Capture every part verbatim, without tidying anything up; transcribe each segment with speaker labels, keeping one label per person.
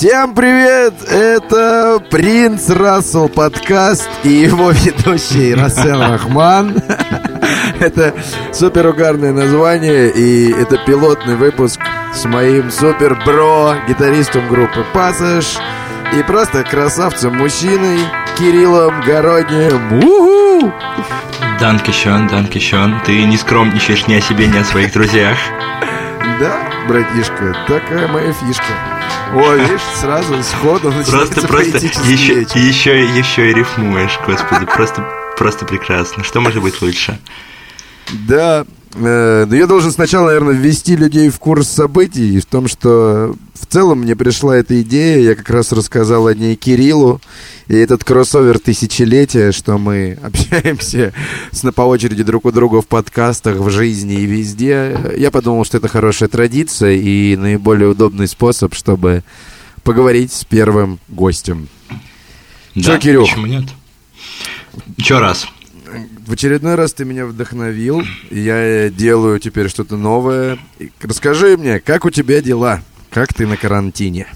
Speaker 1: Всем привет! Это Принц Рассел подкаст и его ведущий Рассел Рахман. Это супер угарное название, и это пилотный выпуск с моим супер-бро, гитаристом группы Пассаж и просто красавцем-мужчиной Кириллом Городнием. У-ху!
Speaker 2: Данкишон, Данкишон, ты не скромничаешь ни о себе, ни о своих друзьях.
Speaker 1: Да, братишка, такая моя фишка. О, видишь, сразу сходу начинается поэтический
Speaker 2: еще,
Speaker 1: вечер.
Speaker 2: еще, еще и рифмуешь, господи, просто, просто прекрасно. Что может быть лучше?
Speaker 1: Да, э, но я должен сначала, наверное, ввести людей в курс событий, в том, что в целом мне пришла эта идея, я как раз рассказал о ней Кириллу, и этот кроссовер тысячелетия, что мы общаемся с, по очереди друг у друга в подкастах, в жизни и везде, я подумал, что это хорошая традиция и наиболее удобный способ, чтобы поговорить с первым гостем.
Speaker 2: Да,
Speaker 1: Чё, Кирюх?
Speaker 2: Почему нет? Чё раз?
Speaker 1: В очередной раз ты меня вдохновил, я делаю теперь что-то новое. Расскажи мне, как у тебя дела? Как ты на карантине?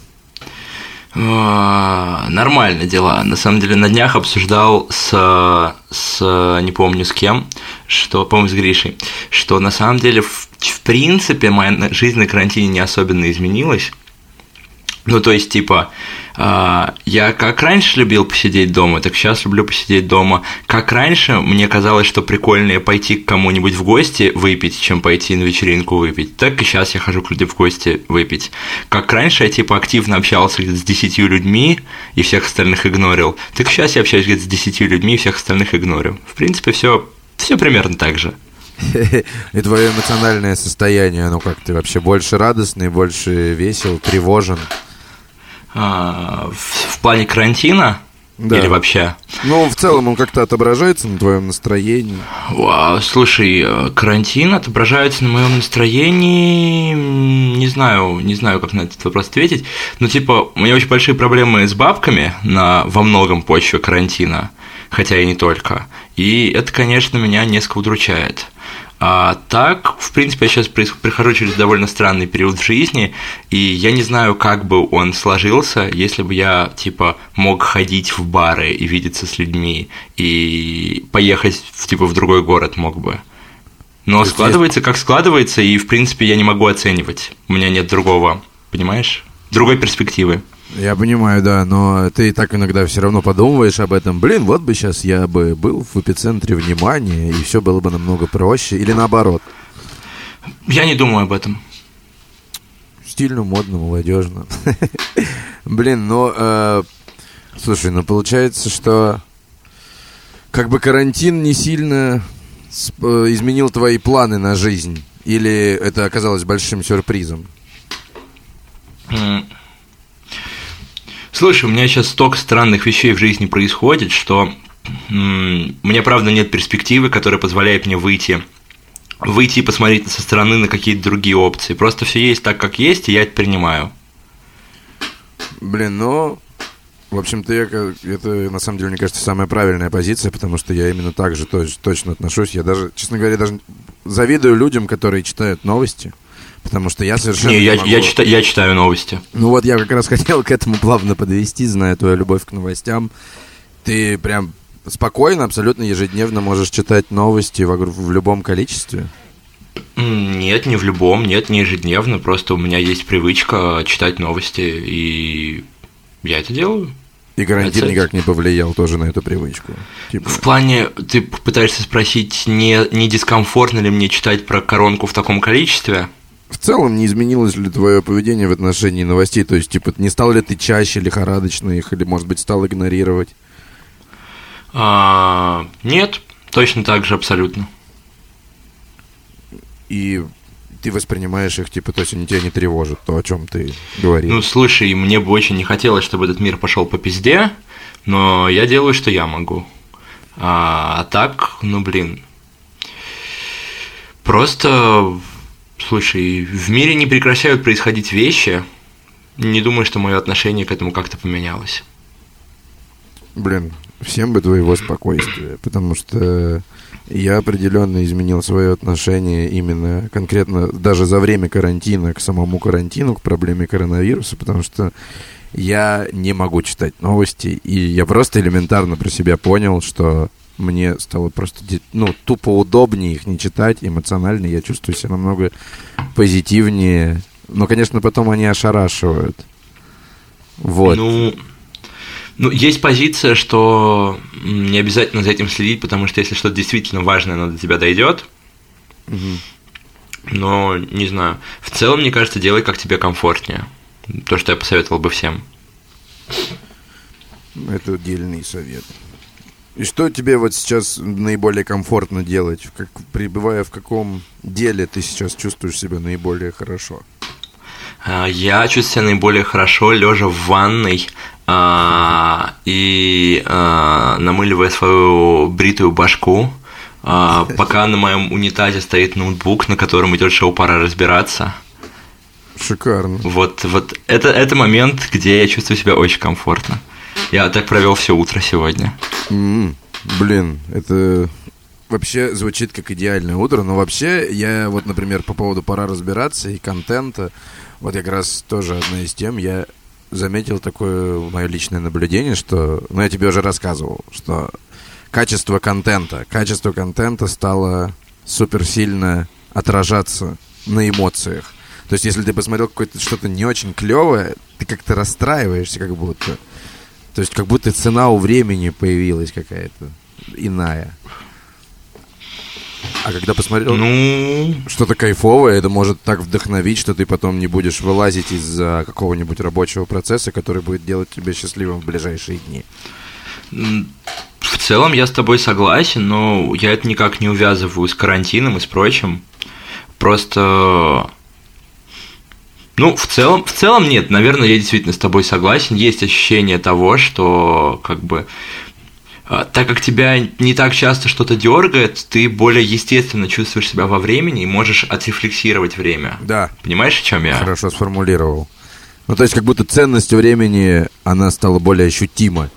Speaker 2: Нормально дела. На самом деле на днях обсуждал с, с не помню с кем, что, по-моему, с Гришей, что на самом деле в, в принципе моя жизнь на карантине не особенно изменилась. Ну, то есть, типа, э, я как раньше любил посидеть дома, так сейчас люблю посидеть дома. Как раньше мне казалось, что прикольнее пойти к кому-нибудь в гости выпить, чем пойти на вечеринку выпить, так и сейчас я хожу к людям в гости выпить. Как раньше я, типа, активно общался с десятью людьми и всех остальных игнорил, так сейчас я общаюсь где-то с десятью людьми и всех остальных игнорю. В принципе, все, все примерно так же.
Speaker 1: И твое эмоциональное состояние, ну как, ты вообще больше радостный, больше весел, тревожен?
Speaker 2: А, в, в плане карантина? Да. Или вообще?
Speaker 1: Ну, в целом он как-то отображается на твоем настроении.
Speaker 2: Вау, слушай, карантин отображается на моем настроении. Не знаю, не знаю, как на этот вопрос ответить. Но типа, у меня очень большие проблемы с бабками на, во многом почве карантина, хотя и не только. И это, конечно, меня несколько удручает. А так, в принципе, я сейчас прихожу через довольно странный период в жизни, и я не знаю, как бы он сложился, если бы я, типа, мог ходить в бары и видеться с людьми, и поехать, в, типа, в другой город мог бы. Но есть складывается, как складывается, и, в принципе, я не могу оценивать. У меня нет другого, понимаешь? Другой перспективы.
Speaker 1: Я понимаю, да, но ты так иногда все равно подумываешь об этом. Блин, вот бы сейчас я бы был в эпицентре внимания, и все было бы намного проще. Или наоборот?
Speaker 2: Я не думаю об этом.
Speaker 1: Стильно, модно, молодежно. Блин, ну, э, слушай, ну получается, что как бы карантин не сильно изменил твои планы на жизнь? Или это оказалось большим сюрпризом?
Speaker 2: Слушай, у меня сейчас столько странных вещей в жизни происходит, что м- мне, правда, нет перспективы, которая позволяет мне выйти, выйти и посмотреть со стороны на какие-то другие опции. Просто все есть так, как есть, и я это принимаю.
Speaker 1: Блин, ну, в общем-то, я, это, на самом деле, мне кажется, самая правильная позиция, потому что я именно так же точ- точно отношусь. Я даже, честно говоря, даже завидую людям, которые читают новости. Потому что я совершенно
Speaker 2: не,
Speaker 1: не
Speaker 2: я,
Speaker 1: могу...
Speaker 2: я, читаю, я читаю новости.
Speaker 1: Ну вот я как раз хотел к этому плавно подвести, зная твою любовь к новостям. Ты прям спокойно, абсолютно ежедневно можешь читать новости в, в любом количестве?
Speaker 2: Нет, не в любом, нет, не ежедневно. Просто у меня есть привычка читать новости, и я это делаю.
Speaker 1: И карантин это... никак не повлиял тоже на эту привычку? Типа...
Speaker 2: В плане, ты пытаешься спросить, не, не дискомфортно ли мне читать про коронку в таком количестве?
Speaker 1: В целом, не изменилось ли твое поведение в отношении новостей? То есть, типа, не стал ли ты чаще лихорадочно их, или, может быть, стал игнорировать?
Speaker 2: А, нет, точно так же абсолютно.
Speaker 1: И ты воспринимаешь их, типа, то есть они тебя не тревожат, то, о чем ты говорил?
Speaker 2: Ну, слушай, мне бы очень не хотелось, чтобы этот мир пошел по пизде, но я делаю, что я могу. А, а так, ну, блин, просто... Слушай, в мире не прекращают происходить вещи. Не думаю, что мое отношение к этому как-то поменялось.
Speaker 1: Блин, всем бы твоего спокойствия, потому что я определенно изменил свое отношение именно конкретно даже за время карантина к самому карантину, к проблеме коронавируса, потому что я не могу читать новости, и я просто элементарно про себя понял, что мне стало просто, ну, тупо удобнее их не читать, эмоционально я чувствую себя намного позитивнее. Но, конечно, потом они ошарашивают. Вот.
Speaker 2: Ну, ну, есть позиция, что не обязательно за этим следить, потому что если что-то действительно важное, оно до тебя дойдет.
Speaker 1: Угу.
Speaker 2: Но, не знаю. В целом, мне кажется, делай, как тебе комфортнее. То, что я посоветовал бы всем.
Speaker 1: Это дельный совет. И что тебе вот сейчас наиболее комфортно делать? Как, пребывая в каком деле ты сейчас чувствуешь себя наиболее хорошо?
Speaker 2: Я чувствую себя наиболее хорошо, лежа в ванной а, и а, намыливая свою бритую башку, а, пока на моем унитазе стоит ноутбук, на котором идет шоу «Пора разбираться».
Speaker 1: Шикарно.
Speaker 2: Вот, вот это, это момент, где я чувствую себя очень комфортно. Я так провел все утро сегодня.
Speaker 1: Mm-hmm. Блин, это вообще звучит как идеальное утро, но вообще я вот, например, по поводу «Пора разбираться» и контента, вот как раз тоже одна из тем, я заметил такое мое личное наблюдение, что, ну, я тебе уже рассказывал, что качество контента, качество контента стало суперсильно отражаться на эмоциях. То есть, если ты посмотрел какое-то что-то не очень клевое, ты как-то расстраиваешься, как будто. То есть, как будто цена у времени появилась какая-то иная. А когда посмотрел
Speaker 2: ну...
Speaker 1: что-то кайфовое, это может так вдохновить, что ты потом не будешь вылазить из-за какого-нибудь рабочего процесса, который будет делать тебя счастливым в ближайшие дни.
Speaker 2: В целом я с тобой согласен, но я это никак не увязываю с карантином и с прочим. Просто... Ну, в целом, в целом нет, наверное, я действительно с тобой согласен. Есть ощущение того, что как бы так как тебя не так часто что-то дергает, ты более естественно чувствуешь себя во времени и можешь отрефлексировать время.
Speaker 1: Да.
Speaker 2: Понимаешь, о чем я?
Speaker 1: Хорошо сформулировал. Ну, то есть, как будто ценность времени, она стала более ощутима.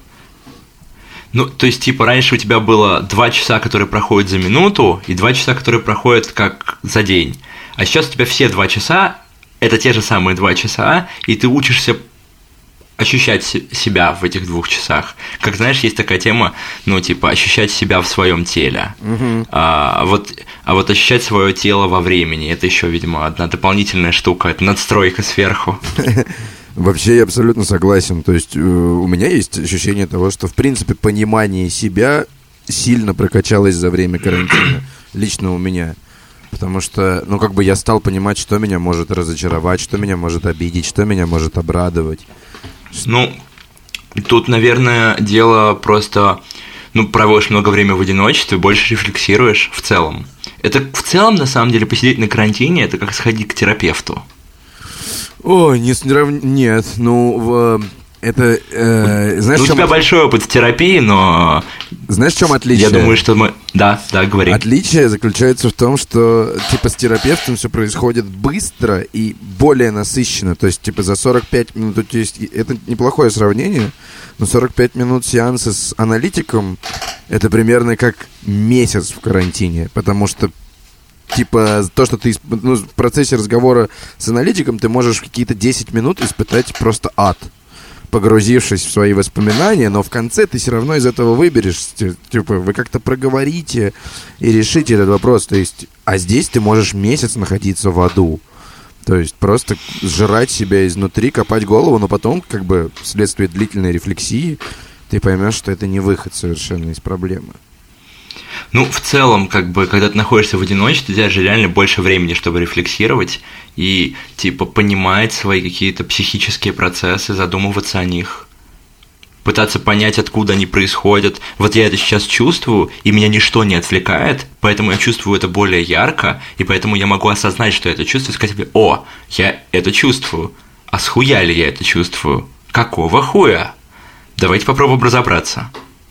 Speaker 2: Ну, то есть, типа, раньше у тебя было два часа, которые проходят за минуту, и два часа, которые проходят как за день. А сейчас у тебя все два часа это те же самые два часа, и ты учишься ощущать себя в этих двух часах. Как знаешь, есть такая тема, ну, типа, ощущать себя в своем теле.
Speaker 1: Mm-hmm.
Speaker 2: А, вот, а вот ощущать свое тело во времени, это еще, видимо, одна дополнительная штука, это надстройка сверху.
Speaker 1: Вообще я абсолютно согласен. То есть у меня есть ощущение того, что, в принципе, понимание себя сильно прокачалось за время карантина. Лично у меня. Потому что, ну, как бы я стал понимать, что меня может разочаровать, что меня может обидеть, что меня может обрадовать.
Speaker 2: Ну, тут, наверное, дело просто... Ну, проводишь много времени в одиночестве, больше рефлексируешь в целом. Это в целом, на самом деле, посидеть на карантине, это как сходить к терапевту.
Speaker 1: Ой, не срав... нет, ну... В... Это, э, знаешь,
Speaker 2: ну, у
Speaker 1: чем...
Speaker 2: тебя большой опыт в терапии, но...
Speaker 1: Знаешь, в чем отличие?
Speaker 2: Я думаю, что мы... Да, да, говори.
Speaker 1: Отличие заключается в том, что, типа, с терапевтом все происходит быстро и более насыщенно. То есть, типа, за сорок пять минут... То есть, это неплохое сравнение, но сорок пять минут сеанса с аналитиком — это примерно как месяц в карантине. Потому что, типа, то, что ты ну, в процессе разговора с аналитиком, ты можешь в какие-то десять минут испытать просто ад, погрузившись в свои воспоминания, но в конце ты все равно из этого выберешься. Типа, вы как-то проговорите и решите этот вопрос. То есть, а здесь ты можешь месяц находиться в аду. То есть, просто сжирать себя изнутри, копать голову, но потом, как бы, вследствие длительной рефлексии, ты поймешь, что это не выход совершенно из проблемы.
Speaker 2: Ну, в целом, как бы, когда ты находишься в одиночестве, у тебя же реально больше времени, чтобы рефлексировать и, типа, понимать свои какие-то психические процессы, задумываться о них, пытаться понять, откуда они происходят. Вот я это сейчас чувствую, и меня ничто не отвлекает, поэтому я чувствую это более ярко, и поэтому я могу осознать, что я это чувствую, и сказать себе: о, я это чувствую, а схуя ли я это чувствую? Какого хуя? Давайте попробуем разобраться.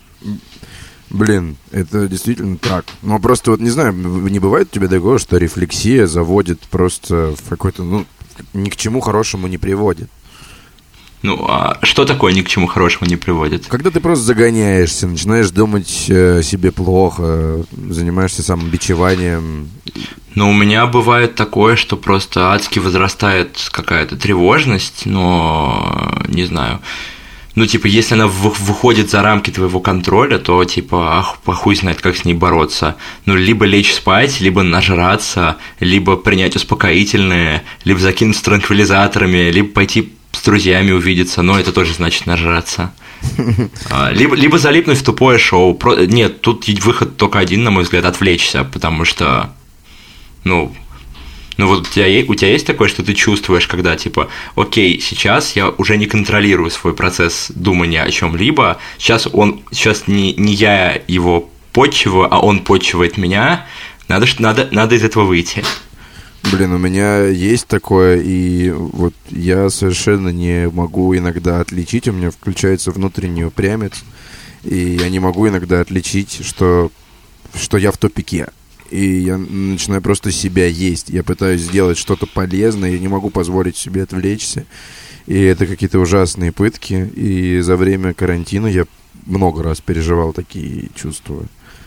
Speaker 1: Блин, это действительно так. Но просто вот не знаю, не бывает у тебя такого, что рефлексия заводит просто в какой-то, ну, ни к чему хорошему не приводит?
Speaker 2: Ну, а что такое ни к чему хорошему не приводит?
Speaker 1: Когда ты просто загоняешься, начинаешь думать о себе плохо, занимаешься самобичеванием.
Speaker 2: Но у меня бывает такое, что просто адски возрастает какая-то тревожность, но не знаю. Ну, типа, если она выходит за рамки твоего контроля, то, типа, ах, похуй знает, как с ней бороться. Ну, либо лечь спать, либо нажраться, либо принять успокоительное, либо закинуться транквилизаторами, либо пойти с друзьями увидеться, но это тоже значит нажраться. Либо, либо залипнуть в тупое шоу. Нет, тут выход только один, на мой взгляд, отвлечься, потому что, ну... Ну вот у тебя, у тебя есть такое, что ты чувствуешь, когда типа, окей, сейчас я уже не контролирую свой процесс думания о чем-либо, сейчас он, сейчас не, не я его подчиваю, а он подчивает меня, надо, надо, надо из этого выйти.
Speaker 1: Блин, у меня есть такое, и вот я совершенно не могу иногда отличить, у меня включается внутренний упрямец, и я не могу иногда отличить, что, что я в тупике. И я начинаю просто себя есть. Я пытаюсь сделать что-то полезное, я не могу позволить себе отвлечься. И это какие-то ужасные пытки. И за время карантина я много раз переживал такие чувства.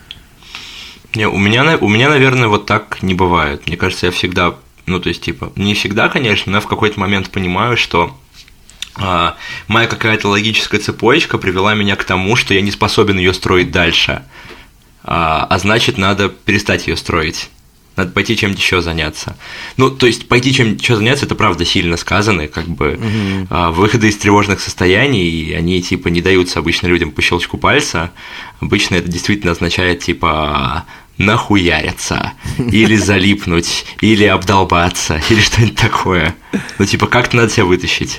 Speaker 2: Не, у меня, у меня, наверное, вот так не бывает. Мне кажется, я всегда, ну, то есть, типа, не всегда, конечно, но я в какой-то момент понимаю, что а, моя какая-то логическая цепочка привела меня к тому, что я не способен ее строить дальше. А, а значит, надо перестать ее строить. Надо пойти чем-то еще заняться. Ну, то есть, пойти чем-то еще заняться, это правда сильно сказано, как бы mm-hmm. а, выходы из тревожных состояний, они, типа, не даются обычно людям по щелчку пальца. Обычно это действительно означает, типа, нахуяриться, или залипнуть, или обдолбаться, или что-нибудь такое. Ну, типа, как-то надо себя вытащить.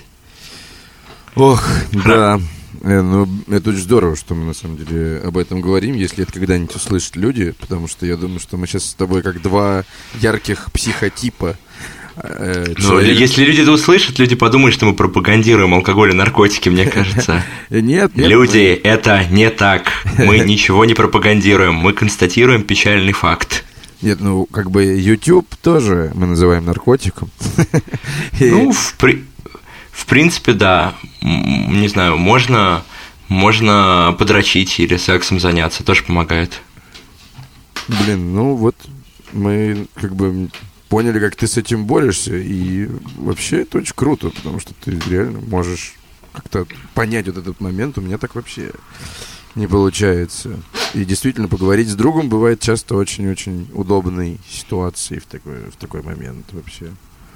Speaker 1: Ох, да. Э, ну, это очень здорово, что мы на самом деле об этом говорим, если это когда-нибудь услышат люди, потому что я думаю, что мы сейчас с тобой как два ярких психотипа. Э,
Speaker 2: ну, человек... если люди это услышат, люди подумают, что мы пропагандируем алкоголь и наркотики, мне кажется.
Speaker 1: Нет, нет.
Speaker 2: Люди, это не так. Мы ничего не пропагандируем, мы констатируем печальный факт.
Speaker 1: Нет, ну, как бы YouTube тоже мы называем наркотиком.
Speaker 2: Ну, в при... В принципе, да. Не знаю, можно, можно подрочить или сексом заняться, тоже помогает.
Speaker 1: Блин, ну вот мы как бы поняли, как ты с этим борешься, и вообще это очень круто, потому что ты реально можешь как-то понять вот этот момент. У меня так вообще не получается. И действительно, поговорить с другом бывает часто очень-очень удобной ситуацией в такой, в такой момент вообще.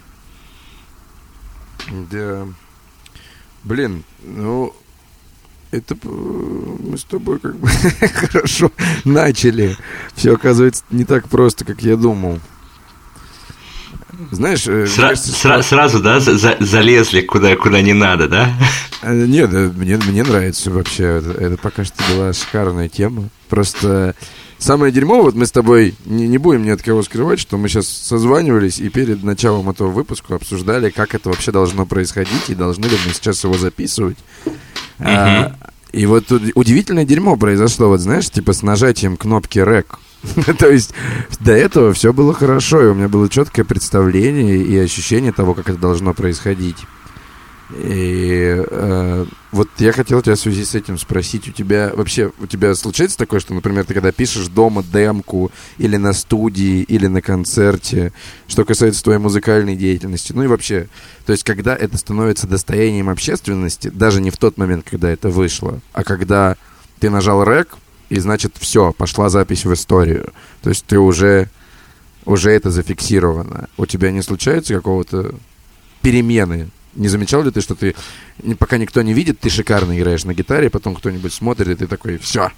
Speaker 1: Да. Блин, ну, это мы с тобой как бы хорошо начали. Все оказывается не так просто, как я думал. Знаешь,
Speaker 2: Сра-
Speaker 1: кажется,
Speaker 2: сра- что... сразу, да, за- залезли куда, куда не надо, да?
Speaker 1: Нет, мне, мне нравится вообще. Это, это пока что была шикарная тема. Просто самое дерьмовое, вот мы с тобой не, не будем ни от кого скрывать, что мы сейчас созванивались и перед началом этого выпуска обсуждали, как это вообще должно происходить и должны ли мы сейчас его записывать. Uh-huh. А, и вот удивительное дерьмо произошло, вот знаешь, типа с нажатием кнопки рек. То есть до этого все было хорошо, и у меня было четкое представление и ощущение того, как это должно происходить. И э, вот я хотел тебя в связи с этим спросить, у тебя вообще, у тебя случается такое, что, например, ты когда пишешь дома демку или на студии, или на концерте, что касается твоей музыкальной деятельности, ну и вообще, то есть когда это становится достоянием общественности, даже не в тот момент, когда это вышло, а когда ты нажал рек, и значит все, пошла запись в историю, то есть ты уже, уже это зафиксировано, у тебя не случается какого-то перемены? Не замечал ли ты, что ты, пока никто не видит, ты шикарно играешь на гитаре, потом кто-нибудь смотрит, и ты такой, все.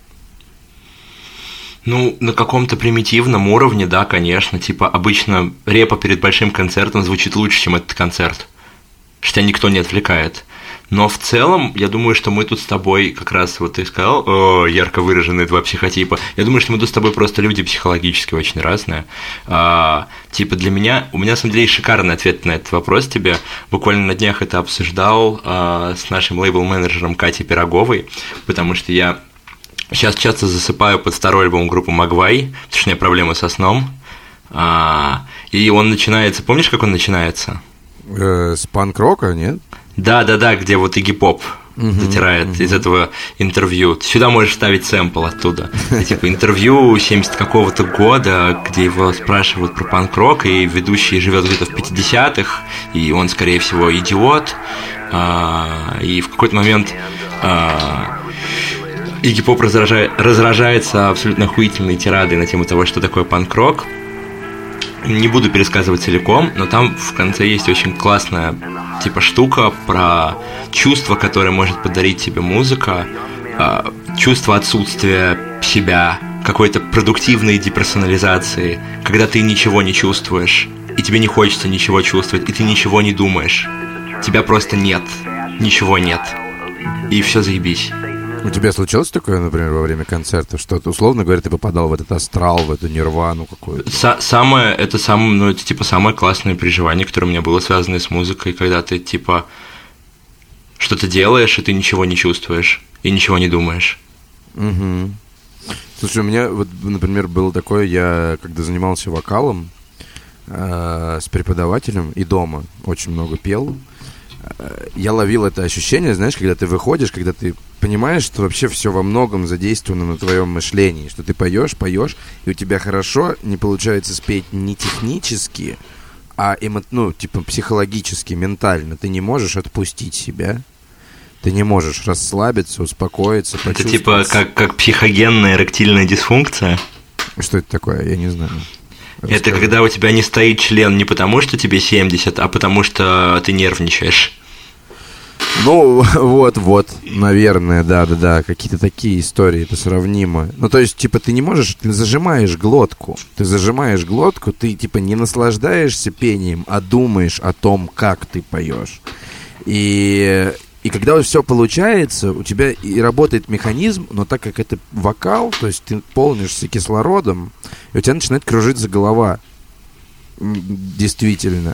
Speaker 2: Ну, на каком-то примитивном уровне, да, конечно. Типа, обычно репа перед большим концертом звучит лучше, чем этот концерт. Что тебя никто не отвлекает. Но в целом, я думаю, что мы тут с тобой, как раз вот ты сказал, о, ярко выраженные два психотипа, я думаю, что мы тут с тобой просто люди психологически очень разные. А, типа для меня, у меня на самом деле есть шикарный ответ на этот вопрос тебе. Буквально на днях это обсуждал а, с нашим лейбл-менеджером Катей Пироговой, потому что я сейчас часто засыпаю под второй альбом группы Магвай, потому что у меня проблемы со сном. А, и он начинается, помнишь, как он начинается?
Speaker 1: Э, с панк-рока, нет?
Speaker 2: Да-да-да, где вот Игги Поп. затирает uh-huh. из этого интервью. Ты сюда можешь ставить сэмпл оттуда. И, типа интервью семидесятого какого-то года, где его спрашивают про панк-рок, и ведущий живет где-то в пятидесятых, и он, скорее всего, идиот. А, и в какой-то момент а, Игги Поп разражает, разражается абсолютно охуительной тирадой на тему того, что такое панк-рок. Не буду пересказывать целиком, но там в конце есть очень классная типа штука про чувство, которое может подарить тебе музыка, чувство отсутствия себя, какой-то продуктивной деперсонализации, когда ты ничего не чувствуешь, и тебе не хочется ничего чувствовать, и ты ничего не думаешь. Тебя просто нет, ничего нет, и все заебись.
Speaker 1: У тебя случилось такое, например, во время концерта, что ты, условно говоря, ты попадал в этот астрал, в эту нирвану какую-то?
Speaker 2: С- самое, это самое, ну, это, типа, самое классное переживание, которое у меня было связано с музыкой, когда ты, типа, что-то делаешь, и ты ничего не чувствуешь, и ничего не думаешь.
Speaker 1: Угу. Слушай, у меня, вот, например, было такое, я, когда занимался вокалом э, с преподавателем и дома очень много пел, э, я ловил это ощущение, знаешь, когда ты выходишь, когда ты понимаешь, что вообще все во многом задействовано на твоем мышлении, что ты поешь, поешь, и у тебя хорошо не получается спеть не технически, а эмо... ну, типа психологически, ментально. Ты не можешь отпустить себя, ты не можешь расслабиться, успокоиться,
Speaker 2: это типа как, как психогенная эректильная дисфункция?
Speaker 1: Что это такое? Я не знаю.
Speaker 2: Расскажи. Это когда у тебя не стоит член не потому, что тебе семьдесят, а потому что ты нервничаешь.
Speaker 1: Ну, вот-вот, наверное, да-да-да, какие-то такие истории, это сравнимо. Ну, то есть, типа, ты не можешь, ты зажимаешь глотку, ты зажимаешь глотку, ты, типа, не наслаждаешься пением, а думаешь о том, как ты поешь. И, и когда вот все получается, у тебя и работает механизм, но так как это вокал, то есть ты полнишься кислородом, и у тебя начинает кружиться голова. Действительно.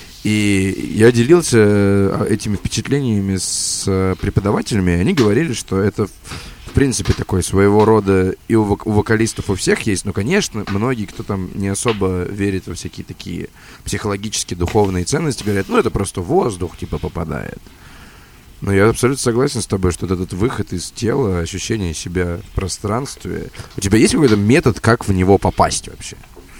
Speaker 1: И я делился этими впечатлениями с преподавателями, и они говорили, что это, в принципе, такой своего рода, и у вокалистов у всех есть, но, конечно, многие, кто там не особо верит во всякие такие психологические, духовные ценности, говорят, ну, это просто воздух, типа, попадает. Но я абсолютно согласен с тобой, что этот выход из тела, ощущение себя в пространстве... У тебя есть какой-то метод, как в него попасть вообще?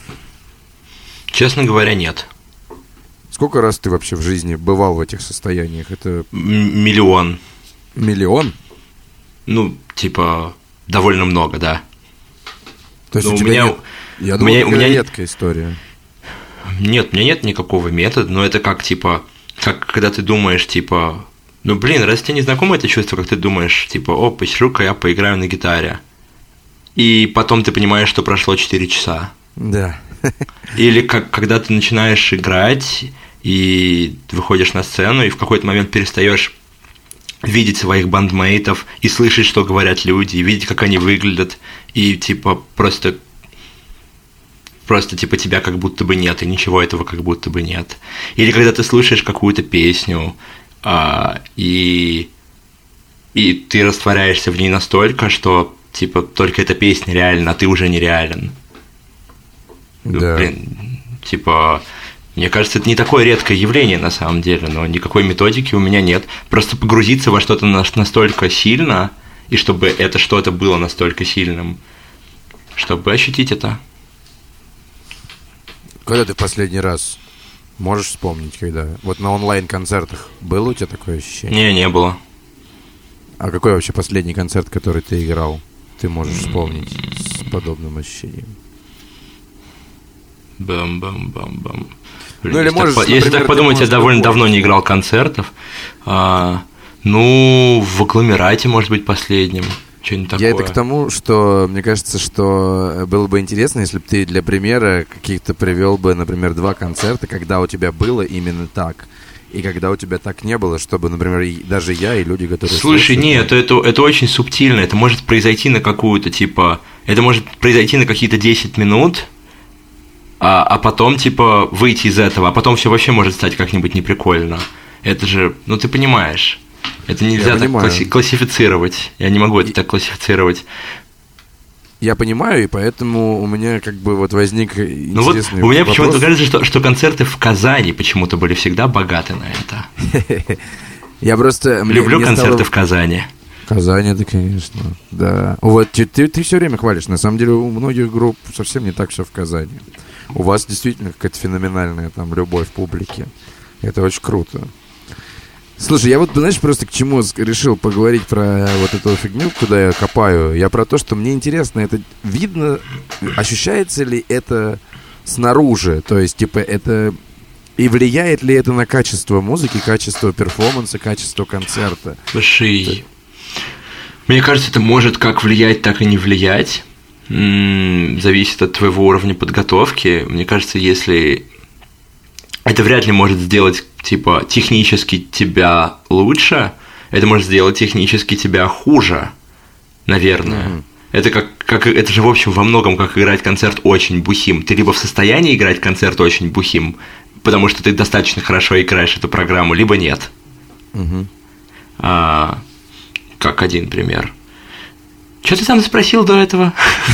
Speaker 2: Честно говоря, нет.
Speaker 1: Сколько раз ты вообще в жизни бывал в этих состояниях? Это...
Speaker 2: М- миллион.
Speaker 1: Миллион?
Speaker 2: Ну, типа, довольно много, да.
Speaker 1: То есть
Speaker 2: ну,
Speaker 1: у тебя
Speaker 2: меня...
Speaker 1: нет... Я думаю,
Speaker 2: меня...
Speaker 1: у меня редкая история.
Speaker 2: Нет, у меня нет никакого метода, но это как, типа, как когда ты думаешь, типа, ну, блин, раз тебе не знакомо это чувство, как ты думаешь, типа, о, посижу-ка я поиграю на гитаре. И потом ты понимаешь, что прошло четыре часа.
Speaker 1: Да.
Speaker 2: Или как, когда ты начинаешь играть и выходишь на сцену, и в какой-то момент перестаешь видеть своих бандмейтов и слышать, что говорят люди, и видеть, как они выглядят, и типа просто, просто типа тебя как будто бы нет, и ничего этого как будто бы нет. Или когда ты слушаешь какую-то песню, а, и, и ты растворяешься в ней настолько, что типа только эта песня реальна, а ты уже нереален.
Speaker 1: Да.
Speaker 2: Блин, типа, мне кажется, это не такое редкое явление на самом деле, но никакой методики у меня нет. Просто погрузиться во что-то настолько сильно, и чтобы это что-то было настолько сильным, чтобы ощутить это.
Speaker 1: Когда ты в последний раз можешь вспомнить, когда? Вот на онлайн-концертах было у тебя такое ощущение?
Speaker 2: Не, не было.
Speaker 1: А какой вообще последний концерт, который ты играл, ты можешь вспомнить с подобным ощущением?
Speaker 2: Бам-бам-бам-бам.
Speaker 1: Ну, или
Speaker 2: если
Speaker 1: можешь,
Speaker 2: так,
Speaker 1: например,
Speaker 2: если так подумать, я довольно
Speaker 1: помнить.
Speaker 2: давно не играл концертов. А, ну, в агломерате, может быть, последним. Что-нибудь такое.
Speaker 1: Я это к тому, что мне кажется, что было бы интересно, если бы ты для примера каких-то привел бы, например, два концерта, когда у тебя было именно так, и когда у тебя так не было, чтобы, например, и даже я и люди, которые...
Speaker 2: Слушай,
Speaker 1: слушают,
Speaker 2: нет, это, это очень субтильно. Это может произойти на какую-то, типа... Это может произойти на какие-то десять минут, а, а потом, типа, выйти из этого, а потом все вообще может стать как-нибудь неприкольно. Это же, ну ты понимаешь, это нельзя так класси- классифицировать. Я не могу это и... так классифицировать.
Speaker 1: Я понимаю, и поэтому у меня как бы вот возник интересный
Speaker 2: ну вот у меня
Speaker 1: вопрос.
Speaker 2: Почему-то кажется, что, что концерты в Казани почему-то были всегда богаты на это.
Speaker 1: Я просто...
Speaker 2: Люблю мне концерты стало... в Казани.
Speaker 1: Казани, да, конечно, да. Вот ты, ты, ты все время хвалишь. На самом деле у многих групп совсем не так все в Казани. У вас действительно какая-то феноменальная там любовь публики. Это очень круто. Слушай, я вот, знаешь, просто к чему решил поговорить про вот эту фигню, куда я копаю. Я про то, что мне интересно, это видно, ощущается ли это снаружи? То есть, типа, это... И влияет ли это на качество музыки, качество перформанса, качество концерта?
Speaker 2: Слушай, мне кажется, это может как влиять, так и не влиять. М-м, зависит от твоего уровня подготовки. Мне кажется, если... Это вряд ли может сделать, типа, технически тебя лучше, это может сделать технически тебя хуже, наверное. Mm-hmm. Это как, как, это же, в общем, во многом как играть концерт очень бухим. Ты либо в состоянии играть концерт очень бухим, потому что ты достаточно хорошо играешь эту программу, либо нет.
Speaker 1: Mm-hmm.
Speaker 2: А, как один пример. Что ты сам спросил до этого?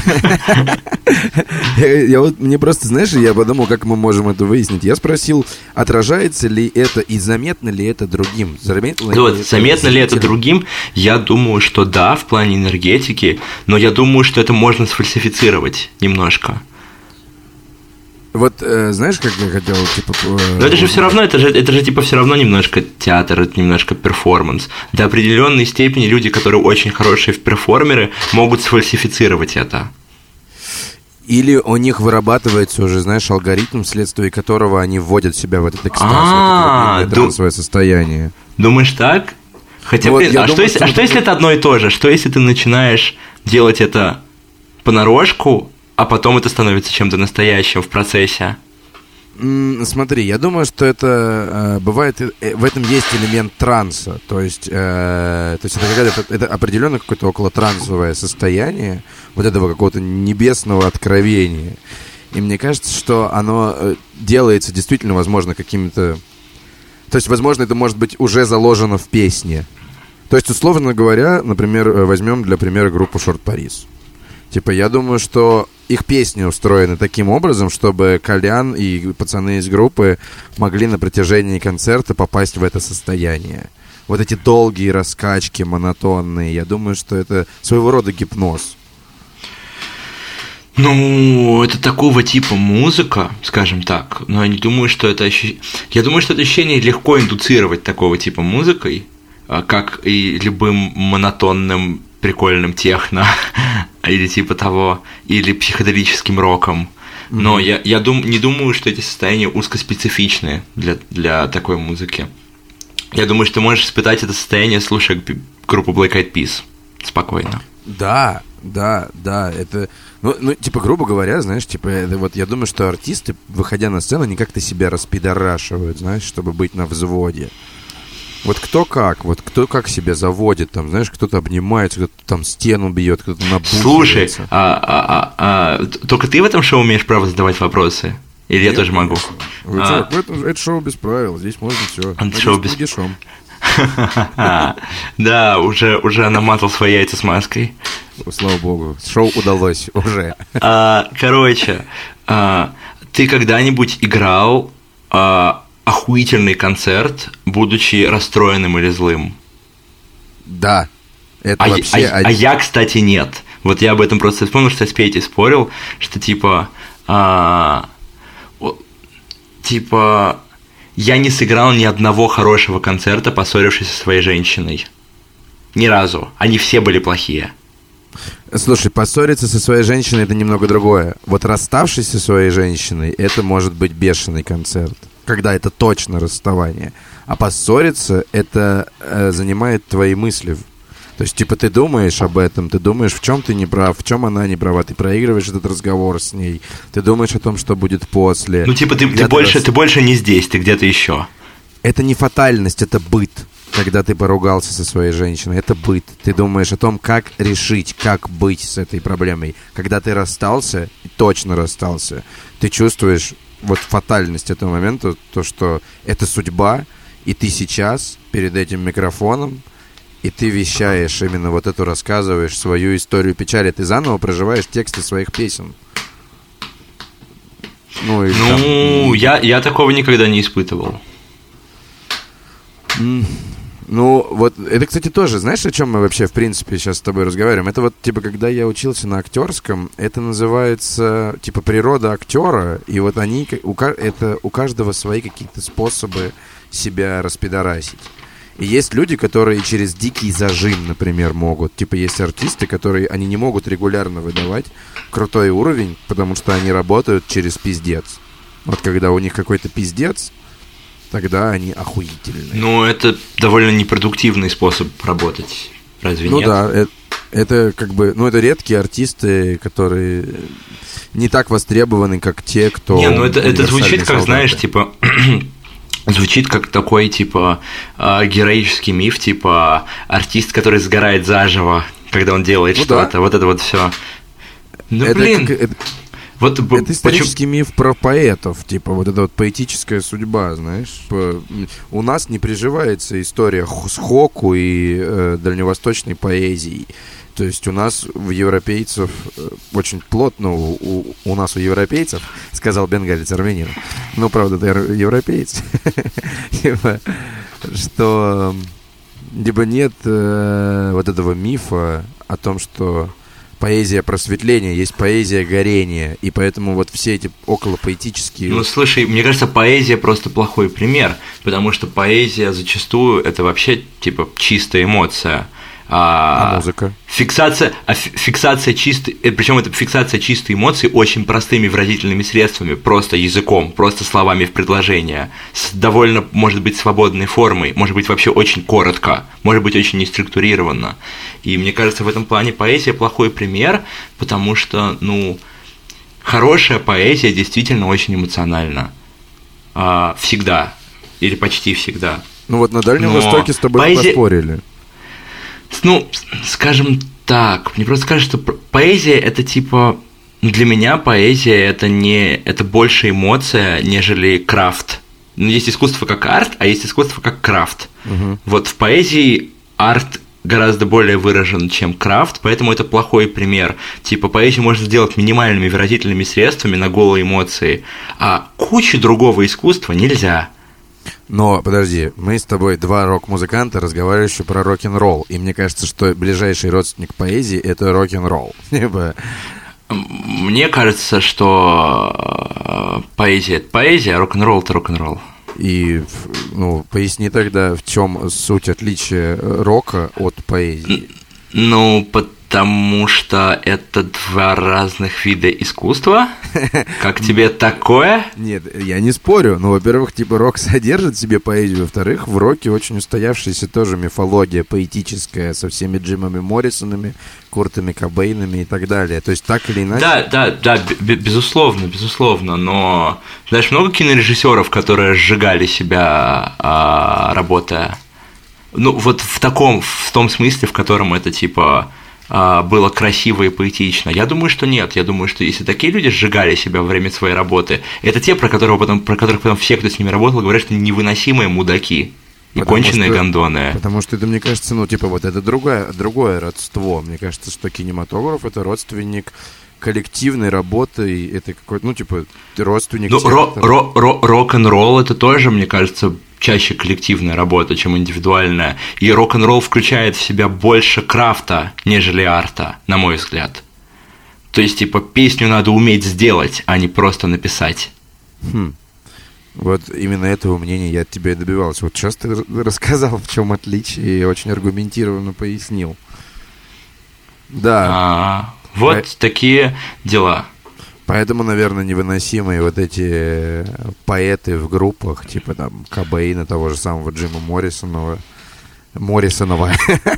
Speaker 1: я, я вот, мне просто, знаешь, я подумал, как мы можем это выяснить. Я спросил, отражается ли это и заметно ли это другим? Заметно ли,
Speaker 2: вот,
Speaker 1: это,
Speaker 2: заметно ли это другим? Я думаю, что да, в плане энергетики, но я думаю, что это можно сфальсифицировать немножко.
Speaker 1: Вот, э, знаешь, как я хотел, типа... Э,
Speaker 2: Но это же все равно, это же, это же типа все равно немножко театр, это немножко перформанс. До определенной степени люди, которые очень хорошие в перформеры, могут сфальсифицировать это.
Speaker 1: Или у них вырабатывается уже, знаешь, алгоритм, вследствие которого они вводят себя в этот экстаз, в это трансовое состояние.
Speaker 2: Думаешь так? Хотя,
Speaker 1: вот,
Speaker 2: блин, а, думаю, что, если, а что если это одно и то же? Что если ты начинаешь делать это понарошку, а потом это становится чем-то настоящим в процессе?
Speaker 1: Mm, смотри, я думаю, что это э, бывает, э, в этом есть элемент транса. То есть, э, то есть это, какая-то, это определенно какое-то околотрансовое состояние, вот этого какого-то небесного откровения. И мне кажется, что оно э, делается действительно, возможно, какими-то... То есть, возможно, это может быть уже заложено в песне. То есть, условно говоря, например, возьмем для примера группу Short Paris. Типа, я думаю, что их песни устроены таким образом, чтобы Колян и пацаны из группы могли на протяжении концерта попасть в это состояние. Вот эти долгие раскачки, монотонные. Я думаю, что это своего рода гипноз.
Speaker 2: Ну, это такого типа музыка, скажем так. Но я не думаю, что это ощущение... Я думаю, что это ощущение легко индуцировать такого типа музыкой, как и любым монотонным прикольным техно или типа того, или психоделическим роком. Но mm-hmm. я, я дум, не думаю, что эти состояния узкоспецифичны для, для такой музыки. Я думаю, что ты можешь испытать это состояние, слушая группу Black Eyed Peas спокойно.
Speaker 1: Да, да, да, это... Ну, ну, типа, грубо говоря, знаешь, типа, это вот я думаю, что артисты, выходя на сцену, они как-то себя распидорашивают, знаешь, чтобы быть на взводе. Вот кто как, вот кто как себя заводит, там, знаешь, кто-то обнимается, кто-то там стену бьет, кто-то набухивается.
Speaker 2: Слушай, а, а, а, а, только ты в этом шоу умеешь право задавать вопросы? Или Нет, я тоже могу?
Speaker 1: Вы а... что, это, это шоу без правил, здесь можно все.
Speaker 2: Это шоу без... Да, уже, уже намазал свои яйца смазкой.
Speaker 1: Слава богу, шоу удалось уже.
Speaker 2: Короче, ты когда-нибудь играл... охуительный концерт, будучи расстроенным или злым?
Speaker 1: Да. Это
Speaker 2: а,
Speaker 1: вообще...
Speaker 2: а, а я, кстати, нет. Вот я об этом просто вспомнил, что я с Петей спорил, что типа... А, о, типа... Я не сыграл ни одного хорошего концерта, поссорившись со своей женщиной. Ни разу. Они все были плохие.
Speaker 1: Слушай, поссориться со своей женщиной — это немного другое. Вот расставшись со своей женщиной, это может быть бешеный концерт, когда это точно расставание. А поссориться — это э, занимает твои мысли. То есть, типа, ты думаешь об этом, ты думаешь, в чем ты не прав, в чем она не права, ты проигрываешь этот разговор с ней, ты думаешь о том, что будет после.
Speaker 2: Ну, типа, ты, ты, больше, рас... ты больше не здесь, ты где-то еще.
Speaker 1: Это не фатальность, это быт. Когда ты поругался со своей женщиной, это быт. Ты думаешь о том, как решить, как быть с этой проблемой. Когда ты расстался, точно расстался, ты чувствуешь вот фатальность этого момента, то, что это судьба, и ты сейчас перед этим микрофоном, и ты вещаешь именно вот эту, рассказываешь свою историю печали, ты заново проживаешь тексты своих песен.
Speaker 2: Ну, и ну там... я, я такого никогда не испытывал.
Speaker 1: Ну, вот это, кстати, тоже, знаешь, о чем мы вообще, в принципе, сейчас с тобой разговариваем? Это вот, типа, когда я учился на актерском, это называется, типа, природа актера, и вот они, у, это у каждого свои какие-то способы себя распидорасить. И есть люди, которые через дикий зажим, например, могут. Типа, есть артисты, которые, они не могут регулярно выдавать крутой уровень, потому что они работают через пиздец. Вот когда у них какой-то пиздец, тогда они охуительные.
Speaker 2: Ну, это довольно непродуктивный способ работать, разве
Speaker 1: ну,
Speaker 2: нет?
Speaker 1: Ну да, это, это как бы, ну это редкие артисты, которые не так востребованы, как те, кто...
Speaker 2: Не, ну это, это звучит как,
Speaker 1: солдаты.
Speaker 2: Знаешь, типа... Звучит как такой, типа, героический миф, типа, артист, который сгорает заживо, когда он делает ну, что-то, да. Вот это вот все. Ну,
Speaker 1: это
Speaker 2: блин...
Speaker 1: Как, это...
Speaker 2: Вот,
Speaker 1: это исторический почему... миф про поэтов, типа вот эта вот поэтическая судьба, знаешь. По... У нас не приживается история с хоку и э, дальневосточной поэзией. То есть у нас в европейцев очень плотно, у, у нас у европейцев, сказал бенгалец армянин, ну, правда, ты европеец, что либо нет вот этого мифа о том, что поэзия просветления, есть поэзия горения, и поэтому вот все эти околопоэтические...
Speaker 2: Ну, слушай, мне кажется, поэзия просто плохой пример, потому что поэзия зачастую это вообще, типа, чистая эмоция. А,
Speaker 1: а музыка?
Speaker 2: Фиксация, а фиксация чистой, причем это фиксация чистой эмоций очень простыми выразительными средствами, просто языком, просто словами в предложение, с довольно, может быть, свободной формой, может быть, вообще очень коротко, может быть, очень неструктурированно. И мне кажется, в этом плане поэзия плохой пример, потому что, ну, хорошая поэзия действительно очень эмоциональна. А, всегда. Или почти всегда.
Speaker 1: Ну вот на Дальнем Но Востоке с тобой поэзия... поспорили.
Speaker 2: Ну, скажем так, мне просто кажется, что поэзия это типа, для меня поэзия это не, это больше эмоция, нежели крафт. Ну, есть искусство как арт, а есть искусство как крафт. Угу. Вот в поэзии арт гораздо более выражен, чем крафт, поэтому это плохой пример. Типа поэзию можно сделать минимальными выразительными средствами на голые эмоции, а кучу другого искусства нельзя.
Speaker 1: Но, подожди, мы с тобой два рок-музыканта, разговаривающие про рок-н-ролл. И мне кажется, что ближайший родственник поэзии – это рок-н-ролл.
Speaker 2: Мне кажется, что поэзия – это поэзия, а рок-н-ролл – это рок-н-ролл.
Speaker 1: И, ну, поясни тогда, в чем суть отличия рока от поэзии?
Speaker 2: Ну, потому что это два разных вида искусства. Как тебе такое?
Speaker 1: Нет, я не спорю. Ну, во-первых, типа рок содержит в себе поэзию. Во-вторых, в роке очень устоявшаяся тоже мифология поэтическая со всеми Джимами Моррисонами, Куртами Кобейнами и так далее. То есть так или иначе...
Speaker 2: Да, да, да, б- безусловно, безусловно. Но, знаешь, много кинорежиссеров, которые сжигали себя, а, работая... Ну, вот в таком, в том смысле, в котором это, типа, было красиво и поэтично. Я думаю, что нет. Я думаю, что если такие люди сжигали себя во время своей работы, это те, про, которых потом, про которых потом все, кто с ними работал, говорят, что невыносимые мудаки и потому конченые что, гондоны.
Speaker 1: Потому что это, мне кажется, ну, типа, вот это другое, другое родство. Мне кажется, что кинематограф – это родственник коллективной работы, это какой-то, ну, типа, родственник...
Speaker 2: Ну, ро- ро- ро- рок-н-ролл – это тоже, мне кажется, чаще коллективная работа, чем индивидуальная. И рок-н-ролл включает в себя больше крафта, нежели арта, на мой взгляд. То есть, типа, песню надо уметь сделать, а не просто написать.
Speaker 1: Хм. Вот именно этого мнения я от тебя и добивался. Вот сейчас ты рассказал, в чем отличие, и очень аргументированно пояснил. Да.
Speaker 2: А-а-а. Вот а... такие дела.
Speaker 1: Поэтому, наверное, невыносимые вот эти поэты в группах, типа там Кобейна, того же самого Джима Моррисонова. Моррисонова.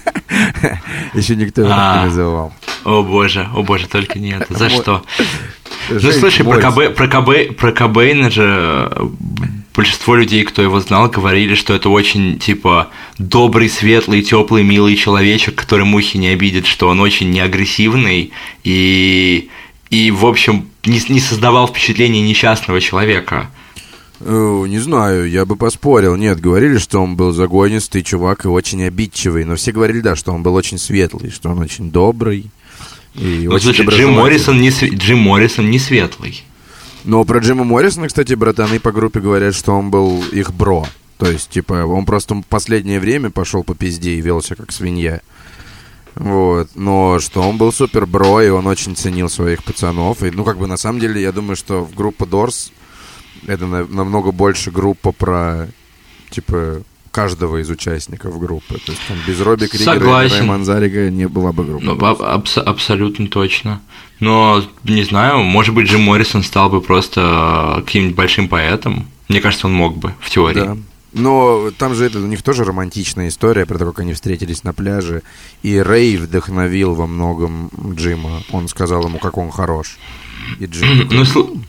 Speaker 1: Еще никто его не называл.
Speaker 2: О боже, о боже, только не это. За что? Ну, слушай, про Кобейна же большинство людей, кто его знал, говорили, что это очень, типа, добрый, светлый, теплый, милый человечек, который мухи не обидит, что он очень неагрессивный и... И, в общем, не, не создавал впечатления несчастного человека.
Speaker 1: Не знаю, я бы поспорил. Нет, говорили, что он был загонистый чувак и очень обидчивый. Но все говорили, да, что он был очень светлый, что он очень добрый. И
Speaker 2: ну,
Speaker 1: очень
Speaker 2: слушай, Джим Моррисон, не, Джим Моррисон не светлый.
Speaker 1: Но про Джима Моррисона, кстати, братаны по группе говорят, что он был их бро. То есть, типа, он просто в последнее время пошел по пизде и вел себя как свинья. Вот. Но что он был супер бро, и он очень ценил своих пацанов. И, ну, как бы, на самом деле, я думаю, что в группа Doors это на- намного больше группа про, типа, каждого из участников группы. То есть, там, без Робби Кригера и Рэя Манзарига не была бы группа.
Speaker 2: Ну, аб- абсолютно точно. Но, не знаю, может быть, Джим Моррисон стал бы просто каким-нибудь большим поэтом. Мне кажется, он мог бы, в теории.
Speaker 1: Да. Но там же это, у них тоже романтичная история про то, как они встретились на пляже. И Рэй вдохновил во многом Джима. Он сказал ему, как он хорош. И Джим такой,
Speaker 2: ну, сл-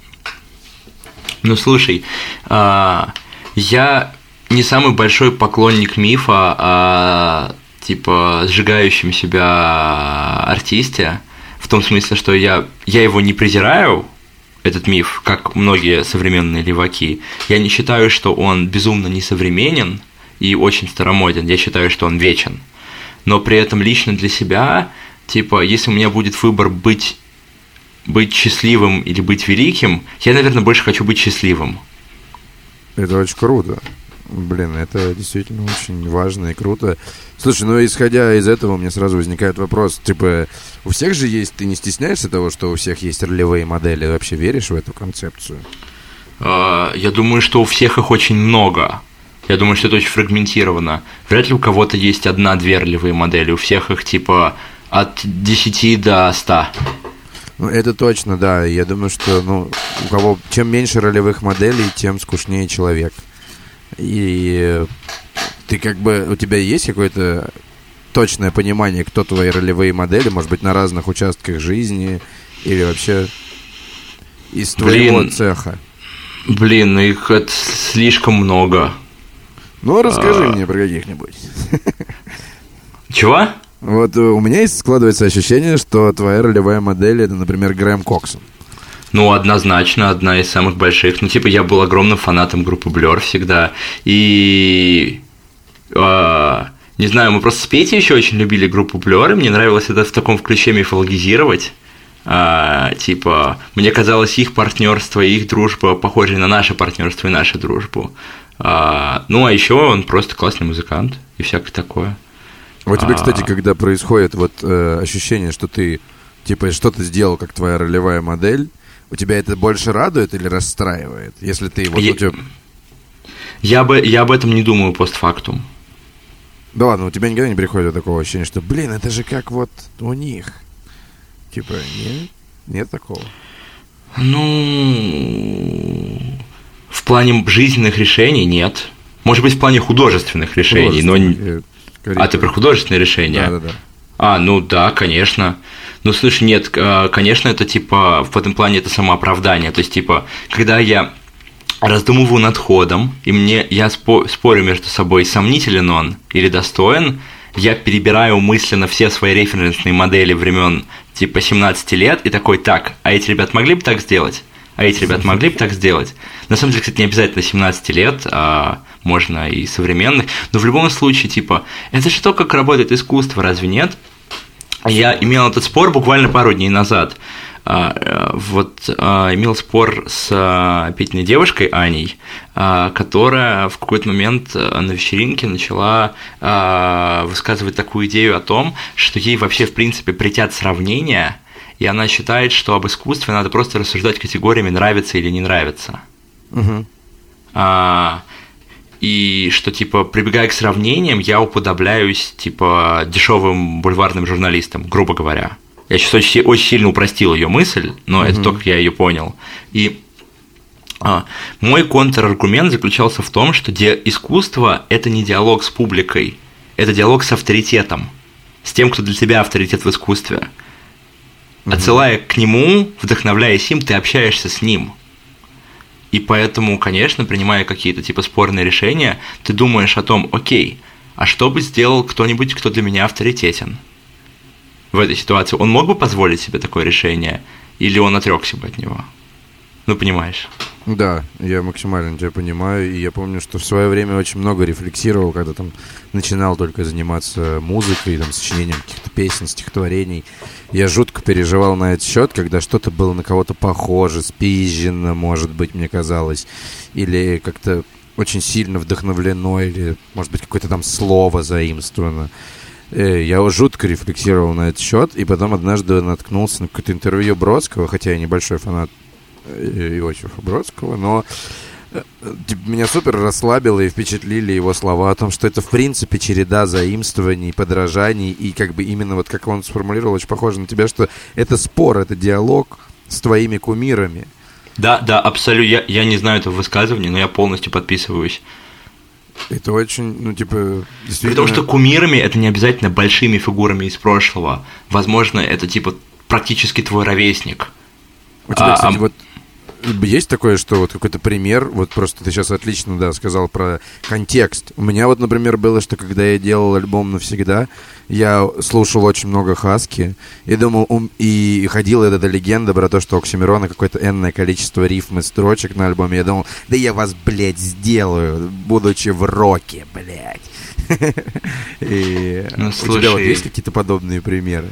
Speaker 2: ну, слушай, а, я не самый большой поклонник мифа о, типа, сжигающем себя артисте. В том смысле, что я, я его не презираю, этот миф, как многие современные леваки. Я не считаю, что он безумно несовременен и очень старомоден. Я считаю, что он вечен. Но при этом лично для себя, типа, если у меня будет выбор быть, быть счастливым или быть великим, я, наверное, больше хочу быть счастливым.
Speaker 1: это очень круто. Блин, это действительно очень важно и круто. Слушай, ну исходя из этого, у меня сразу возникает вопрос, типа, у всех же есть, ты не стесняешься того, что у всех есть ролевые модели? Ты вообще веришь в эту концепцию?
Speaker 2: Я думаю, что у всех их очень много. Я думаю, что это очень фрагментировано. Вряд ли у кого-то есть одна-две ролевые модели. У всех их, типа, от десяти до ста.
Speaker 1: Ну, это точно, да. Я думаю, что, ну, у кого чем меньше ролевых моделей, тем скучнее человек. И ты как бы, у тебя есть какое-то точное понимание, кто твои ролевые модели, может быть, на разных участках жизни или вообще из твоего Блин. цеха?
Speaker 2: Блин, их это слишком много.
Speaker 1: Ну, расскажи а... мне про каких-нибудь.
Speaker 2: Чего?
Speaker 1: Вот у меня есть, складывается ощущение, что твоя ролевая модель — это, например, Грэм Коксон.
Speaker 2: Ну, однозначно, одна из самых больших. Ну, типа, я был огромным фанатом группы Blur всегда. И... Э, не знаю, мы просто с Петей еще очень любили группу Blur, и мне нравилось это в таком ключе мифологизировать. Э, типа, мне казалось, их партнерство и их дружба похожи на наше партнерство и нашу дружбу. Э, ну, а еще он просто классный музыкант и всякое такое.
Speaker 1: Вот тебе, кстати, когда происходит вот э, ощущение, что ты, типа, что-то сделал, как твоя ролевая модель, у тебя это больше радует или расстраивает, если ты вот...
Speaker 2: Я,
Speaker 1: тебя...
Speaker 2: я, бы, я об этом не думаю постфактум.
Speaker 1: Да ладно, у тебя никогда не приходит такого ощущения, что, блин, это же как вот у них. Типа, нет? Нет такого?
Speaker 2: Ну... В плане жизненных решений нет. Может быть, в плане художественных решений, но... Я... А, ты про художественные решения?
Speaker 1: Да, да, да.
Speaker 2: А, ну да, конечно. Ну, слушай, нет, конечно, это, типа, в этом плане это самооправдание. То есть, типа, когда я раздумываю над ходом, и мне, я спорю между собой, сомнителен он или достоин, я перебираю мысленно все свои референсные модели времен, типа, семнадцати лет, и такой, так, а эти ребята могли бы так сделать? А эти ребята могли бы так сделать? На самом деле, кстати, не обязательно семнадцати лет, а можно и современных. Но в любом случае, типа, это же то, как работает искусство, разве нет? Я имел этот спор буквально пару дней назад. Вот имел спор с Петиной девушкой Аней, которая в какой-то момент на вечеринке начала высказывать такую идею о том, что ей вообще, в принципе, претят сравнения, и она считает, что об искусстве надо просто рассуждать категориями «нравится» или «не нравится».
Speaker 1: Угу.
Speaker 2: А, и что, типа, прибегая к сравнениям, я уподобляюсь, типа, дешевым бульварным журналистам, грубо говоря. Я сейчас очень, очень сильно упростил ее мысль, но mm-hmm. это то, как я ее понял. И а, мой контраргумент заключался в том, что ди- искусство – это не диалог с публикой, это диалог с авторитетом, с тем, кто для тебя авторитет в искусстве. Mm-hmm. Отсылая к нему, вдохновляясь им, ты общаешься с ним. И поэтому, конечно, принимая какие-то типа спорные решения, ты думаешь о том, окей, а что бы сделал кто-нибудь, кто для меня авторитетен в этой ситуации? Он мог бы позволить себе такое решение, или он отрекся бы от него? Ну, понимаешь.
Speaker 1: Да, я максимально тебя понимаю, и я помню, что в свое время очень много рефлексировал, когда там начинал только заниматься музыкой, там, сочинением каких-то песен, стихотворений. Я жутко переживал на этот счет, когда что-то было на кого-то похоже, спизжено, может быть, мне казалось, или как-то очень сильно вдохновлено или, может быть, какое-то там слово заимствовано. Я жутко рефлексировал на этот счет, и потом однажды наткнулся на какое-то интервью Бродского, хотя я небольшой фанат Иосифа Бродского, но меня супер расслабило и впечатлили его слова о том, что это, в принципе, череда заимствований, подражаний, и как бы именно вот как он сформулировал, очень похоже на тебя, что это спор, это диалог с твоими кумирами.
Speaker 2: Да, да, абсолютно. Я, я не знаю этого высказывания, но я полностью подписываюсь.
Speaker 1: Это очень, ну, типа, действительно...
Speaker 2: При том, что кумирами это не обязательно большими фигурами из прошлого. Возможно, это, типа, практически твой ровесник.
Speaker 1: У тебя,
Speaker 2: а,
Speaker 1: кстати,
Speaker 2: а...
Speaker 1: вот есть такое, что вот какой-то пример, вот просто ты сейчас отлично, да, сказал про контекст. У меня вот, например, было, что когда я делал альбом «Навсегда», я слушал очень много Хаски и думал, ум, и ходила эта легенда про то, что у Оксимирона какое-то энное количество рифм и строчек на альбоме. Я думал, да я вас, блядь, сделаю, будучи в роке, блядь. И у тебя вот есть какие-то подобные примеры?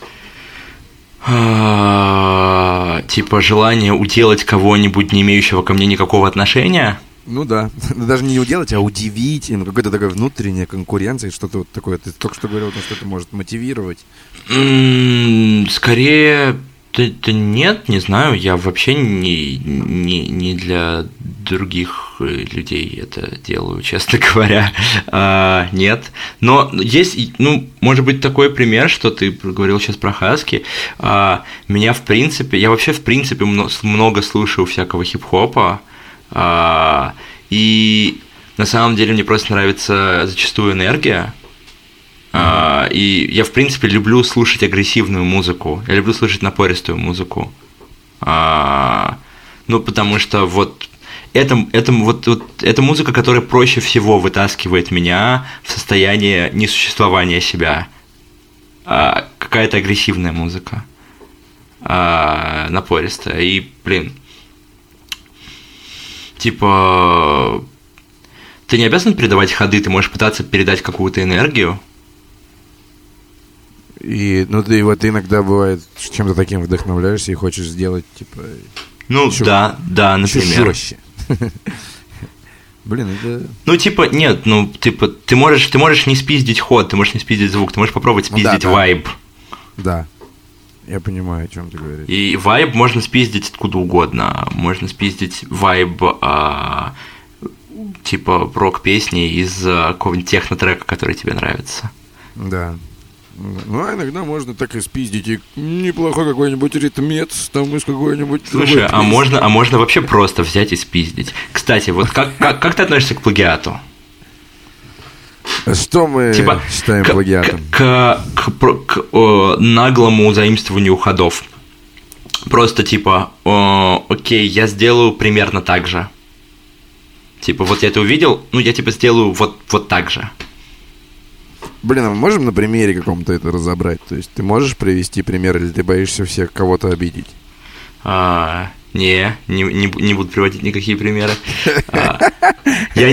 Speaker 2: Типа желание уделать кого-нибудь, не имеющего ко мне никакого отношения?
Speaker 1: Ну да, даже не уделать, а удивить, ну, какая-то такая внутренняя конкуренция, что-то вот такое. Ты только что говорил, что это может мотивировать.
Speaker 2: Скорее, да, да нет, не знаю, я вообще не, не, не для других людей это делаю, честно говоря, а, нет. Но есть, ну, может быть, такой пример, что ты говорил сейчас про Хаски. А, меня, в принципе, я вообще, в принципе, много слушаю всякого хип-хопа, а, и на самом деле мне просто нравится зачастую энергия. Uh, и я, в принципе, люблю слушать агрессивную музыку. Я люблю слушать напористую музыку. Uh, ну, потому что вот это, это, вот, вот, это музыка, которая проще всего вытаскивает меня в состояние несуществования себя. Uh, какая-то агрессивная музыка. Uh, напористая. И, блин, типа, ты не обязан передавать ходы, ты можешь пытаться передать какую-то энергию.
Speaker 1: И, ну, ты вот иногда бывает чем-то таким вдохновляешься и хочешь сделать, типа...
Speaker 2: Ну, еще, да, да, например.
Speaker 1: Жестче. Блин, это...
Speaker 2: Ну, типа, нет, ну, типа, ты можешь, ты можешь не спиздить ход, ты можешь не спиздить звук, ты можешь попробовать спиздить ну, да, вайб.
Speaker 1: Да, я понимаю, о чем ты говоришь.
Speaker 2: И вайб можно спиздить откуда угодно. Можно спиздить вайб, а, типа, рок-песни из какого-нибудь техно-трека, который тебе нравится.
Speaker 1: Да. Ну, а иногда можно так и спиздить и неплохой какой-нибудь ритмец там из какой-нибудь...
Speaker 2: Слушай, а можно, а можно вообще просто взять и спиздить. Кстати, вот как, как, как ты относишься к плагиату?
Speaker 1: Что мы
Speaker 2: типа,
Speaker 1: считаем
Speaker 2: к,
Speaker 1: плагиатом?
Speaker 2: К, к, к, к о, наглому заимствованию ходов. Просто типа, о, окей, я сделаю примерно так же. Типа, вот я это увидел, ну я типа сделаю вот, вот так же.
Speaker 1: Блин, а мы можем на примере каком-то это разобрать? То есть ты можешь привести пример, или ты боишься всех кого-то обидеть?
Speaker 2: А, не, не, не, не буду приводить никакие примеры. Я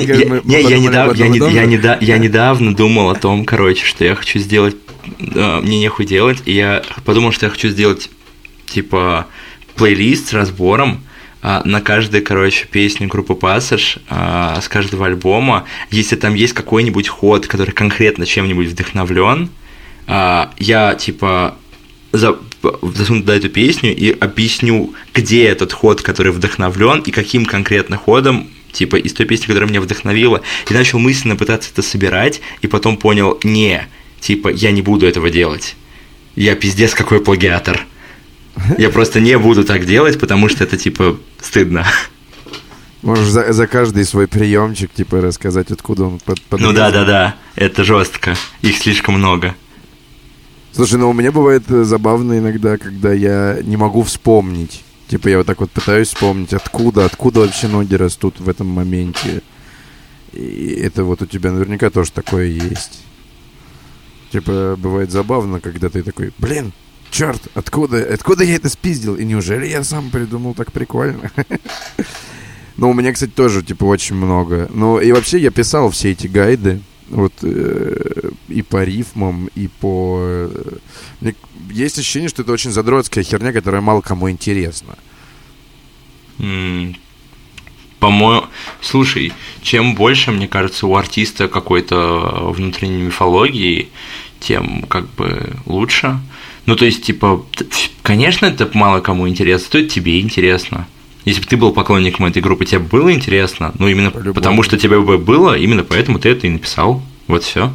Speaker 2: недавно думал о том, короче, что я хочу сделать... Мне нехуй делать, и я подумал, что я хочу сделать, типа, плейлист с разбором на каждую, короче, песню группы Passage а, с каждого альбома. Если там есть какой-нибудь ход, который конкретно чем-нибудь вдохновлен, а, я, типа, за, засуну туда эту песню и объясню, где этот ход, который вдохновлен, и каким конкретно ходом, типа, из той песни, которая меня вдохновила. И начал мысленно пытаться это собирать, и потом понял, не, типа, я не буду этого делать. Я пиздец какой плагиатор. Я просто не буду так делать, потому что это, типа, стыдно.
Speaker 1: Можешь за, за каждый свой приемчик, типа, рассказать, откуда он под, под...
Speaker 2: Ну да-да-да, это жестко. Их слишком много.
Speaker 1: Слушай, ну у меня бывает забавно иногда, когда я не могу вспомнить. Типа, я вот так вот пытаюсь вспомнить, откуда, откуда вообще ноги растут в этом моменте. И это вот у тебя наверняка тоже такое есть. Типа, бывает забавно, когда ты такой, блин, черт, откуда, откуда я это спиздил? И неужели я сам придумал так прикольно? Ну, у меня, кстати, тоже, типа, очень много. Ну, и вообще я писал все эти гайды. Вот э, и по рифмам, и по... Э, есть ощущение, что это очень задротская херня, которая мало кому интересна.
Speaker 2: Mm. По-моему, слушай, чем больше, мне кажется, у артиста какой-то внутренней мифологии, тем как бы лучше. Ну, то есть, типа, конечно, это мало кому интересно, то это тебе интересно. Если бы ты был поклонником этой группы, тебе было интересно, ну, именно По-любому. Потому что тебе бы было, именно поэтому ты это и написал. Вот все.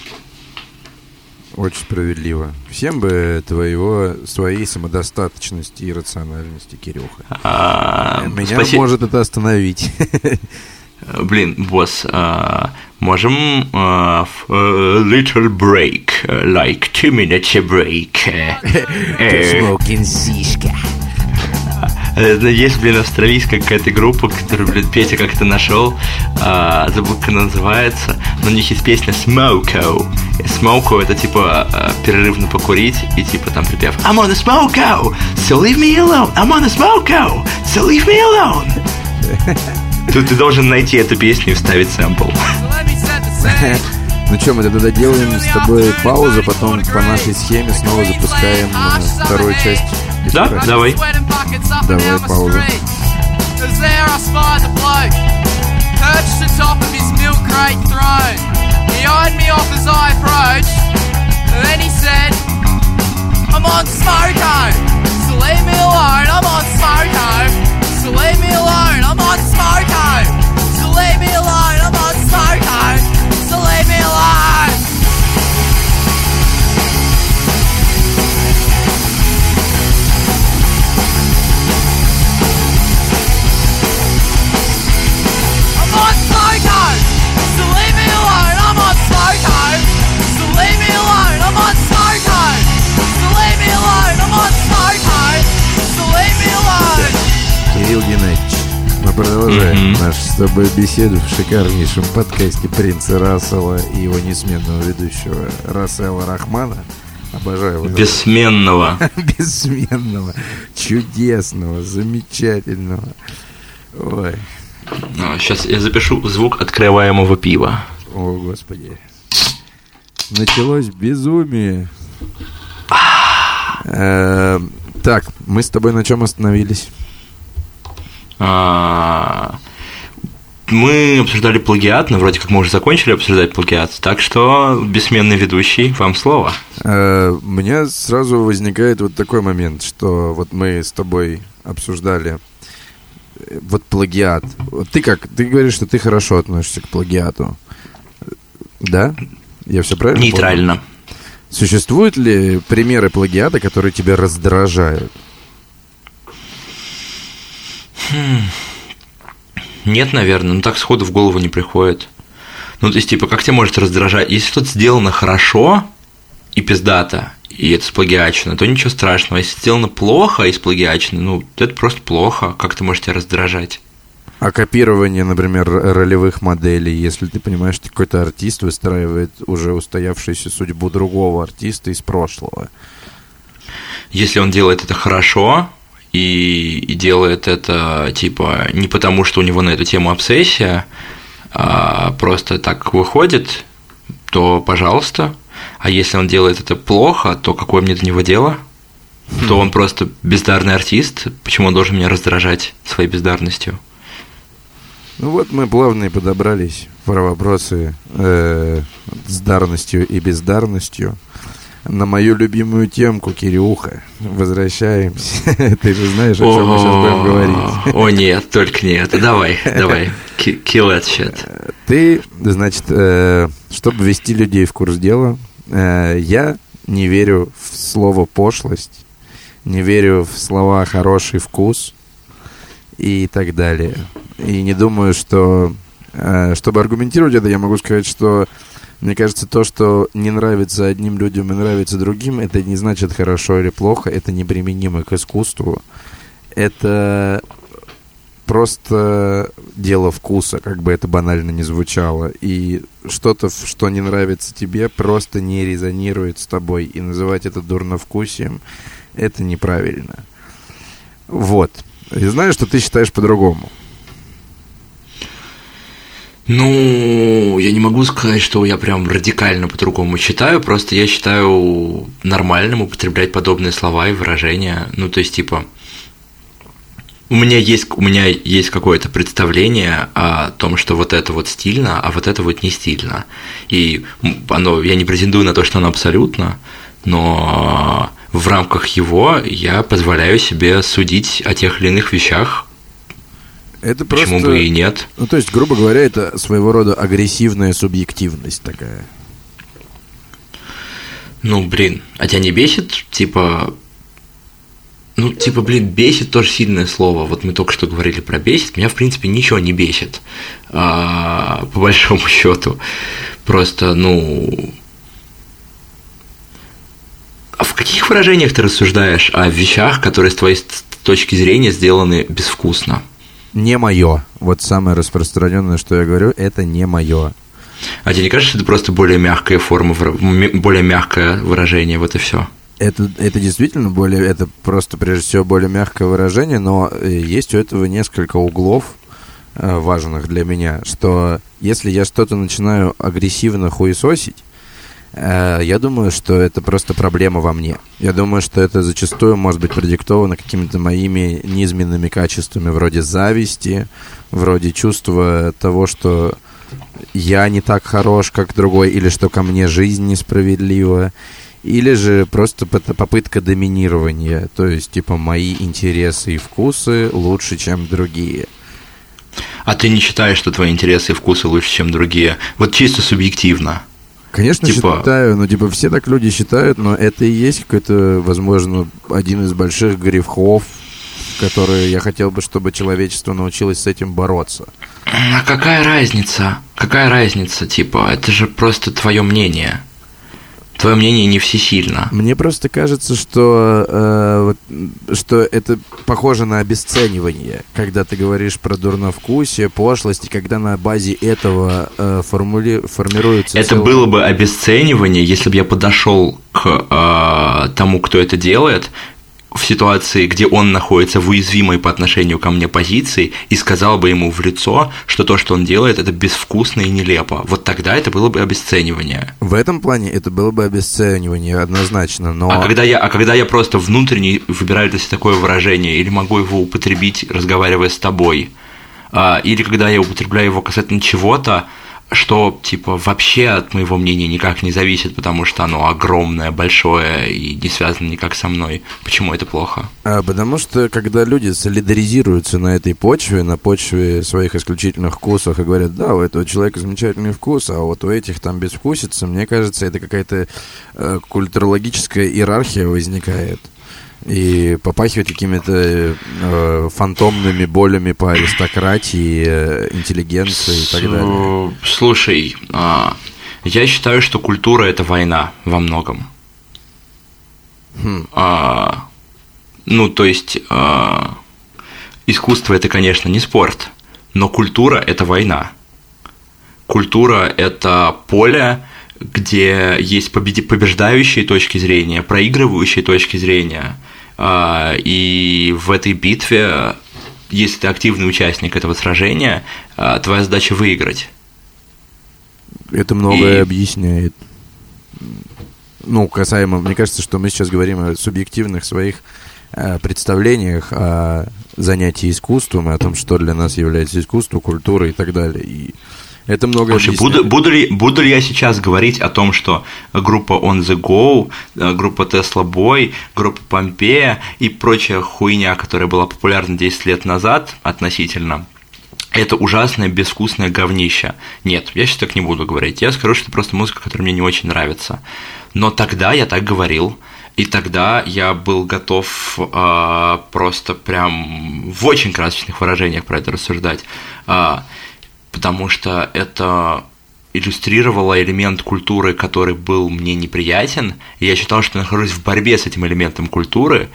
Speaker 1: Очень справедливо. Всем бы твоего, своей самодостаточности и рациональности, Кирюха. А, Меня спаси... может это остановить.
Speaker 2: Блин, босс, а, можем а, little break, like two minutes break.
Speaker 1: Smoking сишка.
Speaker 2: Есть, блин, австралийская какая-то группа, которую, блин, Петя как-то нашел, а, забыл, как она называется, но у них есть песня Smoko. Smoko — это типа а, перерыв на покурить, и типа там припев I'm on a smoko, so leave me alone, I'm on a smoko, so leave me alone. Тут ты должен найти эту песню и вставить сэмпл.
Speaker 1: Ну что, мы тогда делаем с тобой паузу, потом по нашей схеме снова запускаем вторую часть.
Speaker 2: Да, давай.
Speaker 1: Давай, пауза. Кирилл Геннадьевич, мы продолжаем mm-hmm. нашу с тобой беседу в шикарнейшем подкасте принца Рассела и его несменного ведущего Рассела Рахмана. Обожаю его.
Speaker 2: Бессменного.
Speaker 1: Бессменного, чудесного, замечательного. Ой.
Speaker 2: А, сейчас я запишу звук открываемого пива.
Speaker 1: О, Господи. Началось безумие. э, так, мы с тобой на чем остановились?
Speaker 2: А, мы обсуждали плагиат, но вроде как мы уже закончили обсуждать плагиат, так что, бессменный ведущий, вам слово.
Speaker 1: А, у меня сразу возникает вот такой момент, что вот мы с тобой обсуждали вот плагиат. Ты как? Ты говоришь, что ты хорошо относишься к плагиату. Да? Я все правильно понял?
Speaker 2: Нейтрально.
Speaker 1: Существуют ли примеры плагиата, которые тебя раздражают?
Speaker 2: Хм. Нет, наверное, ну так сходу в голову не приходит. Ну, то есть, типа, как тебя может раздражать? Если что-то сделано хорошо и пиздато, и это сплагиачено, то ничего страшного. Если сделано плохо и сплагиачено, ну, это просто плохо. Как это может тебя раздражать?
Speaker 1: А копирование, например, ролевых моделей, если ты понимаешь, что какой-то артист выстраивает уже устоявшуюся судьбу другого артиста из прошлого.
Speaker 2: Если он делает это хорошо и, и делает это, типа, не потому, что у него на эту тему обсессия, а просто так выходит, то пожалуйста. А если он делает это плохо, то какое мне до него дело? Хм. То он просто бездарный артист. Почему он должен меня раздражать своей бездарностью?
Speaker 1: Ну вот мы плавно и подобрались про вопросы э, с дарностью и бездарностью на мою любимую темку, Кирюха. Возвращаемся. Ты же знаешь, о чем мы сейчас будем говорить.
Speaker 2: О нет, только не это. Давай, давай. Kill that shit.
Speaker 1: Ты, значит, э, чтобы ввести людей в курс дела, э, я не верю в слово пошлость, не верю в слова хороший вкус и так далее. И не думаю, что... Э, чтобы аргументировать это, я могу сказать, что мне кажется, то, что не нравится одним людям и нравится другим, это не значит хорошо или плохо, это неприменимо к искусству. Это просто дело вкуса, как бы это банально не звучало. И что-то, что не нравится тебе, просто не резонирует с тобой. И называть это дурновкусием — это неправильно. Вот. Я знаю, что ты считаешь по-другому.
Speaker 2: Ну, я не могу сказать, что я прям радикально по-другому считаю, просто я считаю нормальным употреблять подобные слова и выражения. Ну, то есть, типа, У меня есть, у меня есть какое-то представление о том, что вот это вот стильно, а вот это вот не стильно. И оно, я не претендую на то, что оно абсолютно, но в рамках его я позволяю себе судить о тех или иных вещах.
Speaker 1: Это
Speaker 2: Почему
Speaker 1: просто...
Speaker 2: бы и нет?
Speaker 1: Ну, то есть, грубо говоря, это своего рода агрессивная субъективность такая.
Speaker 2: Ну, блин, а тебя не бесит, типа... Ну, типа, блин, бесит тоже сильное слово. Вот мы только что говорили про бесит. Меня, в принципе, ничего не бесит. А, по большому счету. Просто, ну... А в каких выражениях ты рассуждаешь о вещах, которые с твоей точки зрения сделаны безвкусно?
Speaker 1: Не мое. Вот самое распространенное, что я говорю, это не мое.
Speaker 2: А тебе не кажется, что это просто более мягкая форма, более мягкое выражение, вот и все?
Speaker 1: Это, это действительно более, это просто прежде всего более мягкое выражение, но есть у этого несколько углов э, важных для меня, что если я что-то начинаю агрессивно хуесосить, э, я думаю, что это просто проблема во мне. Я думаю, что это зачастую может быть продиктовано какими-то моими низменными качествами, вроде зависти, вроде чувства того, что я не так хорош, как другой, или что ко мне жизнь несправедлива. Или же просто попытка доминирования, то есть, типа, мои интересы и вкусы лучше, чем другие.
Speaker 2: А ты не считаешь, что твои интересы и вкусы лучше, чем другие? Вот чисто субъективно.
Speaker 1: Конечно, типа... считаю, ну, типа, все так люди считают, но это и есть какой-то, возможно, один из больших грехов, которые я хотел бы, чтобы человечество научилось с этим бороться.
Speaker 2: А какая разница? Какая разница, типа, это же просто твое мнение. Твое мнение не всесильно.
Speaker 1: Мне просто кажется, что, э, что это похоже на обесценивание, когда ты говоришь про дурновкусие, пошлость, и когда на базе этого э, формули... формируется...
Speaker 2: Это
Speaker 1: целый...
Speaker 2: было бы обесценивание, если бы я подошел к э, тому, кто это делает, в ситуации, где он находится в уязвимой по отношению ко мне позиции, и сказал бы ему в лицо, что то, что он делает, это безвкусно и нелепо. Вот тогда это было бы обесценивание.
Speaker 1: В этом плане это было бы обесценивание однозначно, но...
Speaker 2: А когда я, а когда я просто внутренне выбираю для себя такое выражение, или могу его употребить, разговаривая с тобой, а, или когда я употребляю его касательно чего-то, что, типа, вообще от моего мнения никак не зависит, потому что оно огромное, большое и не связано никак со мной. Почему это плохо?
Speaker 1: А, потому что, когда люди солидаризируются на этой почве, на почве своих исключительных вкусов, и говорят, да, у этого человека замечательный вкус, а вот у этих там безвкусица, мне кажется, это какая-то э, культурологическая иерархия возникает. И попахивает какими-то э, фантомными болями по аристократии, э, интеллигенции и так далее.
Speaker 2: Слушай, э, я считаю, что культура – это война во многом. Хм. Э, ну, то есть, э, искусство – это, конечно, не спорт, но культура – это война. Культура – это поле, где есть побеждающие точки зрения, проигрывающие точки зрения, и в этой битве, если ты активный участник этого сражения, твоя задача выиграть.
Speaker 1: Это многое
Speaker 2: и...
Speaker 1: объясняет. Ну, касаемо, мне кажется, что мы сейчас говорим о субъективных своих представлениях о занятии искусством и о том, что для нас является искусством, культурой и так далее. И это много
Speaker 2: Слушай, буду, буду, ли, буду ли я сейчас говорить о том, что группа On The Go, группа Tesla Boy, группа Pompeia и прочая хуйня, которая была популярна десять лет назад относительно, это ужасное безвкусное говнище? Нет, я сейчас так не буду говорить. Я скажу, что это просто музыка, которая мне не очень нравится. Но тогда я так говорил. И тогда я был готов э, просто прям в очень красочных выражениях про это рассуждать. Э, потому что это иллюстрировало элемент культуры, который был мне неприятен, и я считал, что я нахожусь в борьбе с этим элементом культуры,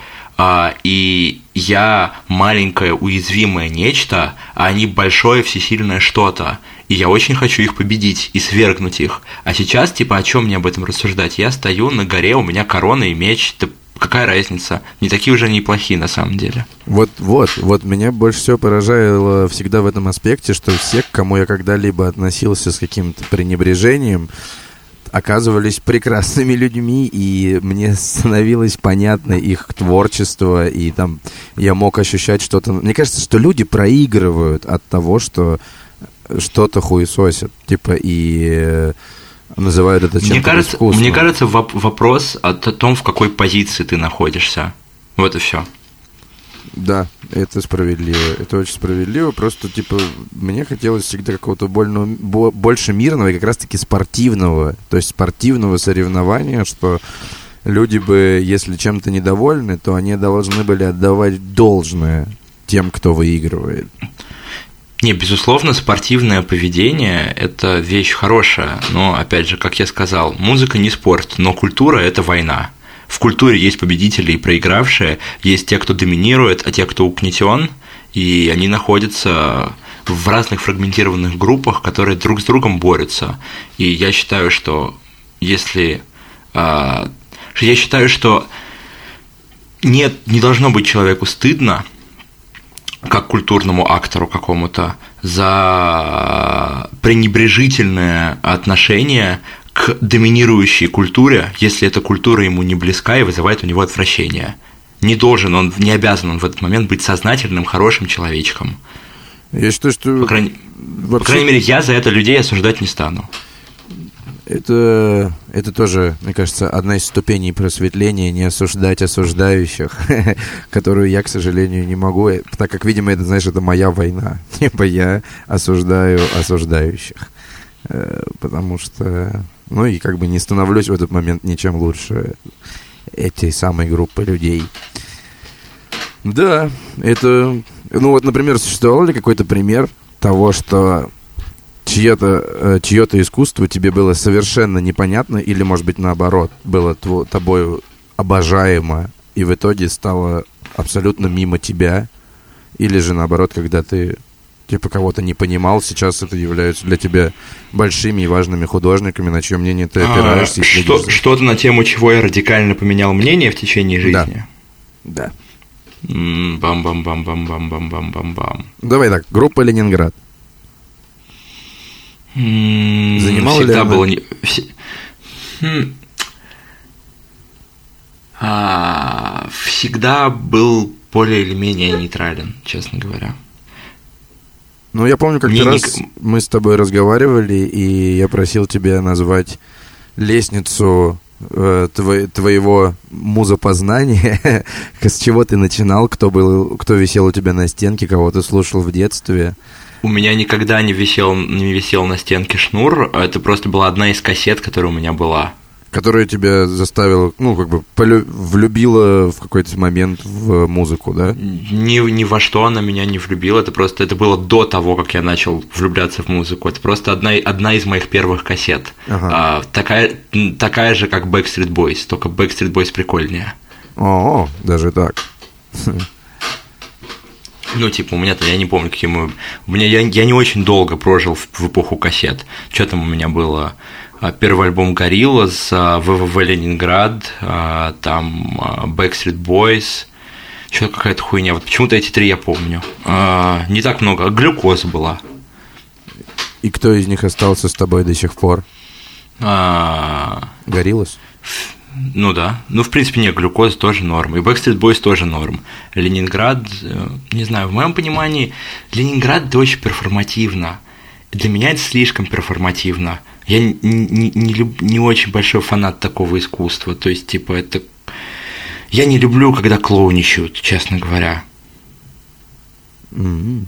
Speaker 2: и я маленькое уязвимое нечто, а они большое всесильное что-то, и я очень хочу их победить и свергнуть их. А сейчас, типа, о чем мне об этом рассуждать? Я стою на горе, у меня корона и меч, да какая разница? Не такие уже неплохие на самом деле.
Speaker 1: Вот, вот, вот меня больше всего поражало всегда в этом аспекте, что все, к кому я когда-либо относился с каким-то пренебрежением, оказывались прекрасными людьми, и мне становилось понятно их творчество, и там я мог ощущать что-то. Мне кажется, что люди проигрывают от того, что что-то хуесосят, типа, и называют это чем-то
Speaker 2: мне кажется,
Speaker 1: искусством.
Speaker 2: Мне кажется, воп- вопрос о том, в какой позиции ты находишься. Вот и все.
Speaker 1: Да, это справедливо. Это очень справедливо. Просто, типа, мне хотелось всегда какого-то больного, больше мирного и как раз-таки спортивного. То есть спортивного соревнования, что люди бы, если чем-то недовольны, то они должны были отдавать должное тем, кто выигрывает.
Speaker 2: Не, безусловно, спортивное поведение – это вещь хорошая. Но, опять же, как я сказал, музыка не спорт, но культура – это война. В культуре есть победители и проигравшие, есть те, кто доминирует, а те, кто угнетен, и они находятся в разных фрагментированных группах, которые друг с другом борются. И я считаю, что если… Я считаю, что нет, не должно быть человеку стыдно, как культурному актору какому-то, за пренебрежительное отношение к доминирующей культуре, если эта культура ему не близка и вызывает у него отвращение. Не должен он, не обязан он в этот момент быть сознательным, хорошим человечком.
Speaker 1: Я считаю, что…
Speaker 2: По крайней,
Speaker 1: вообще...
Speaker 2: по крайней мере, я за это людей осуждать не стану.
Speaker 1: Это, это тоже, мне кажется, одна из ступеней просветления, не осуждать осуждающих, которую я, к сожалению, не могу, так как, видимо, это, знаешь, это моя война. Типа я осуждаю осуждающих. Потому что, ну и как бы не становлюсь в этот момент ничем лучше этой самой группы людей. Да, это... Ну вот, например, существовал ли какой-то пример того, что чье-то, чье-то искусство тебе было совершенно непонятно, или, может быть, наоборот, было тво, тобою обожаемо, и в итоге стало абсолютно мимо тебя, или же, наоборот, когда ты типа кого-то не понимал, сейчас это являются для тебя большими и важными художниками, на чье мнение ты опираешься.
Speaker 2: А, что, что-то на тему, чего я радикально поменял мнение в течение жизни?
Speaker 1: Да. Да.
Speaker 2: Бам-бам-бам-бам-бам-бам-бам-бам.
Speaker 1: Давай так, группа «Ленинград».
Speaker 2: Занимала ли она? Было не... а, всегда был более или менее нейтрален, честно говоря.
Speaker 1: Ну, я помню, как-то раз ник... мы с тобой разговаривали, и я просил тебя назвать лестницу э, тво... твоего музопознания, с чего ты начинал, кто был, кто висел у тебя на стенке, кого ты слушал в детстве.
Speaker 2: У меня никогда не висел, не висел на стенке шнур, это просто была одна из кассет, которая у меня была.
Speaker 1: Которая тебя заставила, ну, как бы, полю... влюбила в какой-то момент в музыку, да?
Speaker 2: Ни, ни во что она меня не влюбила, это просто, это было до того, как я начал влюбляться в музыку. Это просто одна, одна из моих первых кассет. Ага. А, такая, такая же, как Backstreet Boys, только Backstreet Boys прикольнее.
Speaker 1: О, даже так.
Speaker 2: Ну, типа, у меня-то, я не помню, какие мы... У меня, я, я не очень долго прожил в, в эпоху кассет. Что там у меня было? Первый альбом Gorillaz, ВВВ Ленинград, там Backstreet Boys, что-то какая-то хуйня. Вот почему-то эти три я помню. Не так много. Глюкоза была.
Speaker 1: И кто из них остался с тобой до сих пор? Gorillaz?
Speaker 2: Ну да. Ну, в принципе, нет, Глюкоза тоже норм. И Backstreet Boys тоже норм. Ленинград, не знаю, в моем понимании, Ленинград это очень перформативно. Для меня это слишком перформативно. Я не, не, не, люб, не очень большой фанат такого искусства. То есть, типа, это... Я не люблю, когда клоуничают, честно говоря.
Speaker 1: Mm-hmm.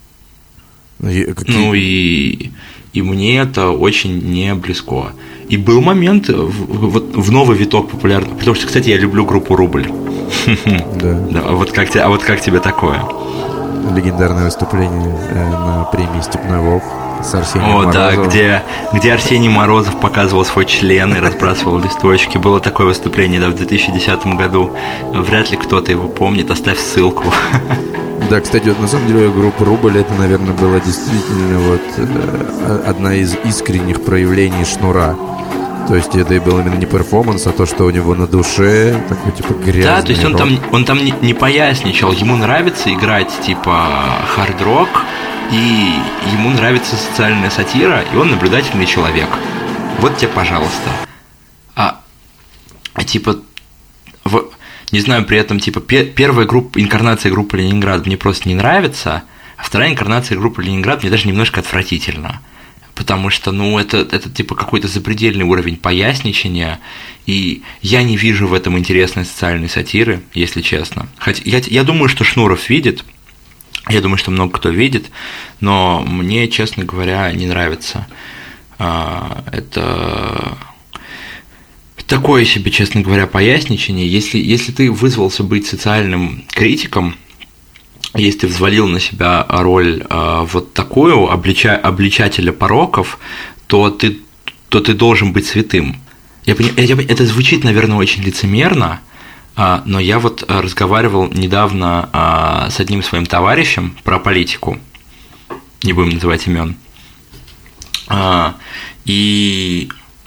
Speaker 2: Ну и, и мне это очень не близко. И был момент, в, вот в новый виток популярный. Потому что, кстати, я люблю группу «Рубль».
Speaker 1: Да.
Speaker 2: Да, а, вот как, а вот как тебе такое?
Speaker 1: Легендарное выступление на премии «Степной волк» с Арсением
Speaker 2: О,
Speaker 1: Морозовым.
Speaker 2: да, где, где Арсений Морозов показывал свой член и разбрасывал листочки. Было такое выступление, да, в две тысячи десятом году. Вряд ли кто-то его помнит, оставь ссылку.
Speaker 1: Да, кстати, вот на самом деле группа «Рубль» это, наверное, была действительно вот э, одна из искренних проявлений Шнура. То есть это и был именно не перформанс, а то, что у него на душе такой типа грязный.
Speaker 2: Да, то есть он
Speaker 1: рок.
Speaker 2: там, он там не, не поясничал, ему нравится играть типа хард-рок, и ему нравится социальная сатира, и он наблюдательный человек. Вот тебе, пожалуйста. А, а типа, в, не знаю, при этом, типа, пе- первая группа, инкарнация группы Ленинград мне просто не нравится, а вторая инкарнация группы Ленинград мне даже немножко отвратительно. Потому что, ну, это, это типа какой-то запредельный уровень поясничания, и я не вижу в этом интересной социальной сатиры, если честно. Хотя я, я думаю, что Шнуров видит, я думаю, что много кто видит, но мне, честно говоря, не нравится. Это такое себе, честно говоря, поясничание. Если, если ты вызвался быть социальным критиком, если ты взвалил на себя роль э, вот такую, облича, обличателя пороков, то ты, то ты должен быть святым. Я понимаю, это звучит, наверное, очень лицемерно, э, но я вот разговаривал недавно э, с одним своим товарищем про политику, не будем называть имен, э, и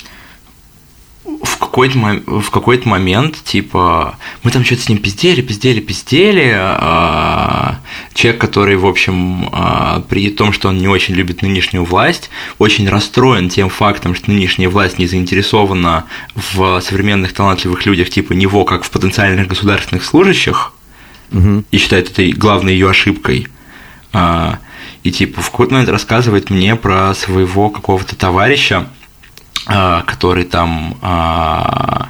Speaker 2: в какой-то, в какой-то момент, типа, мы там что-то с ним пиздели, пиздели, пиздели. А, человек, который, в общем, а, при том, что он не очень любит нынешнюю власть, очень расстроен тем фактом, что нынешняя власть не заинтересована в современных талантливых людях типа него, как в потенциальных государственных служащих, угу. и считает это главной ее ошибкой. А, и, типа, в какой-то момент рассказывает мне про своего какого-то товарища, который там а,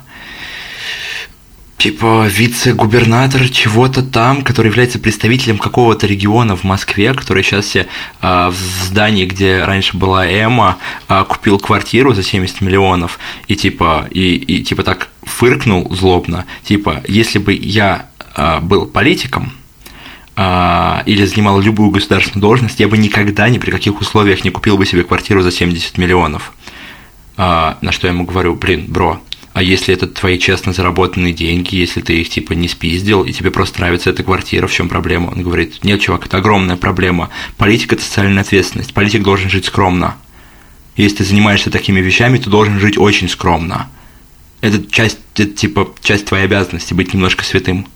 Speaker 2: типа вице-губернатор чего-то там, который является представителем какого-то региона в Москве, который сейчас себе а, в здании, где раньше была Эма, а, купил квартиру за семьдесят миллионов и типа, и, и, типа так фыркнул злобно, типа, если бы я а, был политиком, а, или занимал любую государственную должность, я бы никогда ни при каких условиях не купил бы себе квартиру за семьдесят миллионов. А, на что я ему говорю, блин, бро, а если это твои честно заработанные деньги, если ты их типа не спиздил, и тебе просто нравится эта квартира, в чем проблема? Он говорит, нет, чувак, это огромная проблема. Политика – это социальная ответственность, политик должен жить скромно. Если ты занимаешься такими вещами, ты должен жить очень скромно. Это часть, это типа часть твоей обязанности, быть немножко святым.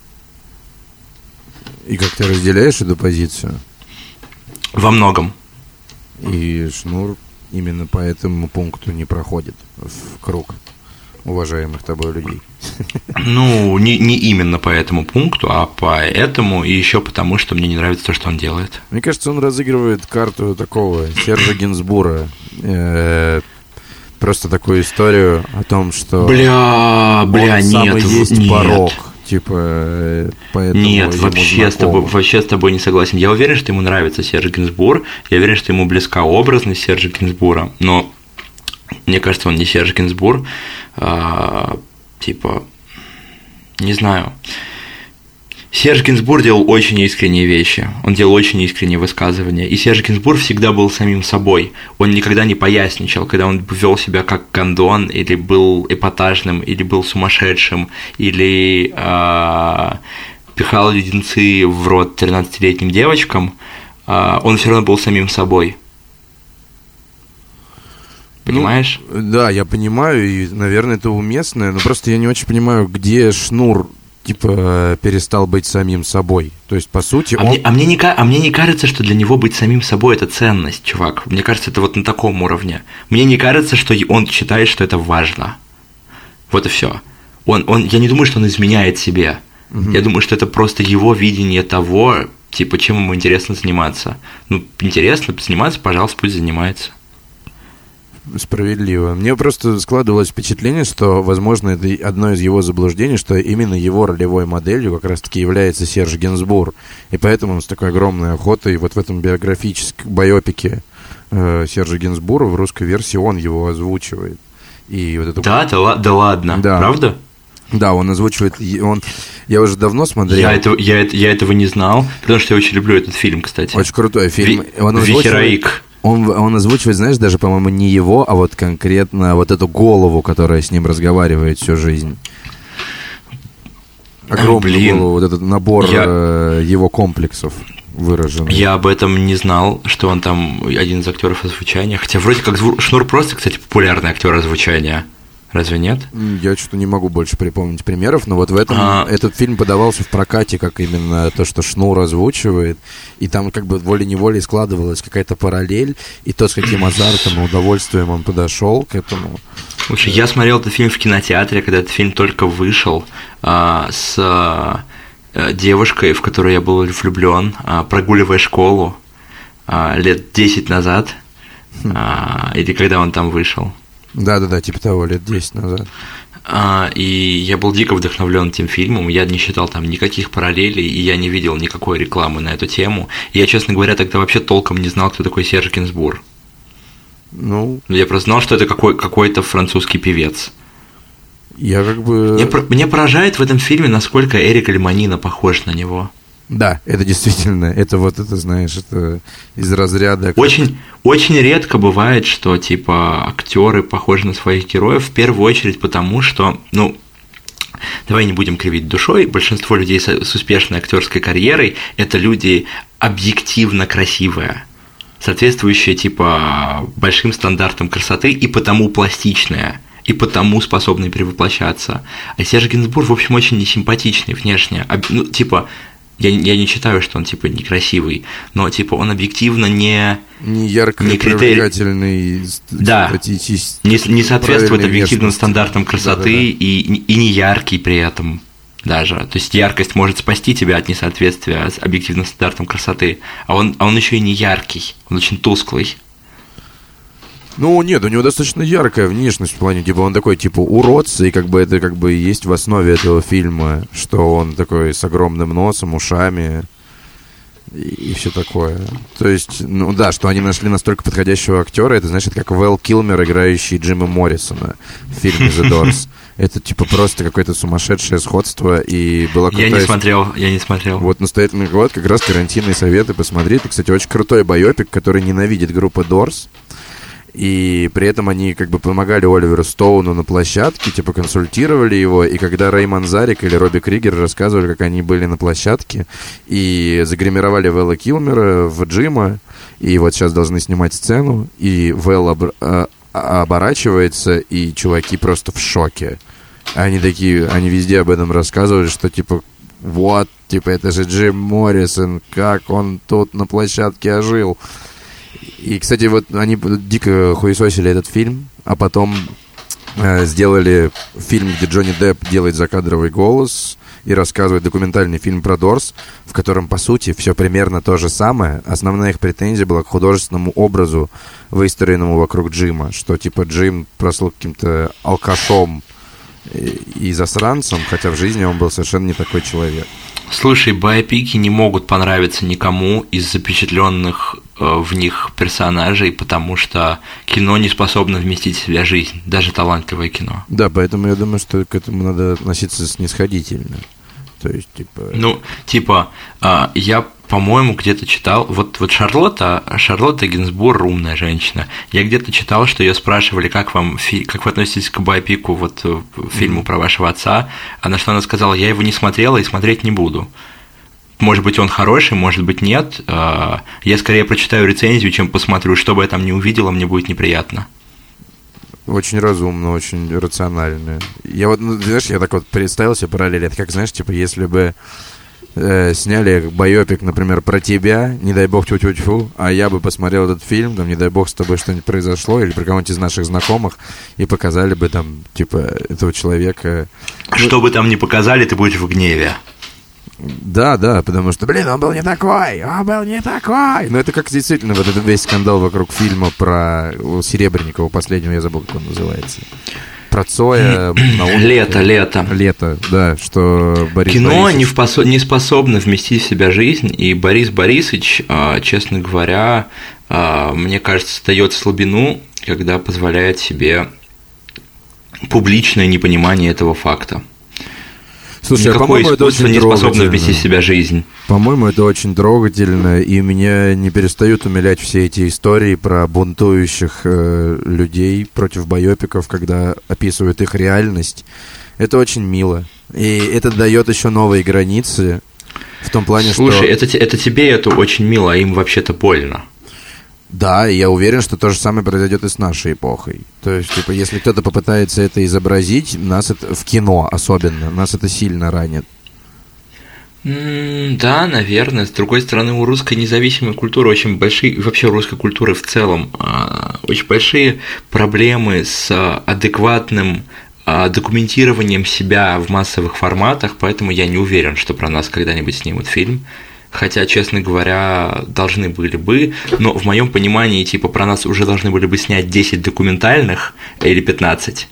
Speaker 1: И как ты разделяешь эту позицию?
Speaker 2: Во многом.
Speaker 1: И Шнур именно по этому пункту не проходит в круг уважаемых тобой людей.
Speaker 2: Ну, не, не именно по этому пункту, а по этому, и еще потому, что мне не нравится то, что он делает.
Speaker 1: Мне кажется, он разыгрывает карту такого Сержа Гинзбура. Э-э- просто такую историю о том, что
Speaker 2: бля, бля,
Speaker 1: он
Speaker 2: нет,
Speaker 1: самый есть
Speaker 2: нет.
Speaker 1: порок. Типа, поэтому
Speaker 2: Нет, вообще с, тобой, вообще с тобой не согласен. Я уверен, что ему нравится Серж Гинзбур, я уверен, что ему близка образность Сержа Гинзбура, но мне кажется, он не Серж Гинзбур, а, типа, не знаю. Серж Гинзбур делал очень искренние вещи, он делал очень искренние высказывания, и Серж Гинзбур всегда был самим собой, он никогда не поясничал, когда он вел себя как гондон, или был эпатажным, или был сумасшедшим, или э, пихал леденцы в рот тринадцатилетним девочкам, э, он все равно был самим собой. Понимаешь?
Speaker 1: Ну, да, я понимаю, и, наверное, это уместно, но просто я не очень понимаю, где Шнур типа перестал быть самим собой. То есть, по сути,
Speaker 2: а
Speaker 1: он...
Speaker 2: Мне, а, мне не, а мне не кажется, что для него быть самим собой – это ценность, чувак. Мне кажется, это вот на таком уровне. Мне не кажется, что он считает, что это важно. Вот и все. Он, он, я не думаю, что он изменяет себе. Угу. Я думаю, что это просто его видение того, типа, чем ему интересно заниматься. Ну, интересно заниматься, пожалуйста, пусть занимается.
Speaker 1: Справедливо. Мне просто складывалось впечатление, что, возможно, это одно из его заблуждений, что именно его ролевой моделью как раз-таки является Серж Гинзбур. И поэтому он с такой огромной охотой вот в этом биографическом байопике э, Сержа Гинзбура в русской версии он его озвучивает. И вот это...
Speaker 2: Да, да, да ладно, да. Правда?
Speaker 1: Да, он озвучивает, он, я уже давно смотрел.
Speaker 2: Я, это, я, я этого не знал, потому что я очень люблю этот фильм, кстати.
Speaker 1: Очень крутой фильм.
Speaker 2: Ви, Вихероик.
Speaker 1: Он, он озвучивает, знаешь, даже, по-моему, не его, а вот конкретно вот эту голову, которая с ним разговаривает всю жизнь. Огромную Блин. голову, вот этот набор я... э, его комплексов выраженный.
Speaker 2: Я об этом не знал, что он там один из актеров озвучания. Хотя вроде как зву... Шнур просто, кстати, популярный актер озвучания. Разве нет?
Speaker 1: Я что-то не могу больше припомнить примеров, но вот в этом а... этот фильм подавался в прокате как именно то, что Шнур озвучивает, и там как бы волей-неволей складывалась какая-то параллель, и то, с каким азартом и удовольствием он подошел к этому.
Speaker 2: Слушай, я смотрел этот фильм в кинотеатре, когда этот фильм только вышел, а, с а, девушкой, в которую я был влюблен, а, прогуливая школу а, лет десять назад, хм. а, или когда он там вышел.
Speaker 1: Да-да-да, типа того, лет десять назад.
Speaker 2: А, и я был дико вдохновлен этим фильмом, я не считал там никаких параллелей, и я не видел никакой рекламы на эту тему. И я, честно говоря, тогда вообще толком не знал, кто такой Серж Гинзбур.
Speaker 1: Ну...
Speaker 2: Я просто знал, что это какой- какой-то французский певец.
Speaker 1: Я как бы...
Speaker 2: Мне, мне поражает в этом фильме, насколько Эрик Эльманина похож на него.
Speaker 1: Да, это действительно, это вот, это, знаешь, это из разряда...
Speaker 2: Очень, очень редко бывает, что, типа, актеры похожи на своих героев, в первую очередь потому, что, ну, давай не будем кривить душой, большинство людей с, с успешной актерской карьерой – это люди объективно красивые, соответствующие, типа, большим стандартам красоты и потому пластичные, и потому способные перевоплощаться. А Серж Гинзбур, в общем, очень несимпатичный внешне, ну, типа... Я, я не считаю, что он, типа, некрасивый, но, типа, он объективно не...
Speaker 1: Не ярко
Speaker 2: не
Speaker 1: привлекательный.
Speaker 2: Да, не, не соответствует объективным стандартам красоты, да, да, да. И, и не яркий при этом даже. То есть яркость может спасти тебя от несоответствия с объективным стандартам красоты, а он, а он еще и не яркий, он очень тусклый.
Speaker 1: Ну, нет, у него достаточно яркая внешность в плане, типа, он такой, типа, уродца, и как бы это как бы есть в основе этого фильма, что он такой с огромным носом, ушами и, и все такое. То есть, ну да, что они нашли настолько подходящего актера, это значит, как Вэл Килмер, играющий Джима Моррисона в фильме «The Doors». Это, типа, просто какое-то сумасшедшее сходство, и была крутая...
Speaker 2: Я не смотрел, я не смотрел.
Speaker 1: Вот настоятельный год, как раз карантинные советы, посмотри. Это, кстати, очень крутой байопик, который ненавидит группа Doors. И при этом они как бы помогали Оливеру Стоуну на площадке, типа консультировали его. И когда Рэй Манзарик или Робби Кригер рассказывали, как они были на площадке и загримировали Вэлла Килмера в Джима, и вот сейчас должны снимать сцену, и Вэлл об, а, оборачивается, и чуваки просто в шоке. Они такие, они везде об этом рассказывали, что типа вот, типа это же Джим Моррисон, как он тут на площадке ожил. И, кстати, вот они дико хуесосили этот фильм, а потом э, сделали фильм, где Джонни Депп делает закадровый голос и рассказывает документальный фильм про Дорс, в котором, по сути, все примерно то же самое. Основная их претензия была к художественному образу, выстроенному вокруг Джима, что, типа, Джим просто каким-то алкашом и, и засранцем, хотя в жизни он был совершенно не такой человек.
Speaker 2: Слушай, байопики не могут понравиться никому из запечатленных э, в них персонажей, потому что кино не способно вместить в себя жизнь, даже талантливое кино.
Speaker 1: Да, поэтому я думаю, что к этому надо относиться снисходительно. То есть, типа...
Speaker 2: Ну, типа, э, я, по-моему, где-то читал, вот, вот Шарлотта, Шарлотта Гинзбур умная женщина, я где-то читал, что ее спрашивали, как вам, фи, как вы относитесь к байопику, вот, фильму mm-hmm. про вашего отца, а на что она сказала, я его не смотрела и смотреть не буду. Может быть, он хороший, может быть, нет. Я скорее прочитаю рецензию, чем посмотрю, что бы я там не увидела, мне будет неприятно.
Speaker 1: Очень разумно, очень рационально. Я вот, ну, знаешь, я так вот представил себе параллель. Это как, знаешь, типа, если бы э, сняли байопик, например, про тебя, не дай бог, тьфу-тьфу-тьфу, а я бы посмотрел этот фильм, там, не дай бог, с тобой что-нибудь произошло, или про кого-нибудь из наших знакомых, и показали бы там, типа, этого человека...
Speaker 2: Что бы там ни показали, ты будешь в гневе.
Speaker 1: Да, да, потому что, блин, он был не такой, он был не такой. Но это как действительно вот этот весь скандал вокруг фильма про Серебренникова, последнего, я забыл, как он называется. Про Цоя.
Speaker 2: Лето, лето.
Speaker 1: Лето, да, что Борис
Speaker 2: Кино
Speaker 1: Борисович...
Speaker 2: не, впосо... не способно вместить в себя жизнь, и Борис Борисович, честно говоря, мне кажется, дает слабину, когда позволяет себе публичное непонимание этого факта.
Speaker 1: Слушай,
Speaker 2: никакое
Speaker 1: по-моему,
Speaker 2: искусство
Speaker 1: это очень
Speaker 2: не способно вместить в себя жизнь.
Speaker 1: По-моему, это очень трогательно, и меня не перестают умилять все эти истории про бунтующих э, людей против байопиков, когда описывают их реальность. Это очень мило. И это дает еще новые границы в том плане,
Speaker 2: Слушай,
Speaker 1: что...
Speaker 2: Слушай, это, это тебе это очень мило, а им вообще-то больно.
Speaker 1: Да, и я уверен, что то же самое произойдет и с нашей эпохой. То есть, типа, если кто-то попытается это изобразить, нас это в кино особенно, нас это сильно ранит.
Speaker 2: Mm, да, наверное. С другой стороны, у русской независимой культуры очень большие, вообще у русской культуры в целом, очень большие проблемы с адекватным документированием себя в массовых форматах, поэтому я не уверен, что про нас когда-нибудь снимут фильм. Хотя, честно говоря, должны были бы, но в моем понимании, типа, про нас уже должны были бы снять десять документальных или пятнадцать,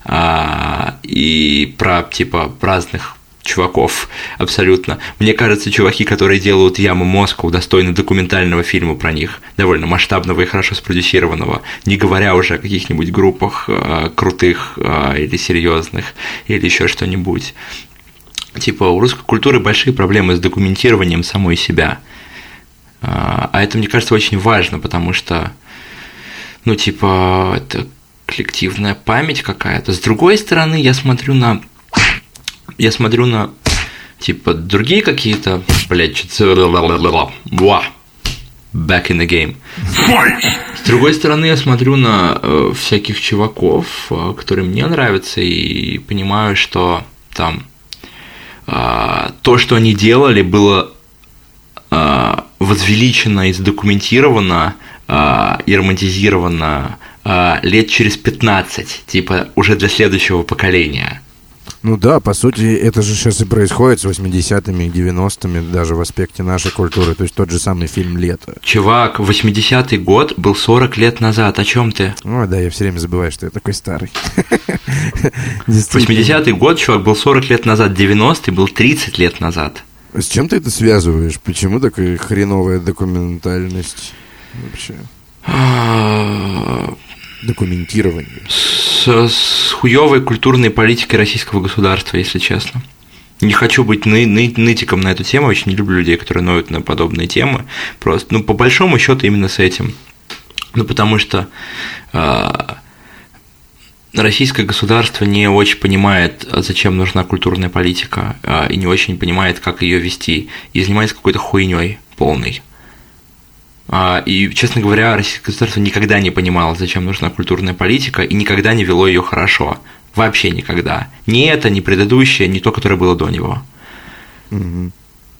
Speaker 2: и про, типа, разных чуваков абсолютно. Мне кажется, чуваки, которые делают «Яму Москву», достойны документального фильма про них, довольно масштабного и хорошо спродюсированного, не говоря уже о каких-нибудь группах э, крутых э, или серьезных, или еще что-нибудь. Типа, у русской культуры большие проблемы с документированием самой себя. А это, мне кажется, очень важно, потому что, ну, типа, это коллективная память какая-то. С другой стороны, я смотрю на Я смотрю на, типа, другие какие-то, блядь, что-то... Back in the game. С другой стороны, я смотрю на э, всяких чуваков, э, которые мне нравятся, и понимаю, что там э, то, что они делали, было э, возвеличено и задокументировано, э, и романтизировано э, лет через пятнадцать, типа, уже для следующего поколения.
Speaker 1: Ну да, по сути, это же сейчас и происходит с восьмидесятыми и девяностыми, даже в аспекте нашей культуры. То есть тот же самый фильм «Лето».
Speaker 2: Чувак, восьмидесятый год был сорок лет назад. О чем ты?
Speaker 1: Ой, да, я все время забываю, что я такой старый.
Speaker 2: восьмидесятый год, чувак, был сорок лет назад. девяностый был тридцать лет назад.
Speaker 1: С чем ты это связываешь? Почему такая хреновая документальность вообще? Документирование.
Speaker 2: С, с хуёвой культурной политикой российского государства, если честно. Не хочу быть ны, ны, нытиком на эту тему, очень не люблю людей, которые ноют на подобные темы. Просто, ну, по большому счету именно с этим. Ну, потому что э, российское государство не очень понимает, зачем нужна культурная политика, э, и не очень понимает, как ее вести, и занимается какой-то хуйней полной. И, честно говоря, российское государство никогда не понимало, зачем нужна культурная политика, и никогда не вело ее хорошо. Вообще никогда. Ни это, ни предыдущее, ни то, которое было до него.
Speaker 1: Угу.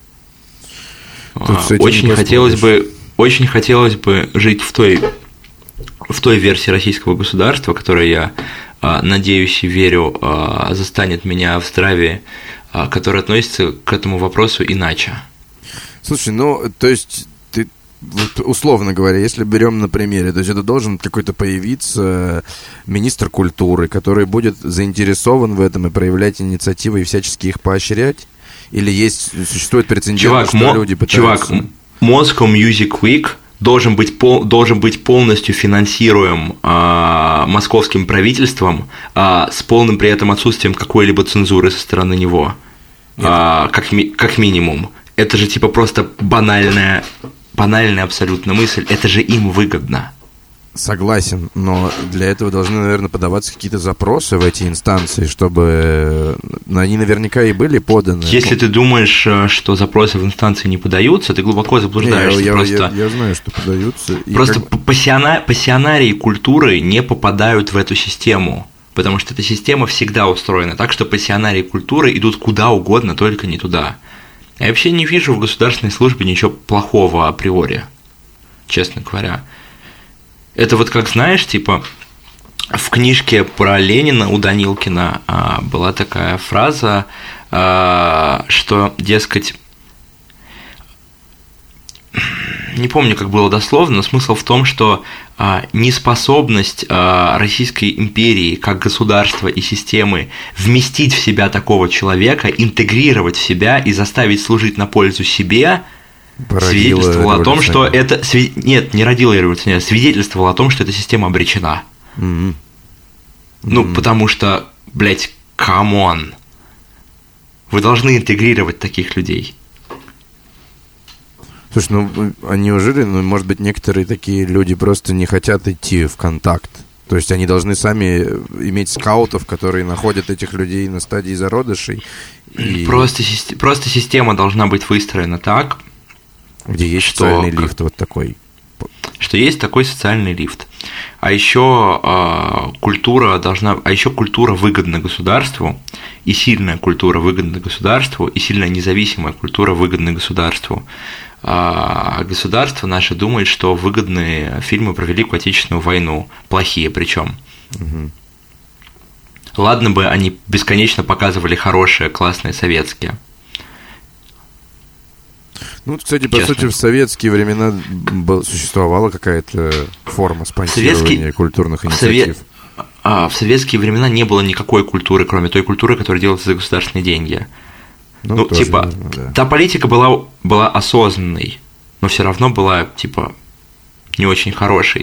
Speaker 2: Очень хотелось бы, очень хотелось бы жить в той, в той версии российского государства, которая, я надеюсь и верю, застанет меня в здравии, которая относится к этому вопросу иначе.
Speaker 1: Слушай, ну, то есть... Вот, условно говоря, если берем на примере, то есть это должен какой-то появиться министр культуры, который будет заинтересован в этом и проявлять инициативы и всячески их поощрять? Или есть, существует прецедент,
Speaker 2: чувак,
Speaker 1: что
Speaker 2: мо-
Speaker 1: люди пытаются...
Speaker 2: Чувак, Moscow Music Week должен быть, пол- должен быть полностью финансируем а, московским правительством, а, с полным при этом отсутствием какой-либо цензуры со стороны него, а, как, ми- как минимум. Это же типа просто банальная... банальная абсолютно мысль, это же им выгодно.
Speaker 1: Согласен, но для этого должны, наверное, подаваться какие-то запросы в эти инстанции, чтобы они наверняка и были поданы.
Speaker 2: Если ты думаешь, что запросы в инстанции не подаются, ты глубоко заблуждаешься.
Speaker 1: Не, я,
Speaker 2: просто...
Speaker 1: я, я знаю, что подаются.
Speaker 2: Просто
Speaker 1: как...
Speaker 2: пассиона... пассионарии культуры не попадают в эту систему, потому что эта система всегда устроена так, что пассионарии культуры идут куда угодно, только не туда. Я вообще не вижу в государственной службе ничего плохого априори, честно говоря. Это вот как, знаешь, типа, в книжке про Ленина у Данилкина а, была такая фраза, а, что, дескать, не помню, как было дословно, но смысл в том, что а, неспособность а, Российской империи как государства и системы вместить в себя такого человека, интегрировать в себя и заставить служить на пользу себе, свидетельствовало о том, что это... Нет, не родило революционера, свидетельствовало о том, что эта система обречена.
Speaker 1: Mm-hmm.
Speaker 2: Ну,
Speaker 1: Mm-hmm.
Speaker 2: потому что, блядь, камон. Вы должны интегрировать таких людей.
Speaker 1: Слушай, ну, а неужели, ну, может быть, некоторые такие люди просто не хотят идти в контакт? То есть они должны сами иметь скаутов, которые находят этих людей на стадии зародышей? И...
Speaker 2: Просто, просто система должна быть выстроена так,
Speaker 1: где есть
Speaker 2: что...
Speaker 1: социальный лифт вот такой.
Speaker 2: что есть такой социальный лифт. А еще э, культура должна, а еще культура выгодна государству, и сильная культура выгодна государству, и сильная независимая культура выгодна государству. А государство наше думает, что выгодные фильмы про Великую Отечественную войну, плохие причем.
Speaker 1: Угу.
Speaker 2: Ладно бы они бесконечно показывали хорошие, классные советские.
Speaker 1: Ну, кстати, по
Speaker 2: Честно.
Speaker 1: сути, в советские времена существовала какая-то форма спонсирования
Speaker 2: Советский...
Speaker 1: культурных
Speaker 2: в сове...
Speaker 1: инициатив.
Speaker 2: а, в советские времена не было никакой культуры, кроме той культуры, которая делается за государственные деньги. Ну, ну
Speaker 1: тоже,
Speaker 2: типа,
Speaker 1: наверное, да.
Speaker 2: Та политика была, была осознанной, но все равно была, типа, не очень хорошей.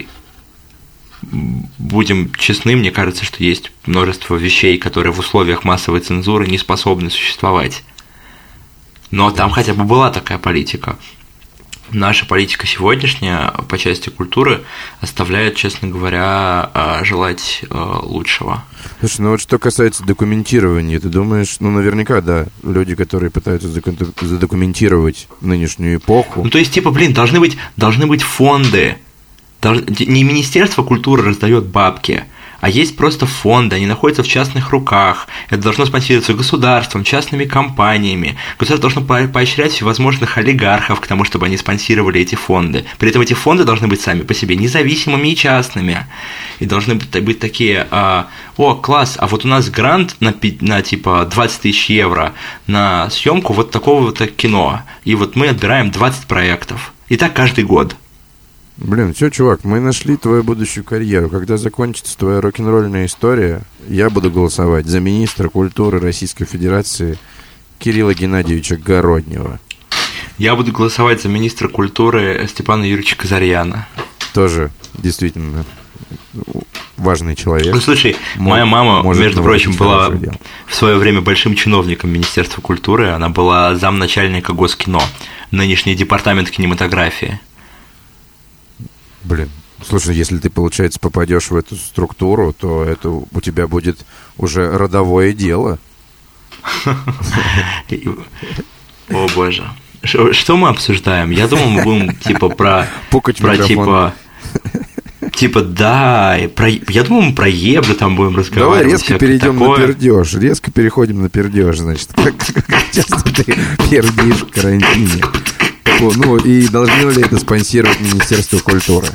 Speaker 2: Будем честны, мне кажется, что есть множество вещей, которые в условиях массовой цензуры не способны существовать. Но там хотя бы была такая политика. Наша политика сегодняшняя по части культуры оставляет, честно говоря, желать лучшего.
Speaker 1: Слушай, ну вот что касается документирования, ты думаешь, ну наверняка, да, люди, которые пытаются задокументировать нынешнюю эпоху...
Speaker 2: Ну то есть, типа, блин, должны быть, должны быть фонды. Не Министерство культуры раздает бабки, а есть просто фонды, они находятся в частных руках. Это должно спонсироваться государством, частными компаниями. Государство должно поощрять всевозможных олигархов к тому, чтобы они спонсировали эти фонды. При этом эти фонды должны быть сами по себе независимыми и частными. И должны быть такие: а, о, класс, а вот у нас грант на, на типа двадцать тысяч евро на съемку вот такого вот кино. И вот мы отбираем двадцать проектов. И так каждый год.
Speaker 1: Блин, все, чувак, мы нашли твою будущую карьеру. Когда закончится твоя рок-н-ролльная история, я буду голосовать за министра культуры Российской Федерации Кирилла Геннадьевича Городнева.
Speaker 2: Я буду голосовать за министра культуры Степана Юрьевича Казарьяна.
Speaker 1: Тоже действительно важный человек.
Speaker 2: Ну, слушай,
Speaker 1: Мо-
Speaker 2: моя мама, между прочим, была
Speaker 1: дел.
Speaker 2: в свое время большим чиновником Министерства культуры. Она была замначальника Госкино, нынешний департамент кинематографии.
Speaker 1: Блин, слушай, если ты, получается, попадешь в эту структуру, то это у тебя будет уже родовое дело.
Speaker 2: О боже. Что мы обсуждаем? Я думал, мы будем типа про...
Speaker 1: Пукать
Speaker 2: про типа... Типа, да, про, я думал, мы про ебду там будем разговаривать.
Speaker 1: Давай резко перейдем такое. на пердеж. Резко переходим на пердеж, значит. Как, как часто ты пердишь в карантине? Ну, и должно ли это спонсировать Министерство культуры?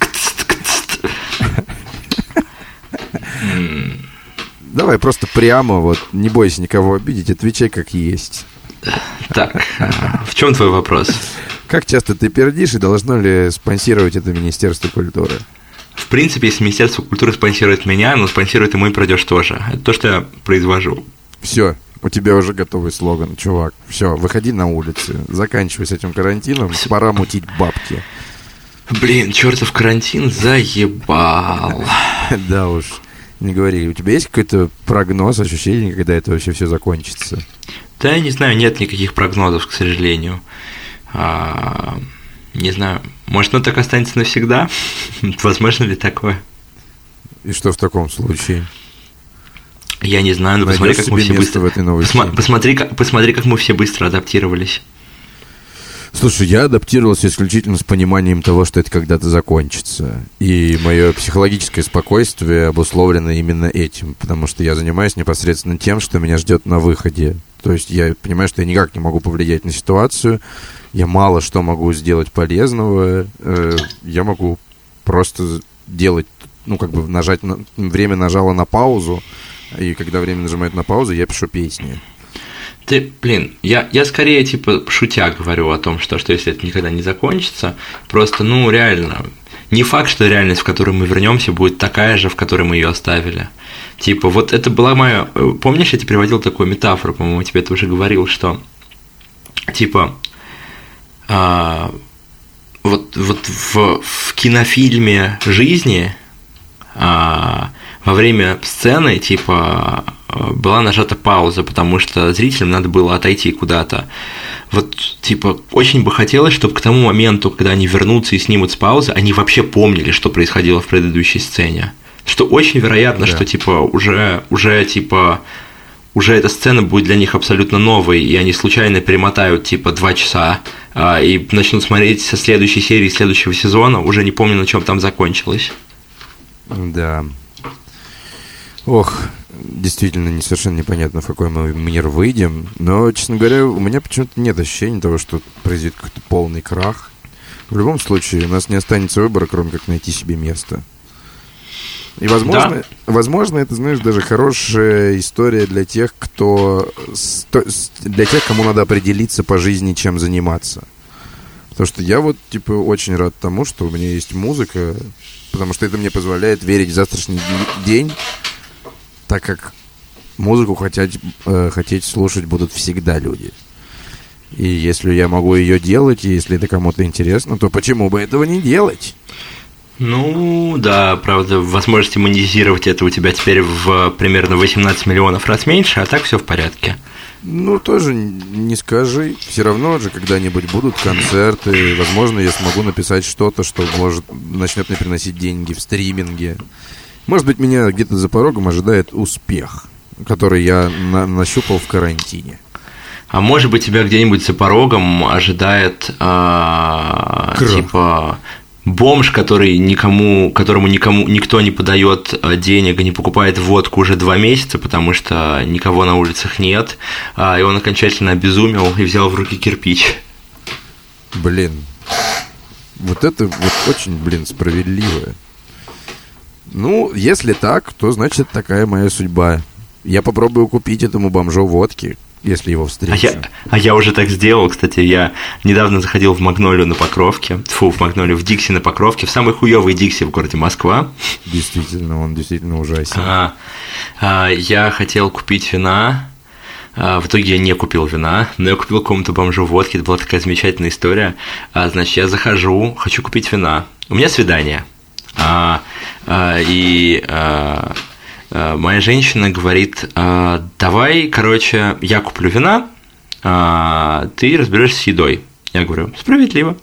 Speaker 1: Давай просто прямо, вот, не бойся никого обидеть, отвечай как есть.
Speaker 2: Так, в чем твой вопрос?
Speaker 1: Как часто ты пердишь и должно ли спонсировать это Министерство культуры?
Speaker 2: В принципе, если Министерство культуры спонсирует меня, но спонсирует и мой пердеж тоже. Это то, что я произвожу.
Speaker 1: Все. У тебя уже готовый слоган, чувак. Все, выходи на улицы, заканчивай с этим карантином, пора мутить бабки.
Speaker 2: Блин, чертов карантин заебал.
Speaker 1: Да уж, не говори. У тебя есть какой-то прогноз, ощущение, когда это вообще все закончится?
Speaker 2: Да, я не знаю, нет никаких прогнозов, к сожалению. А, не знаю, может, оно так останется навсегда? Возможно ли такое?
Speaker 1: И что в таком случае?
Speaker 2: Я не знаю, но посмотри, как мы все быстро...
Speaker 1: в этой новости.
Speaker 2: Посма... Посмотри, как... посмотри, как мы все быстро адаптировались.
Speaker 1: Слушай, я адаптировался исключительно с пониманием того, что это когда-то закончится. И мое психологическое спокойствие обусловлено именно этим, потому что я занимаюсь непосредственно тем, что меня ждет на выходе. То есть я понимаю, что я никак не могу повлиять на ситуацию, я мало что могу сделать полезного, я могу просто делать, ну, как бы нажать, на... время нажало на паузу, и когда время нажимает на паузу, я пишу песни.
Speaker 2: Ты, блин, я, я скорее, типа, шутя говорю о том, что, что если это никогда не закончится, просто, ну, реально, не факт, что реальность, в которую мы вернемся, будет такая же, в которой мы ее оставили. Типа, вот это была моя... Помнишь, я тебе приводил такую метафору, по-моему, я тебе это уже говорил, что, типа, а, вот, вот в, в кинофильме жизни... А, во время сцены, типа, была нажата пауза, потому что зрителям надо было отойти куда-то. Вот, типа, очень бы хотелось, чтобы к тому моменту, когда они вернутся и снимут с паузы, они вообще помнили, что происходило в предыдущей сцене. Что очень вероятно, да. что, типа, уже, уже, типа, уже эта сцена будет для них абсолютно новой, и они случайно перемотают типа два часа а, и начнут смотреть со следующей серии следующего сезона, уже не помню, на чем там закончилось.
Speaker 1: Да. Ох, действительно, не совершенно непонятно, в какой мы мир выйдем. Но, честно говоря, у меня почему-то нет ощущения того, что произойдет какой-то полный крах. В любом случае, у нас не останется выбора, кроме как найти себе место. И, возможно, да. возможно, это, знаешь, даже хорошая история для тех, кто... Для тех, кому надо определиться по жизни, чем заниматься. Потому что я вот, типа, очень рад тому, что у меня есть музыка, потому что это мне позволяет верить в завтрашний день, так как музыку хотеть, э, хотеть слушать будут всегда люди. И если я могу ее делать, и если это кому-то интересно, то почему бы этого не делать?
Speaker 2: Ну, да, правда, возможности монетизировать это у тебя теперь в примерно восемнадцать миллионов раз меньше, а так все в порядке.
Speaker 1: Ну, тоже не скажи. Все равно же когда-нибудь будут концерты. Возможно, я смогу написать что-то, что может начнет мне приносить деньги в стриминге. Может быть, меня где-то за порогом ожидает успех, который я на- нащупал в карантине.
Speaker 2: А может быть, тебя где-нибудь за порогом ожидает а, типа бомж, который никому, которому никому никто не подает денег и не покупает водку уже два месяца, потому что никого на улицах нет, а, и он окончательно обезумел и взял в руки кирпич.
Speaker 1: Блин, вот это вот очень, блин, справедливо. Ну, если так, то значит такая моя судьба. Я попробую купить этому бомжу водки, если его встречу.
Speaker 2: А я, а я уже так сделал, кстати. Я недавно заходил в Магнолию на Покровке. Тьфу, в Магнолию, в Дикси на Покровке. В самый хуёвый Дикси в городе Москва.
Speaker 1: Действительно, он действительно ужасен.
Speaker 2: А, а, я хотел купить вина. А, в итоге я не купил вина, но я купил какому-то бомжу водки. Это была такая замечательная история. А, значит, я захожу, хочу купить вина. У меня свидание. А, а, и... А, моя женщина говорит: давай, короче, я куплю вина, а ты разберешься с едой. Я говорю: справедливо.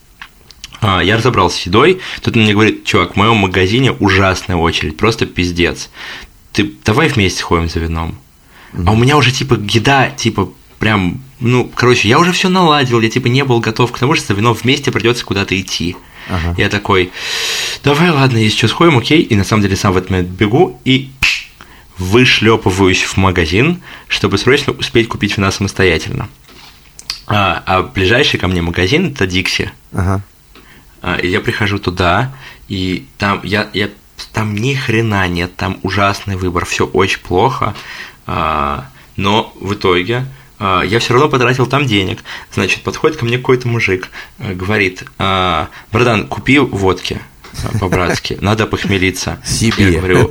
Speaker 2: Я разобрался с едой. Тут он мне говорит: чувак, в моем магазине ужасная очередь, просто пиздец. Ты давай вместе ходим за вином. Mm-hmm. А у меня уже типа еда, типа прям, ну, короче, я уже все наладил, я типа не был готов к тому, что за вином вместе придется куда-то идти. Ага. Я такой: давай, ладно, если что, сходим, окей. И на самом деле сам в этот момент бегу и вышлепываюсь в магазин, чтобы срочно успеть купить вина самостоятельно. А, а ближайший ко мне магазин – это Дикси. Ага. А, и я прихожу туда, и там, я, я, там ни хрена нет, там ужасный выбор, все очень плохо. А, но в итоге... я все равно потратил там денег. Значит, подходит ко мне какой-то мужик, говорит: братан, купи водки по-братски, надо похмелиться.
Speaker 1: Себе.
Speaker 2: Я говорю,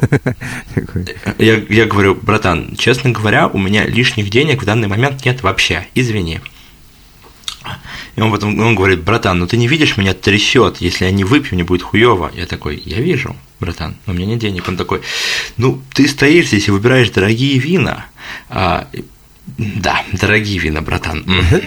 Speaker 2: я, я говорю: братан, честно говоря, у меня лишних денег в данный момент нет вообще, извини. И он потом он говорит: братан, ну ты не видишь, меня трясет, если я не выпью, мне будет хуёво. Я такой: я вижу, братан, но у меня нет денег. Он такой: ну ты стоишь здесь и выбираешь дорогие вина. Да, дорогие вина, братан.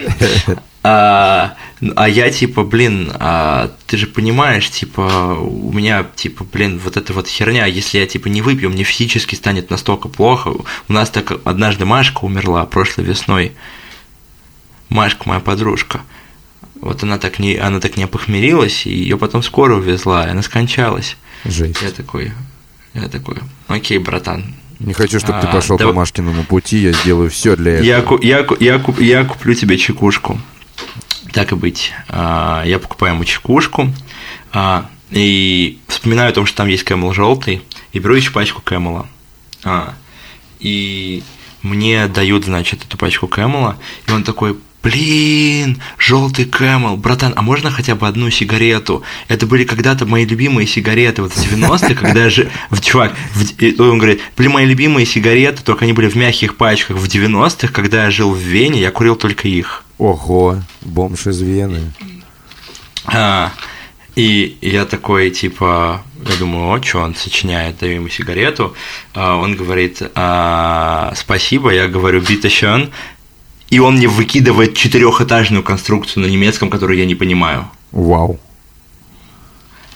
Speaker 2: а, а я типа, блин, а, ты же понимаешь, типа, у меня, типа, блин, вот эта вот херня, если я, типа, не выпью, мне физически станет настолько плохо. У нас так однажды Машка умерла прошлой весной. Машка, моя подружка. Вот она так не, она так не опохмелилась, и ее потом скоро увезла, и она скончалась.
Speaker 1: Жесть.
Speaker 2: Я такой, я такой: окей, братан.
Speaker 1: Не хочу, чтобы а, ты пошел да, по Машкиному пути, я сделаю все для этого.
Speaker 2: Я, я, я, куп, я куплю тебе чекушку. Так и быть. А, я покупаю ему чекушку. А, и вспоминаю о том, что там есть Camel желтый, и беру еще пачку Camel. А, и мне дают, значит, эту пачку Camel, и он такой: блин, желтый Camel, братан, а можно хотя бы одну сигарету? Это были когда-то мои любимые сигареты, вот в девяностых, когда я жил... Чувак, в... он говорит: блин, мои любимые сигареты, только они были в мягких пачках. В девяностых, когда я жил в Вене, я курил только их.
Speaker 1: Ого, бомж из Вены.
Speaker 2: А, и я такой, типа, я думаю: о, что он сочиняет, даю ему сигарету. А, он говорит: а, спасибо, я говорю: биташон. И он мне выкидывает четырехэтажную конструкцию на немецком, которую я не понимаю.
Speaker 1: Вау.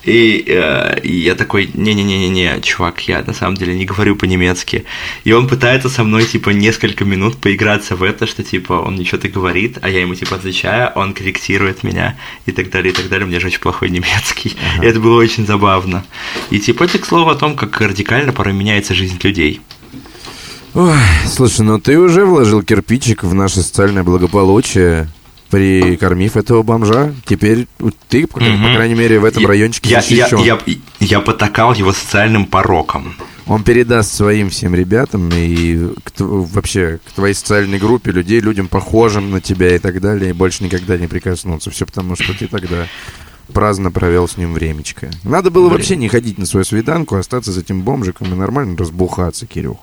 Speaker 2: И, э, и я такой, не-не-не-не, чувак, я на самом деле не говорю по-немецки. И он пытается со мной, типа, несколько минут поиграться в это, что, типа, он мне что-то говорит, а я ему, типа, отвечаю, он корректирует меня и так далее, и так далее. У меня же очень плохой немецкий. Ага. И это было очень забавно. И, типа, это, к слову, о том, как радикально порой меняется жизнь людей.
Speaker 1: Ой, слушай, ну ты уже вложил кирпичик в наше социальное благополучие, прикормив этого бомжа. Теперь ты, по, mm-hmm. по крайней мере, в этом
Speaker 2: я,
Speaker 1: райончике
Speaker 2: я,
Speaker 1: защищен.
Speaker 2: Я, я, я потакал его социальным пороком.
Speaker 1: Он передаст своим всем ребятам и к, вообще к твоей социальной группе людей, людям, похожим на тебя и так далее, и больше никогда не прикоснуться. Все потому, что ты тогда праздно провел с ним времечко. Надо было Блин. вообще не ходить на свою свиданку, остаться за этим бомжиком и нормально разбухаться, Кирюх.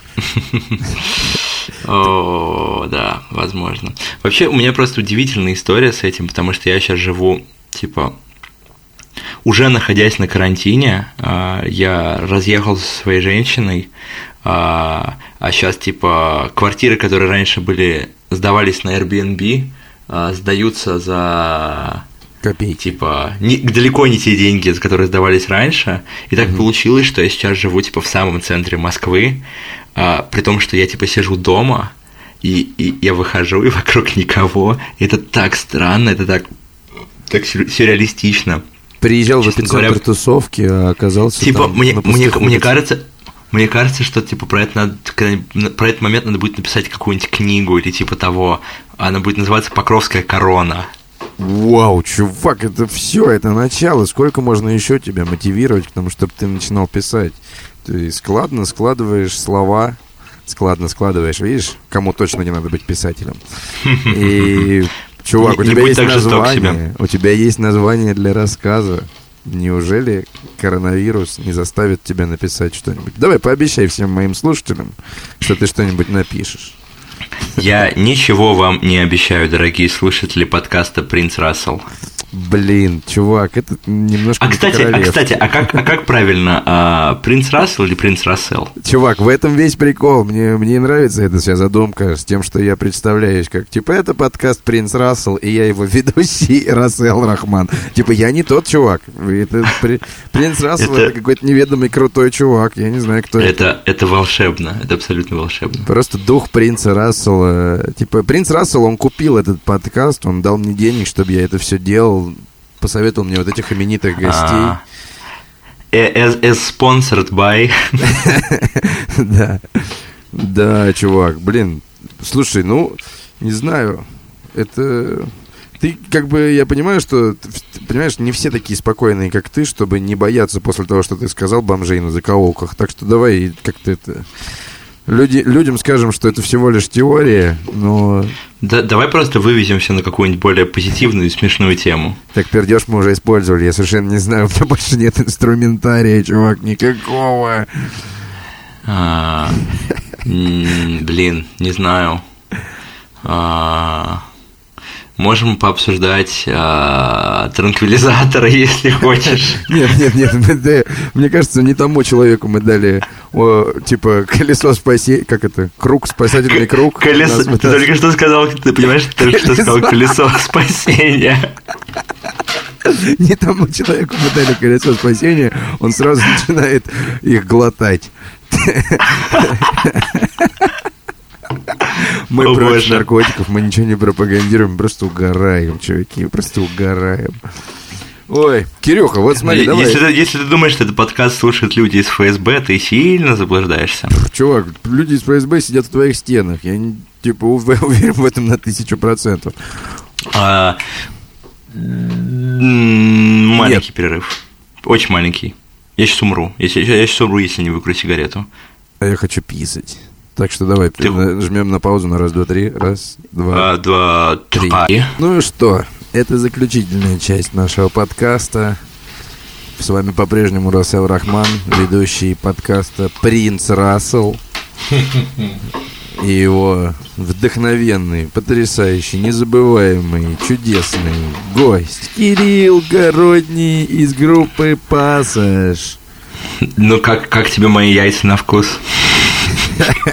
Speaker 2: О, да, возможно. Вообще, у меня просто удивительная история с этим, потому что я сейчас живу, типа, уже находясь на карантине, я разъехался со своей женщиной, а сейчас, типа, квартиры, которые раньше были, сдавались на Airbnb, сдаются за...
Speaker 1: Копейки.
Speaker 2: Типа, не, далеко не те деньги, за которые сдавались раньше. И так mm-hmm. получилось, что я сейчас живу, типа, в самом центре Москвы, а, при том, что я, типа, сижу дома, и, и я выхожу, и вокруг никого. И это так странно, это так, так сюрреалистично.
Speaker 1: Приезжал в эпицентр тусовки, а оказался
Speaker 2: типа,
Speaker 1: там
Speaker 2: мне, мне, мне кажется... Мне кажется, что типа про это надо, про этот момент надо будет написать какую-нибудь книгу или типа того. Она будет называться «Покровская корона».
Speaker 1: Вау, чувак, это все, это начало. Сколько можно еще тебя мотивировать к тому, чтобы ты начинал писать? Ты складно складываешь слова, складно складываешь, видишь, кому точно не надо быть писателем. И, чувак, у тебя есть название, у тебя есть название для рассказа. Неужели коронавирус не заставит тебя написать что-нибудь? Давай, пообещай всем моим слушателям, что ты что-нибудь напишешь.
Speaker 2: Я ничего вам не обещаю, дорогие слушатели подкаста «Принц Рассел».
Speaker 1: Блин, чувак, это немножко...
Speaker 2: А, кстати, а, кстати, а как, а как правильно, а, «Принц Рассел» или «Принц Рассел»?
Speaker 1: Чувак, в этом весь прикол. Мне, мне нравится эта вся задумка с тем, что я представляюсь как, типа, это подкаст «Принц Рассел», и я его ведущий Рассел Рахман. Типа, я не тот чувак. Это, при, «Принц Рассел» это, это какой-то неведомый крутой чувак. Я не знаю, кто это.
Speaker 2: Это, это волшебно, это абсолютно волшебно.
Speaker 1: Просто дух принца Рассела. Типа, принц Рассел, он купил этот подкаст, он дал мне денег, чтобы я это все делал. Посоветовал мне вот этих именитых гостей.
Speaker 2: As, as sponsored by.
Speaker 1: Да. Да, чувак, блин. Слушай, ну, не знаю. Это... Ты, как бы, я понимаю, что, понимаешь, не все такие спокойные, как ты, чтобы не бояться после того, что ты сказал бомжей на закоулках. Так что давай как-то это... Люди, людям скажем, что это всего лишь теория, но...
Speaker 2: Да, давай просто вывеземся на какую-нибудь более позитивную и смешную тему.
Speaker 1: Так, пердеж мы уже использовали, я совершенно не знаю, у меня больше нет инструментария, чувак, никакого.
Speaker 2: А, блин, не знаю. А, можем пообсуждать а, транквилизаторы, если хочешь.
Speaker 1: Нет, нет, нет, да, мне кажется, не тому человеку мы дали, о, типа, колесо спасения, как это, круг, спасательный круг.
Speaker 2: Колесо, ты только что сказал, ты понимаешь, ты только что сказал колесо спасения.
Speaker 1: Не тому человеку мы дали колесо спасения, он сразу начинает их глотать. Мы О, против боже. наркотиков, мы ничего не пропагандируем, просто угораем, чуваки, просто угораем. Ой, Кирюха, вот смотри,
Speaker 2: если,
Speaker 1: давай.
Speaker 2: Если ты, если ты думаешь, что этот подкаст слушают люди из эф эс бэ, ты сильно заблуждаешься.
Speaker 1: Чувак, люди из эф эс бэ сидят в твоих стенах, я типа уверен в этом на тысячу процентов.
Speaker 2: А, маленький Нет. перерыв, очень маленький. Я сейчас умру, если, я сейчас умру, если не выкурю сигарету.
Speaker 1: А я хочу писать. Так что давай, Ты... жмем на паузу на раз, два, три. Раз, два,
Speaker 2: а, два три. три.
Speaker 1: Ну и что? Это заключительная часть нашего подкаста. С вами по-прежнему Рассел Рахман, ведущий подкаста «Принц Рассел». И его вдохновенный, потрясающий, незабываемый, чудесный гость Кирилл Городний из группы «Пассаж».
Speaker 2: Ну, как, как тебе мои яйца на вкус?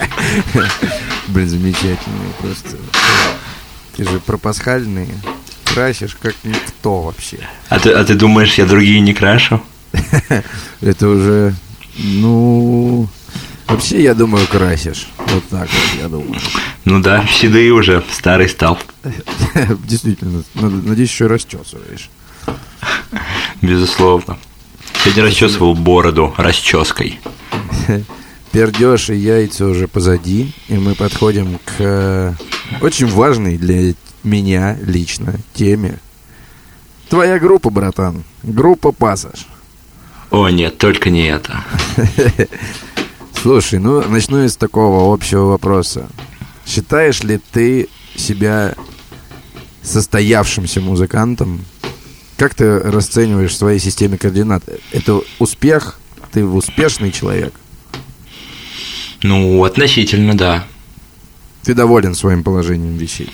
Speaker 1: Блин, замечательные просто. Ты же про пасхальные. красишь, как никто вообще.
Speaker 2: А ты, а ты думаешь, я другие не крашу?
Speaker 1: Это уже, ну... Вообще, я думаю, красишь. Вот так вот, я думаю.
Speaker 2: Ну да, седые уже, старый стал.
Speaker 1: Действительно, надеюсь, еще расчесываешь.
Speaker 2: Безусловно. Сегодня расчесывал бороду расческой.
Speaker 1: Пердеж и яйца уже позади, и мы подходим к очень важной для меня лично теме. Твоя группа, братан. Группа «Пассаж».
Speaker 2: О, нет, только не это.
Speaker 1: Слушай, ну, начну из такого общего вопроса. Считаешь ли ты себя состоявшимся музыкантом? Как ты расцениваешь в своей системе координат? Это успех? Ты успешный человек?
Speaker 2: Ну, относительно, да.
Speaker 1: Ты доволен своим положением вещей?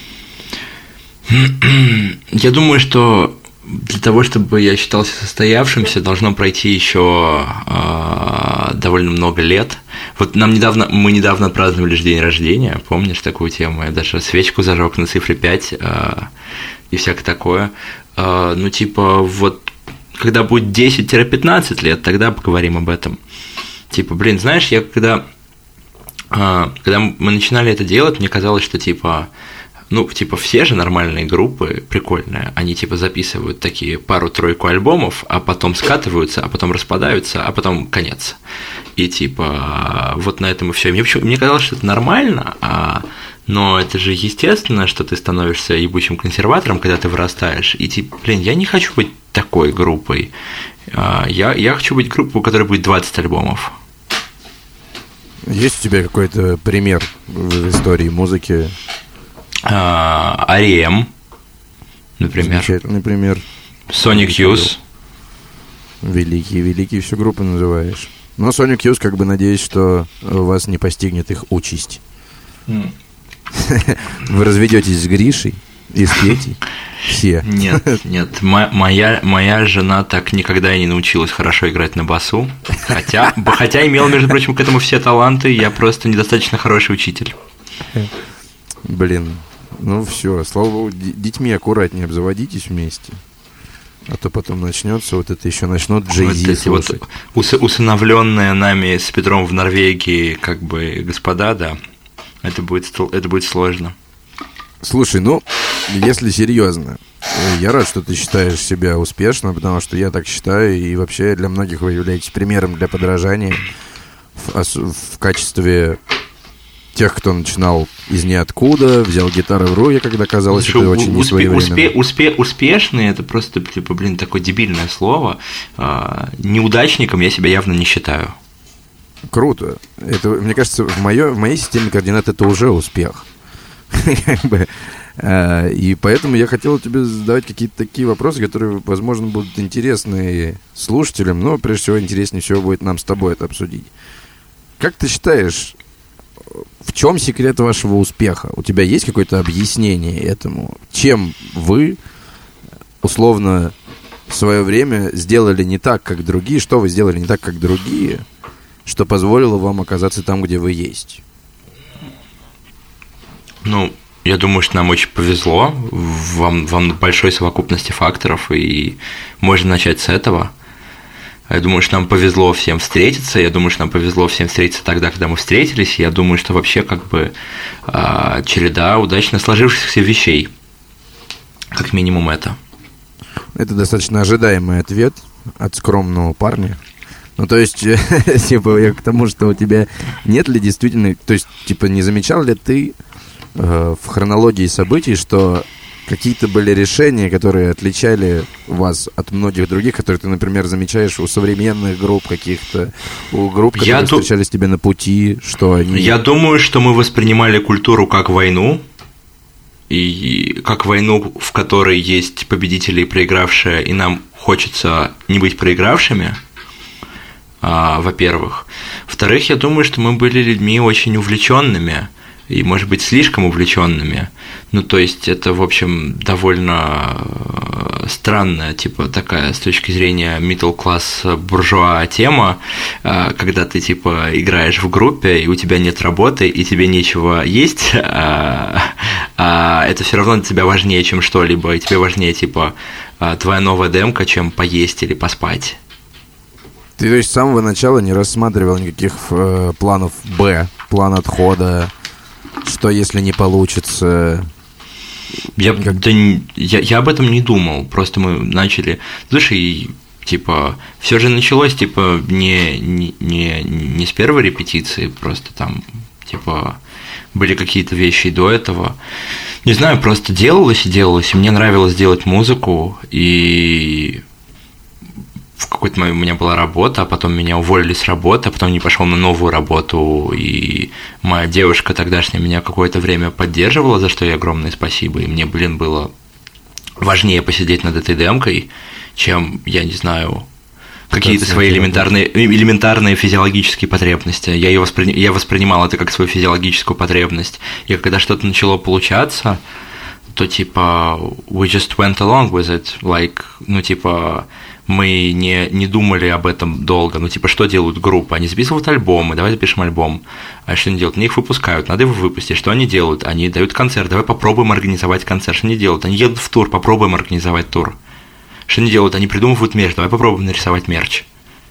Speaker 2: Я думаю, что для того, чтобы я считался состоявшимся, должно пройти еще э, довольно много лет. Вот нам недавно, мы недавно отпраздновали день рождения, помнишь такую тему? Я даже свечку зажег на цифре пять э, и всякое такое. Э, ну, типа, вот когда будет десять-пятнадцать лет, тогда поговорим об этом. Типа, блин, знаешь, я когда, э, когда мы начинали это делать, мне казалось, что типа... Ну, типа, все же нормальные группы, прикольные, они, типа, записывают такие пару-тройку альбомов, а потом скатываются, а потом распадаются, а потом конец. И, типа, вот на этом и все. Мне, мне казалось, что это нормально, а... но это же естественно, что ты становишься ебучим консерватором, когда ты вырастаешь. И, типа, блин, я не хочу быть такой группой. Я, я хочу быть группой, у которой будет двадцать альбомов.
Speaker 1: Есть у тебя какой-то пример в истории музыки?
Speaker 2: эй эм, например.
Speaker 1: Замечательный пример.
Speaker 2: Sonic Youth.
Speaker 1: Великий, великий всю группу называешь. Но Sonic Youth, как бы, надеюсь, что вас не постигнет их участь. Mm. Вы разведетесь с Гришей и с Петей? Все.
Speaker 2: Нет, нет. Моя, моя жена так никогда и не научилась хорошо играть на басу. Хотя, хотя имела, между прочим, к этому все таланты. Я просто недостаточно хороший учитель.
Speaker 1: Блин. Ну все, слава богу, детьми аккуратнее обзаводитесь вместе. А то потом начнется, вот это еще начнут Джей-Зи слушать.
Speaker 2: Вот усыновленные нами с Петром в Норвегии, как бы, господа, да, это будет, это будет сложно.
Speaker 1: Слушай, ну, если серьезно, я рад, что ты считаешь себя успешным, потому что я так считаю, и вообще для многих вы являетесь примером для подражания в, в качестве... тех, кто начинал из ниоткуда, взял гитару в руки, когда казалось, что это очень не своевременно.
Speaker 2: Успе, успе, успешный, это просто, типа, блин, такое дебильное слово. А, неудачником я себя явно не считаю.
Speaker 1: Круто. Это, мне кажется, в, моё, в моей системе координат это уже успех. И поэтому я хотел тебе задавать какие-то такие вопросы, которые, возможно, будут интересны слушателям, но, прежде всего, интереснее всего будет нам с тобой это обсудить. Как ты считаешь, в чем секрет вашего успеха? У тебя есть какое-то объяснение этому? Чем вы, условно, в свое время сделали не так, как другие? Что вы сделали не так, как другие, что позволило вам оказаться там, где вы есть?
Speaker 2: Ну, я думаю, что нам очень повезло. Вам, вам большой совокупности факторов, и можно начать с этого. Я думаю, что нам повезло всем встретиться. Я думаю, что нам повезло всем встретиться тогда, когда мы встретились. Я думаю, что вообще как бы череда удачно сложившихся вещей. Как минимум это.
Speaker 1: Это достаточно ожидаемый ответ от скромного парня. Ну, то есть, типа, я к тому, что у тебя нет ли действительно... То есть, типа, не замечал ли ты э, в хронологии событий, что какие-то были решения, которые отличали вас от многих других, которые ты, например, замечаешь у современных групп каких-то, у групп, которые я встречались ду... тебе на пути, что они...
Speaker 2: Я думаю, что мы воспринимали культуру как войну, и как войну, в которой есть победители и проигравшие, и нам хочется не быть проигравшими, а, во-первых. Во-вторых, я думаю, что мы были людьми очень увлеченными, и, может быть, слишком увлеченными. Ну, то есть, это, в общем, довольно странная, типа, такая, с точки зрения middle-class буржуа тема, когда ты, типа, играешь в группе, и у тебя нет работы, и тебе нечего есть, а, а, это все равно для тебя важнее, чем что-либо, и тебе важнее, типа, твоя новая демка, чем поесть или поспать.
Speaker 1: Ты, то есть, с самого начала не рассматривал никаких э, планов Б, план отхода, что если не получится?
Speaker 2: Я, как... да, я, я об этом не думал, просто мы начали, слушай, типа, все же началось, типа, не, не, не, не с первой репетиции, просто там, типа, были какие-то вещи и до этого. Не знаю, просто делалось и делалось, и мне нравилось делать музыку, и в какой-то момент у меня была работа, а потом меня уволили с работы, а потом не пошел на новую работу, и моя девушка тогдашняя меня какое-то время поддерживала, за что ей огромное спасибо, и мне, блин, было важнее посидеть над этой демкой, чем, я не знаю, какие-то свои элементарные, элементарные физиологические потребности. Я, ее воспри... я воспринимал это как свою физиологическую потребность. И когда что-то начало получаться, то типа we just went along with it. Like, ну типа мы не, не думали об этом долго. Ну типа что делают группы? Они записывают альбомы, давай запишем альбом. А что они делают? Они их выпускают, надо его выпустить. Что они делают? Они дают концерт, давай попробуем организовать концерт. Что они делают? Они едут в тур, попробуем организовать тур. Что они делают? Они придумывают мерч, давай попробуем нарисовать мерч.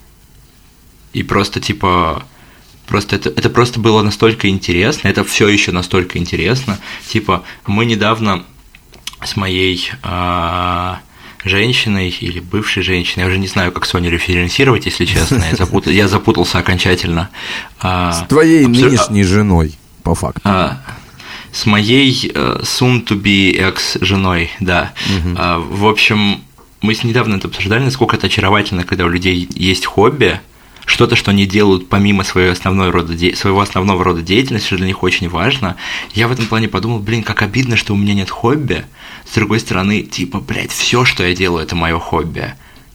Speaker 2: И просто типа, просто это, это просто было настолько интересно, это все еще настолько интересно. Типа, мы недавно с моей а, женщиной или бывшей женщиной, я уже не знаю, как Соню референсировать, если честно, я, запутал, я запутался окончательно. А,
Speaker 1: с твоей обсур... нынешней женой, по факту.
Speaker 2: А, с моей uh, soon-to-be ex-женой, да. Угу. А, в общем... Мы недавно это обсуждали, насколько это очаровательно, когда у людей есть хобби, что-то, что они делают помимо своей основной рода де... своего основного рода деятельности, что для них очень важно. Я в этом плане подумал, блин, как обидно, что у меня нет хобби. С другой стороны, типа, блядь, все, что я делаю, это мое хобби.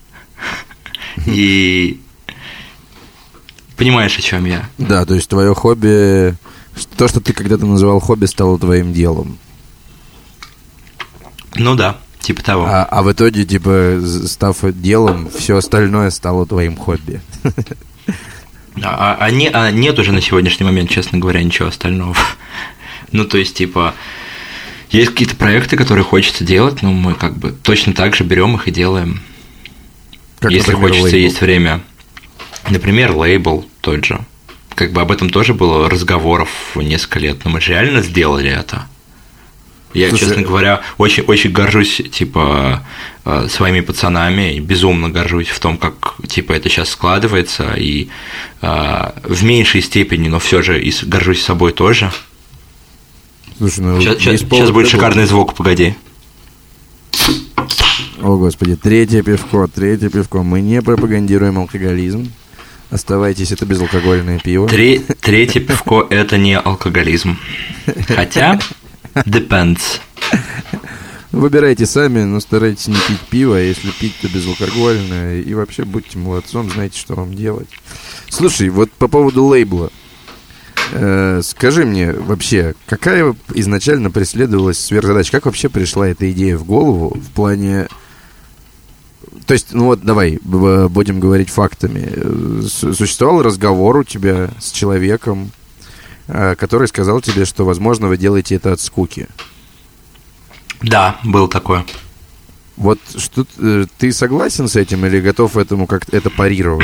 Speaker 2: И понимаешь, о чем я?
Speaker 1: Да, то есть твое хобби, то, что ты когда-то называл хобби, стало твоим делом.
Speaker 2: Ну да. Типа того.
Speaker 1: А, а в итоге, типа, став делом, все остальное стало твоим хобби.
Speaker 2: А, а, не, а нет уже на сегодняшний момент, честно говоря, ничего остального. Ну, то есть, типа, есть какие-то проекты, которые хочется делать, но мы как бы точно так же берем их и делаем. Как, если например, хочется, лейбл. Есть время. Например, лейбл тот же. Как бы об этом тоже было разговоров несколько лет, но мы же реально сделали это. Я, Слушай, честно говоря, очень, очень горжусь, типа, своими пацанами, и безумно горжусь в том, как, типа, это сейчас складывается, и э, в меньшей степени, но все же и горжусь собой тоже.
Speaker 1: Слушай, ну,
Speaker 2: сейчас, сейчас, сейчас будет шикарный звук, погоди.
Speaker 1: О, Господи, третье пивко, третье пивко. Мы не пропагандируем алкоголизм. Оставайтесь, это безалкогольное пиво.
Speaker 2: Три, третье пивко – это не алкоголизм. Хотя… Depends.
Speaker 1: Выбирайте сами, но старайтесь не пить пиво, а если пить, то безалкогольное. И вообще будьте молодцом, знаете, что вам делать. Слушай, вот по поводу лейбла. Э, скажи мне вообще, какая изначально преследовалась сверхзадача? Как вообще пришла эта идея в голову в плане... То есть, ну вот, давай, будем говорить фактами. Существовал разговор у тебя с человеком, который сказал тебе, что, возможно, вы делаете это от скуки.
Speaker 2: Да, был такое.
Speaker 1: Вот что ты согласен с этим или готов этому как-то это парировать?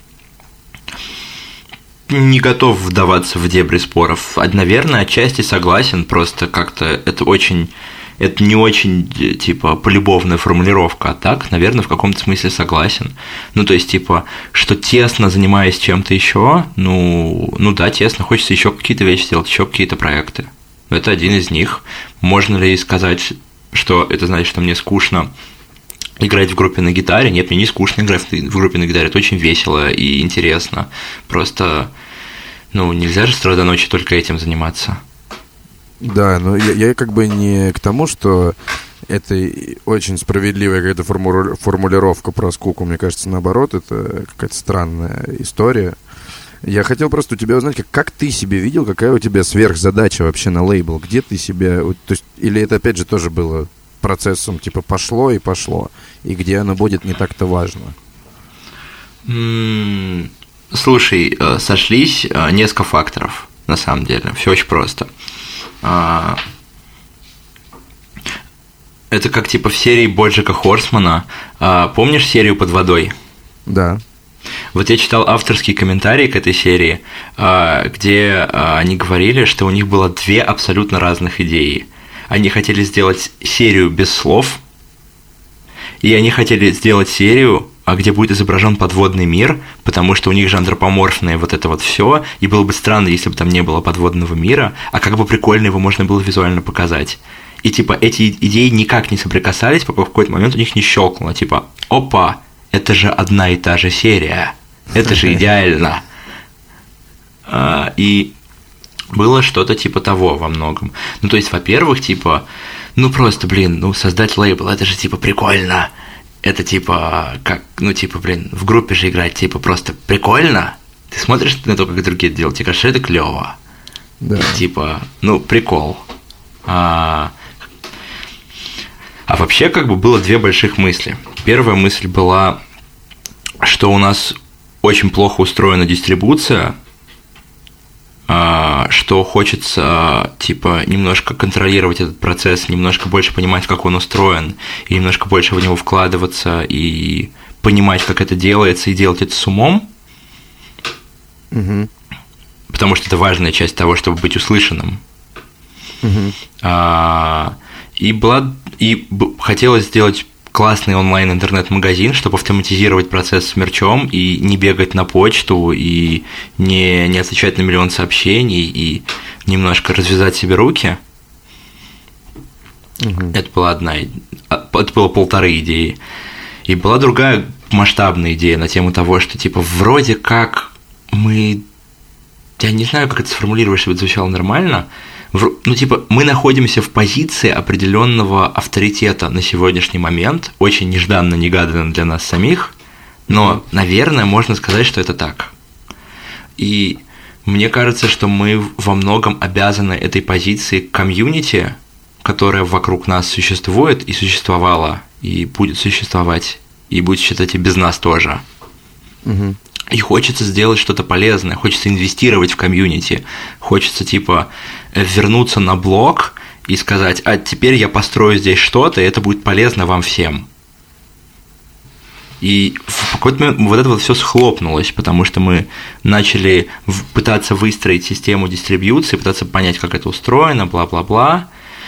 Speaker 2: Не готов вдаваться в дебри споров. Наверное, отчасти согласен, просто как-то это очень... Это не очень, типа, полюбовная формулировка, а так, наверное, в каком-то смысле согласен. Ну, то есть, типа, что тесно занимаясь чем-то еще, ну, ну да, тесно, хочется еще какие-то вещи сделать, еще какие-то проекты. Это один из них. Можно ли сказать, что это значит, что мне скучно играть в группе на гитаре? Нет, мне не скучно играть в группе на гитаре, это очень весело и интересно. Просто, ну, нельзя же с утра до ночи только этим заниматься.
Speaker 1: Да, но я, я как бы не к тому, что это очень справедливая какая-то форму, формулировка про скуку. Мне кажется, наоборот, это какая-то странная история. Я хотел просто у тебя узнать, как, как ты себе видел, какая у тебя сверхзадача вообще на лейбл? Где ты себя... То есть, или это, опять же, тоже было процессом, типа, пошло и пошло, и где оно будет не так-то важно?
Speaker 2: Mm, слушай, сошлись несколько факторов, на самом деле. Все очень просто. Это как типа в серии Боджека Хорсмана. А, помнишь серию «Под водой»?
Speaker 1: Да.
Speaker 2: Вот я читал авторский комментарий к этой серии, где они говорили, что у них было две абсолютно разных идеи. Они хотели сделать серию без слов, и они хотели сделать серию, где будет изображен подводный мир, потому что у них же антропоморфное вот это вот все, и было бы странно, если бы там не было подводного мира, а как бы прикольно его можно было визуально показать. И типа эти идеи никак не соприкасались, пока в какой-то момент у них не щелкнуло, типа «Опа! Это же одна и та же серия. Это же идеально». И было что-то типа того во многом. Ну, то есть, во-первых, типа, ну просто, блин, ну создать лейбл, это же типа прикольно. Это типа, как, ну типа, блин, в группе же играть, типа, просто прикольно. Ты смотришь на то, как другие это делают, тебе кажется, это клево.
Speaker 1: Да.
Speaker 2: Типа, ну, прикол. А... а вообще, как бы, было две больших мысли. Первая мысль была, что у нас очень плохо устроена дистрибуция, что хочется, типа, немножко контролировать этот процесс, немножко больше понимать, как он устроен, и немножко больше в него вкладываться, и понимать, как это делается, и делать это с умом.
Speaker 1: Угу.
Speaker 2: Потому что это важная часть того, чтобы быть услышанным.
Speaker 1: Угу.
Speaker 2: А, и была, и б, хотелось сделать классный онлайн-интернет-магазин, чтобы автоматизировать процесс с мерчом и не бегать на почту, и не, не отвечать на миллион сообщений, и немножко развязать себе руки. Угу. Это была одна, это было полторы идеи. И была другая масштабная идея на тему того, что типа вроде как мы... Я не знаю, как это сформулировать, чтобы это звучало нормально. Ну, типа, мы находимся в позиции определенного авторитета на сегодняшний момент, очень нежданно-негаданно для нас самих, но, наверное, можно сказать, что это так. И мне кажется, что мы во многом обязаны этой позиции комьюнити, которая вокруг нас существует и существовала, и будет существовать, и будет считать и без нас тоже.
Speaker 1: Угу.
Speaker 2: И хочется сделать что-то полезное, хочется инвестировать в комьюнити, хочется, типа, вернуться на блог и сказать, а теперь я построю здесь что-то, и это будет полезно вам всем. И в какой-то момент вот это вот все схлопнулось, потому что мы начали пытаться выстроить систему дистрибьюции, пытаться понять, как это устроено, бла-бла-бла,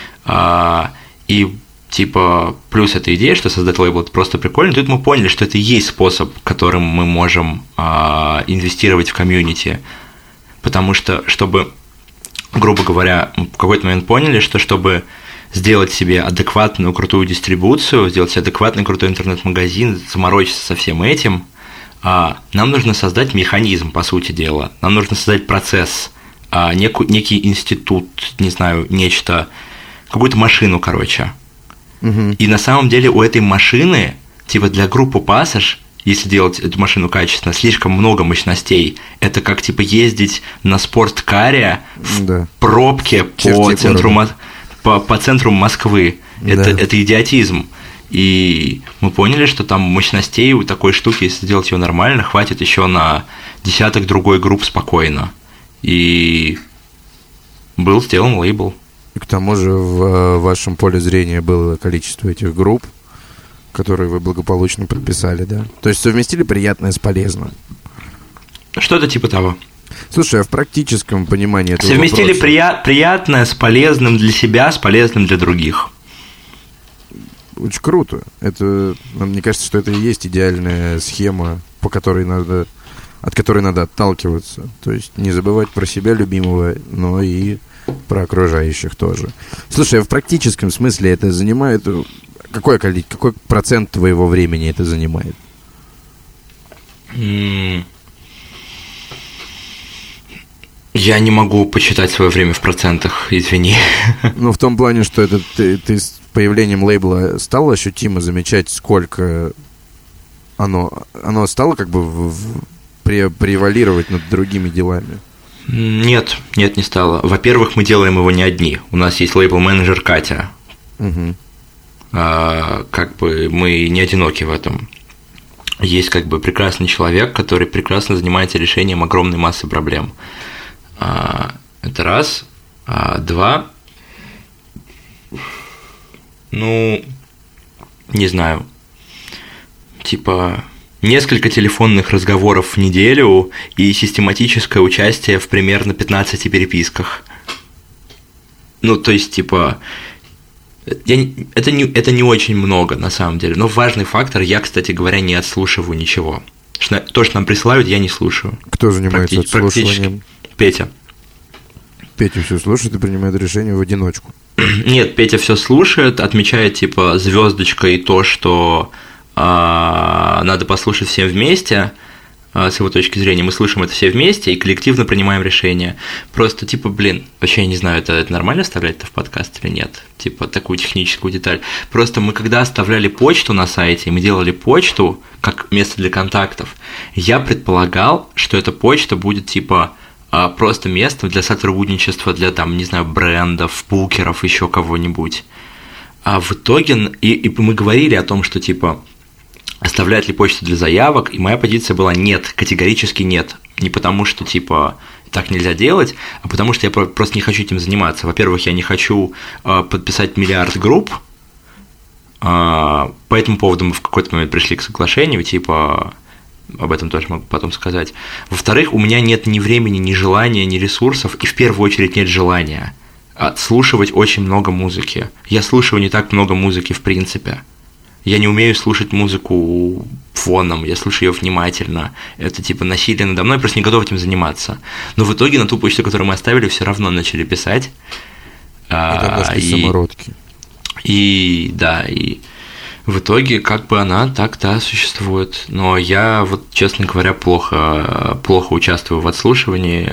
Speaker 2: и типа, плюс эта идея, что создать лейбл – это просто прикольно. Тут мы поняли, что это и есть способ, которым мы можем а, инвестировать в комьюнити. Потому что, чтобы, грубо говоря, мы в какой-то момент поняли, что чтобы сделать себе адекватную, крутую дистрибуцию, сделать себе адекватный, крутой интернет-магазин, заморочиться со всем этим, а, нам нужно создать механизм, по сути дела. Нам нужно создать процесс, а, неку, некий институт, не знаю, нечто, какую-то машину, короче. И на самом деле у этой машины, типа для группы Passage, если делать эту машину качественно, слишком много мощностей. Это как типа ездить на спорткаре в да. пробке по центру, по, по центру Москвы. Это, да. это идиотизм. И мы поняли, что там мощностей у такой штуки, если сделать ее нормально, хватит еще на десяток другой групп спокойно. И был сделан лейбл.
Speaker 1: И к тому же в вашем поле зрения было количество этих групп, которые вы благополучно прописали, да? То есть совместили приятное с полезным.
Speaker 2: Что-то типа того.
Speaker 1: Слушай, а в практическом понимании этого
Speaker 2: совместили
Speaker 1: вопроса...
Speaker 2: прия- приятное с полезным для себя, с полезным для других.
Speaker 1: Очень круто. Это, мне кажется, что это и есть идеальная схема, по которой надо, от которой надо отталкиваться. То есть не забывать про себя любимого, но и про окружающих тоже. Слушай, а в практическом смысле это занимает... Какой, какой процент твоего времени это занимает?
Speaker 2: Я не могу посчитать свое время в процентах, извини.
Speaker 1: Ну, в том плане, что это ты, ты с появлением лейбла стал ощутимо замечать, сколько оно, оно стало как бы в, в, пре, превалировать над другими делами?
Speaker 2: Нет, нет, не стало. Во-первых, мы делаем его не одни. У нас есть лейбл-менеджер Катя.
Speaker 1: Угу.
Speaker 2: А, как бы мы не одиноки в этом. Есть как бы прекрасный человек, который прекрасно занимается решением огромной массы проблем. А, это раз. А, два. Ну, не знаю, типа несколько телефонных разговоров в неделю и систематическое участие в примерно пятнадцати переписках. Ну, то есть, типа, я, это, не, это не очень много, на самом деле, но важный фактор, я, кстати говоря, не отслушиваю ничего. То, что нам присылают, я не слушаю.
Speaker 1: Кто занимается Практи- отслушиванием?
Speaker 2: Петя.
Speaker 1: Петя все слушает и принимает решение в одиночку.
Speaker 2: Нет, Петя все слушает, отмечает, типа, звездочкой то, что а, надо послушать всем вместе. С его точки зрения, мы слышим это все вместе и коллективно принимаем решение. Просто, типа, блин, вообще я не знаю, это, это нормально вставлять это в подкаст или нет? Типа, такую техническую деталь. Просто мы, когда оставляли почту на сайте, и мы делали почту как место для контактов, я предполагал, что эта почта будет, типа, просто местом для сотрудничества, для, там, не знаю, брендов, букеров, еще кого-нибудь. А в итоге, и, и мы говорили о том, что, типа, оставляет ли почту для заявок, и моя позиция была нет, категорически нет. Не потому, что, типа, так нельзя делать, а потому что я просто не хочу этим заниматься. Во-первых, я не хочу э, подписать миллиард групп, э, по этому поводу мы в какой-то момент пришли к соглашению, типа, об этом тоже могу потом сказать. Во-вторых, у меня нет ни времени, ни желания, ни ресурсов, и в первую очередь нет желания отслушивать очень много музыки. Я слушаю не так много музыки в принципе. Я не умею слушать музыку фоном, я слушаю ее внимательно. Это типа насилие надо мной, просто не готов этим заниматься. Но в итоге на ту почту, которую мы оставили, все равно начали писать.
Speaker 1: И там нашли
Speaker 2: и,
Speaker 1: самородки.
Speaker 2: И да, и в итоге как бы она так-то существует. Но я вот, честно говоря, плохо, плохо участвую в отслушивании.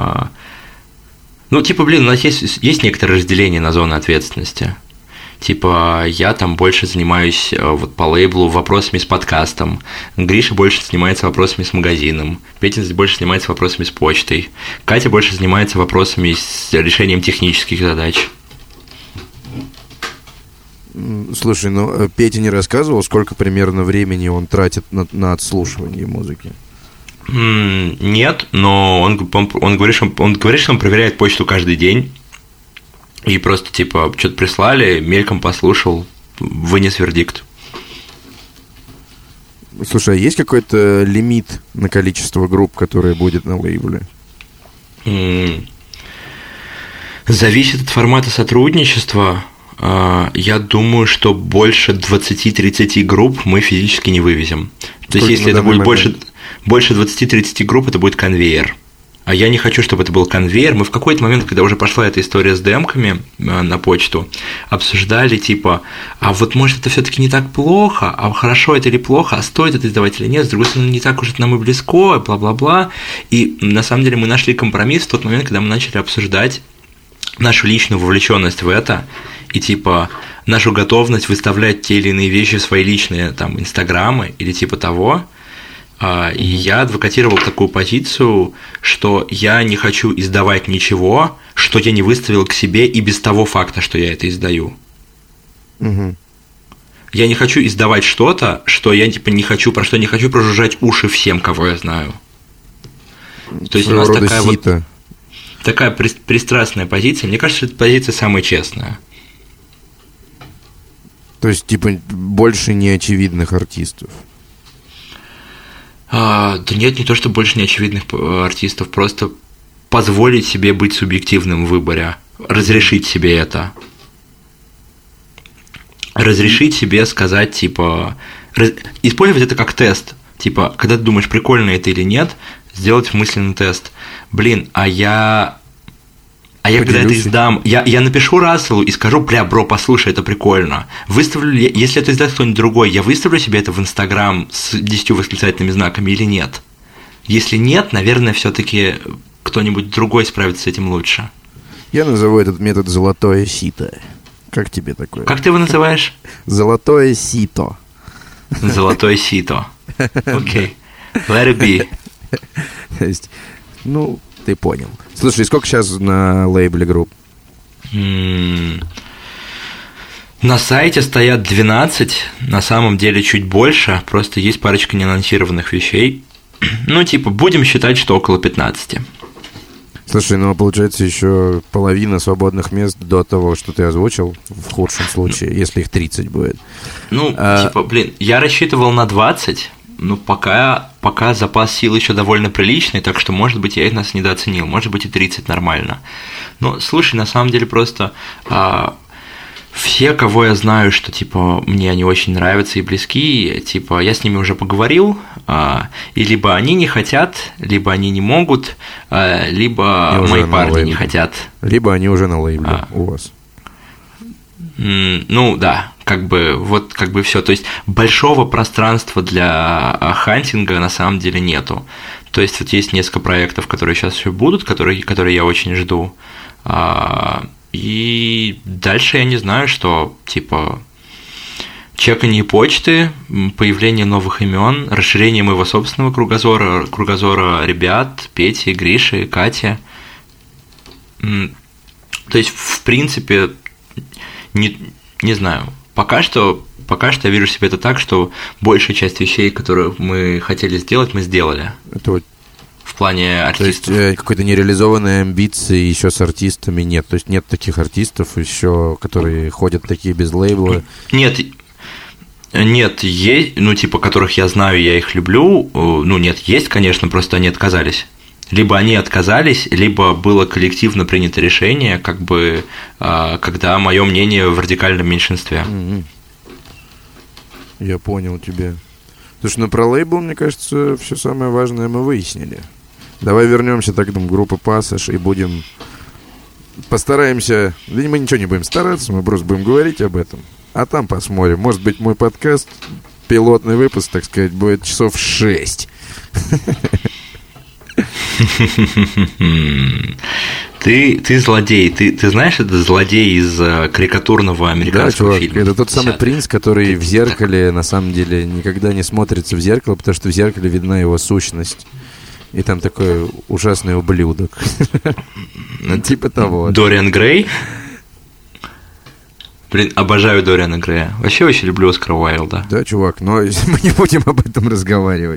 Speaker 2: Ну, типа, блин, у нас есть, есть некоторое разделение на зоны ответственности. Типа, я там больше занимаюсь вот по лейблу вопросами с подкастом, Гриша больше занимается вопросами с магазином, Петя больше занимается вопросами с почтой, Катя больше занимается вопросами с решением технических задач.
Speaker 1: Слушай, ну Петя не рассказывал, сколько примерно времени он тратит на, на отслушивание музыки?
Speaker 2: Нет, но он, он, он, говорит, что он, он говорит, что он проверяет почту каждый день. И просто, типа, что-то прислали, мельком послушал, вынес вердикт.
Speaker 1: Слушай, а есть какой-то лимит на количество групп, которые будет на лейбле?
Speaker 2: Mm. Зависит от формата сотрудничества. Я думаю, что больше двадцать-тридцать групп мы физически не вывезем. То есть, если это будет больше, больше двадцать-тридцать групп, это будет конвейер. А я не хочу, чтобы это был конвейер. Мы в какой-то момент, когда уже пошла эта история с демками на почту, обсуждали, типа, а вот может это все-таки не так плохо, а хорошо это или плохо, а стоит это издавать или нет, с другой стороны, не так уж это нам и близко, бла-бла-бла. И на самом деле мы нашли компромисс в тот момент, когда мы начали обсуждать нашу личную вовлеченность в это, и типа нашу готовность выставлять те или иные вещи в свои личные там инстаграмы или типа того. И я адвокатировал такую позицию, что я не хочу издавать ничего, что я не выставил к себе и без того факта, что я это издаю.
Speaker 1: Угу.
Speaker 2: Я не хочу издавать что-то, что я типа не хочу, про что не хочу прожужжать уши всем, кого я знаю. То есть у нас такая сито. Вот такая пристрастная позиция. Мне кажется, эта позиция самая честная.
Speaker 1: То есть, типа, больше неочевидных артистов.
Speaker 2: А, да нет, не то, что больше неочевидных артистов, просто позволить себе быть субъективным в выборе, разрешить себе это. Разрешить себе сказать, типа, раз... использовать это как тест. Типа, когда ты думаешь, прикольно это или нет, сделать мысленный тест. Блин, а я... А я Поделюсь. Когда это издам, я, я напишу Расселу и скажу, бля, бро, послушай, это прикольно. Выставлю, если это издаст кто-нибудь другой, я выставлю себе это в Инстаграм с десятью восклицательными знаками или нет? Если нет, наверное, все-таки кто-нибудь другой справится с этим лучше. Я
Speaker 1: назову этот метод «золотое сито». Как тебе такое?
Speaker 2: Как ты его называешь?
Speaker 1: Золотое сито.
Speaker 2: Золотое сито. Окей. Let it be.
Speaker 1: То есть, ну... Ты понял. Слушай, сколько сейчас на лейбле групп?
Speaker 2: Mm. На сайте стоят двенадцать, на самом деле чуть больше, просто есть парочка неанонсированных вещей. Ну, типа, будем считать, что около пятнадцати.
Speaker 1: Слушай, ну, получается, еще половина свободных мест до того, что ты озвучил, в худшем случае, если их тридцать будет.
Speaker 2: Ну,
Speaker 1: а...
Speaker 2: типа, блин, я рассчитывал на двадцать, но пока, пока запас сил еще довольно приличный, так что, может быть, я их нас недооценил, может быть, и тридцать нормально. Но, слушай, на самом деле просто... А... Все, кого я знаю, что, типа, мне они очень нравятся и близки, типа, я с ними уже поговорил, а, и либо они не хотят, либо они не могут, а, либо мои парни лейбле. не хотят.
Speaker 1: Либо они уже на лейбле а, у вас.
Speaker 2: М- ну, да, как бы, вот, как бы все. То есть, большого пространства для хантинга на самом деле нету. То есть, вот есть несколько проектов, которые сейчас еще будут, которые, которые я очень жду, а, и дальше я не знаю, что, типа, чеканье почты, появление новых имен, расширение моего собственного кругозора, кругозора ребят, Пети, Гриши, Кати. То есть, в принципе, не, не знаю, пока что, пока что я вижу себе это так, что большая часть вещей, которые мы хотели сделать, мы сделали.
Speaker 1: Это вот
Speaker 2: в плане артистов.
Speaker 1: То есть какой-то нереализованной амбиции еще с артистами нет? То есть нет таких артистов еще, которые ходят такие без лейбла?
Speaker 2: Нет, нет, есть, ну, типа, которых я знаю, я их люблю. Ну, нет, есть, конечно, просто они отказались. Либо они отказались, либо было коллективно принято решение, как бы, когда мое мнение в радикальном меньшинстве.
Speaker 1: Mm-hmm. Я понял тебя. Слушай, ну про лейбл, мне кажется, все самое важное мы выяснили. Давай вернемся так к группе Passage и будем... Постараемся... Да мы ничего не будем стараться, мы просто будем говорить об этом. А там посмотрим. Может быть, мой подкаст, пилотный выпуск, так сказать, будет часов шесть.
Speaker 2: Ты, ты злодей, ты, ты знаешь, это злодей из карикатурного американского
Speaker 1: да, чувак,
Speaker 2: фильма.
Speaker 1: Это тот самый принц, который в зеркале, на самом деле, никогда не смотрится в зеркало, потому что в зеркале видна его сущность. И там такой ужасный ублюдок. Типа того.
Speaker 2: Дориан Грей? Блин, обожаю Дориана Грея. Вообще очень люблю Оскара Уайлда.
Speaker 1: Да, чувак, но мы не будем об этом разговаривать.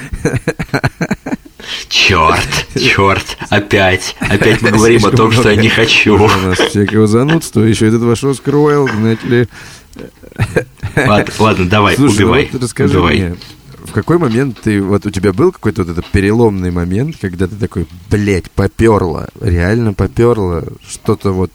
Speaker 2: Черт, черт, опять, опять мы говорим о том, что я не хочу.
Speaker 1: У нас всякого занудства, еще этот ваш Оскар Уайлд, знаете ли.
Speaker 2: Ладно, ладно, давай,
Speaker 1: Слушай,
Speaker 2: убивай.
Speaker 1: Вот расскажи
Speaker 2: убивай.
Speaker 1: мне, в какой момент ты, вот у тебя был какой-то вот этот переломный момент, когда ты такой, блядь, поперло, реально поперло, что-то вот...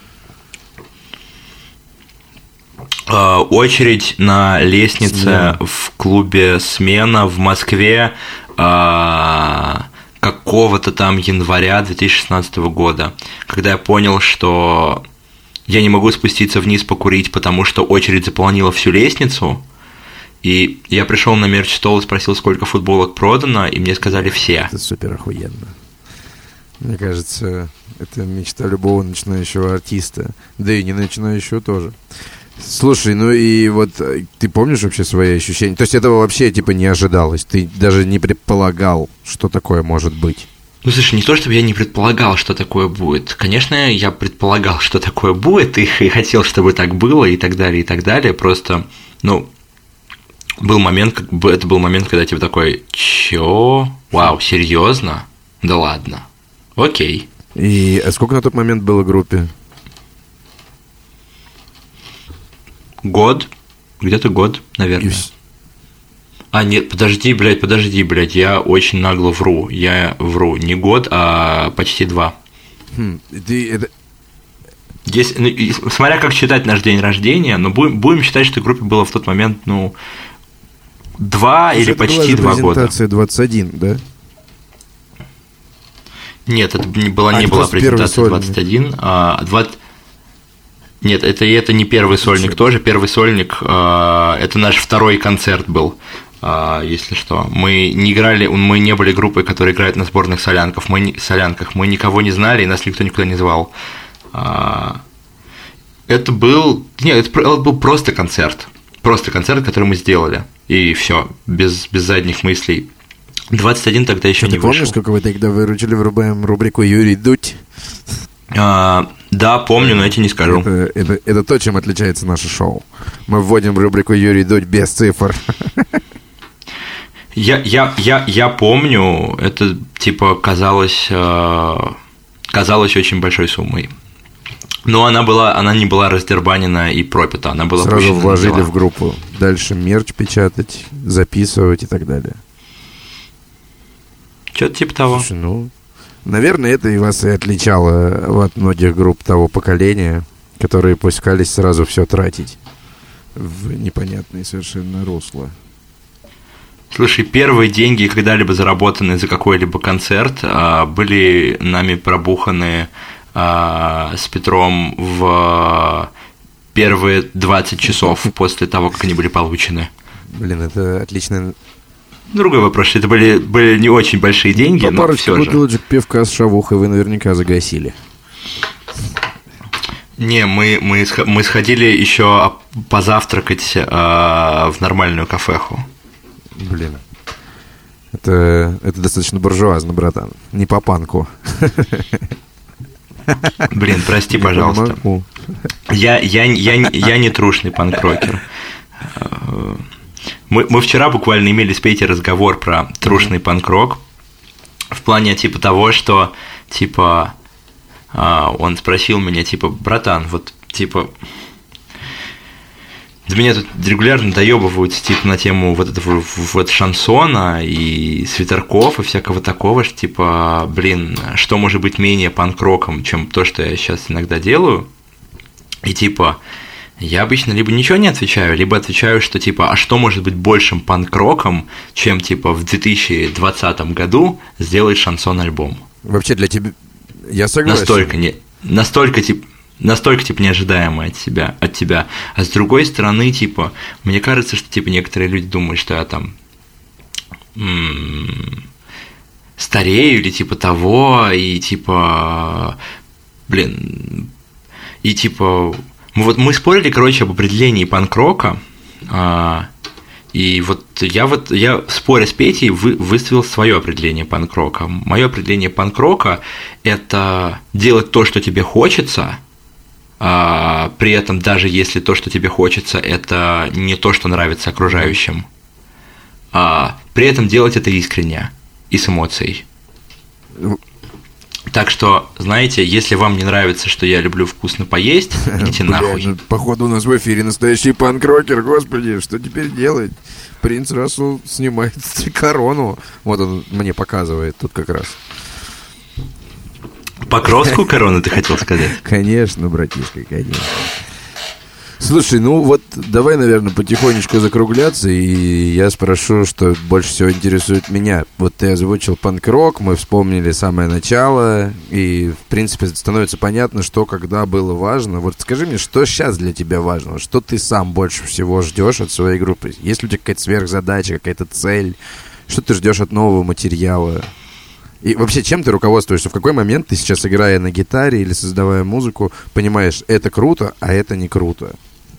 Speaker 2: Uh, очередь на лестнице
Speaker 1: Смена.
Speaker 2: В клубе «Смена» в Москве uh, какого-то там января две тысячи шестнадцатого года, когда я понял, что я не могу спуститься вниз покурить, потому что очередь заполонила всю лестницу, и я пришел на мерч-стол и спросил, сколько футболок продано, и мне сказали все.
Speaker 1: Это супер охуенно. Мне кажется, это мечта любого начинающего артиста, да и не начинающего тоже. Слушай, ну и вот ты помнишь вообще свои ощущения? То есть этого вообще типа не ожидалось? Ты даже не предполагал, что такое может быть?
Speaker 2: Ну, слушай, не то, чтобы я не предполагал, что такое будет. Конечно, я предполагал, что такое будет, и, и хотел, чтобы так было, и так далее, и так далее. Просто, ну, был момент, как бы это был момент, когда типа такой, чё? Вау, серьезно? Да ладно. Окей.
Speaker 1: И а сколько на тот момент было группе?
Speaker 2: Год, где-то год, наверное. Yes. А, нет, подожди, блядь, подожди, блядь, я очень нагло вру. Я вру не год, а почти два.
Speaker 1: Хм, ты это...
Speaker 2: Если, ну, смотря как считать наш день рождения, но будем, будем считать, что группе было в тот момент, ну, два или почти два года.
Speaker 1: Презентация двадцать один, да?
Speaker 2: Нет, это не была, а, не была презентация двадцать один, а двадцать... Нет, это, это не первый сольник Черт. тоже. Первый сольник э, это наш второй концерт был, э, если что. Мы не играли, мы не были группой, которая играет на сборных солянках. Мы не, солянках. Мы никого не знали, и нас никто никуда не звал. Э, это был. Нет, это, это был просто концерт. Просто концерт, который мы сделали. И все, без, без задних мыслей. двадцать один тогда еще не вышел.
Speaker 1: Ты помнишь, сколько вы тогда выручили? Врубаем рубрику Юрий Дудь.
Speaker 2: А, да, помню, но я тебе не скажу.
Speaker 1: Это, это, это то, чем отличается наше шоу. Мы вводим рубрику Юрий Дудь без цифр.
Speaker 2: Я, я, я, я помню, это типа казалось... Э, казалась очень большой суммой. Но она была, она не была раздербанена и пропита, она была
Speaker 1: сразу вложили в группу. Дальше мерч печатать, записывать и так далее.
Speaker 2: Что-то типа того.
Speaker 1: Слушай, ну, наверное, это и вас и отличало от многих групп того поколения, которые пускались сразу все тратить в непонятные совершенно русла.
Speaker 2: Слушай, первые деньги, когда-либо заработанные за какой-либо концерт, были нами пробуханы с Петром в первые двадцать часов после того, как они были получены.
Speaker 1: Блин, это отлично.
Speaker 2: Другой вопрос, что это были, были не очень большие деньги, но все же.
Speaker 1: Бутылочек пивка с шавухой вы наверняка загасили.
Speaker 2: Не, мы, мы, мы сходили еще позавтракать э, в нормальную кафеху.
Speaker 1: Блин, это, это достаточно буржуазно, братан. Не по панку.
Speaker 2: Блин, прости, пожалуйста. Я, я, я, я не трушный панк-рокер. Мы, мы вчера буквально имели с Петей разговор про трушный панк-рок. В плане типа того, что типа он спросил меня, типа, братан, вот типа до меня тут регулярно доебываются типа на тему вот этого вот шансона и свитерков и всякого такого, что типа, блин, что может быть менее панк-роком, чем то, что я сейчас иногда делаю. И типа, я обычно либо ничего не отвечаю, либо отвечаю, что типа, а что может быть большим панк-роком, чем типа в две тысячи двадцатом году сделать шансон-альбом.
Speaker 1: Вообще для тебя, я согласен.
Speaker 2: Настолько не, настолько типа. Настолько, типа, неожидаемо от себя, от тебя. А с другой стороны, типа, мне кажется, что, типа, некоторые люди думают, что я там м-м, старею или типа того, и типа, блин, и типа, мы, вот мы спорили, короче, об определении панк-рока, а, и вот я вот, я споря с Петей вы, выставил свое определение панк-рока. Мое определение панк-рока – это делать то, что тебе хочется, а, при этом даже если то, что тебе хочется, это не то, что нравится окружающим, а, при этом делать это искренне и с эмоцией. Так что, знаете, если вам не нравится, что я люблю вкусно поесть, идите нахуй.
Speaker 1: Походу у нас в эфире настоящий панк-рокер, господи, что теперь делать? Принц Рассел снимает корону. Вот он мне показывает тут как раз.
Speaker 2: Покровскую корону, ты хотел сказать?
Speaker 1: Конечно, братишка, конечно. Слушай, ну вот давай, наверное, потихонечку закругляться, и я спрошу, что больше всего интересует меня. Вот ты озвучил панк-рок, мы вспомнили самое начало, и, в принципе, становится понятно, что когда было важно. Вот скажи мне, что сейчас для тебя важно? Что ты сам больше всего ждешь от своей группы? Есть ли у тебя какая-то сверхзадача, какая-то цель? Что ты ждешь от нового материала? И вообще, чем ты руководствуешься? В какой момент ты сейчас, играя на гитаре или создавая музыку, понимаешь, это круто, а это не круто?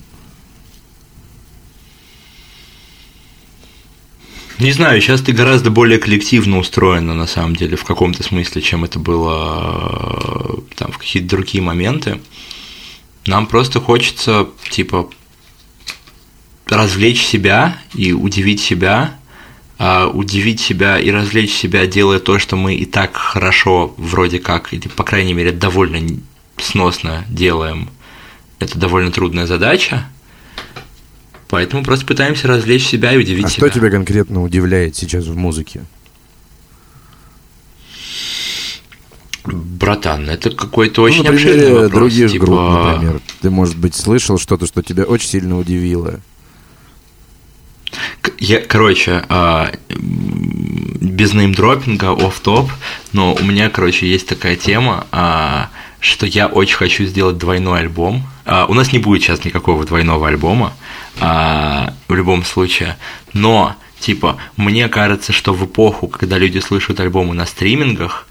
Speaker 2: Не знаю, сейчас ты гораздо более коллективно устроена, на самом деле, в каком-то смысле, чем это было там, в какие-то другие моменты. Нам просто хочется, типа, развлечь себя и удивить себя, а удивить себя и развлечь себя, делая то, что мы и так хорошо, вроде как, или, по крайней мере, довольно сносно делаем. Это довольно трудная задача. Поэтому просто пытаемся развлечь себя и удивить
Speaker 1: а
Speaker 2: себя.
Speaker 1: А что тебя конкретно удивляет сейчас в музыке?
Speaker 2: Братан, это какой-то очень
Speaker 1: ну,
Speaker 2: обширный вопрос.
Speaker 1: Других
Speaker 2: типа...
Speaker 1: групп, например. Ты, может быть, слышал что-то, что тебя очень сильно удивило?
Speaker 2: Я, короче, без неймдропинга, офф-топ, но у меня, короче, есть такая тема, что я очень хочу сделать двойной альбом. У нас не будет сейчас никакого двойного альбома, в любом случае, но, типа, мне кажется, что в эпоху, когда люди слышат альбомы на стримингах,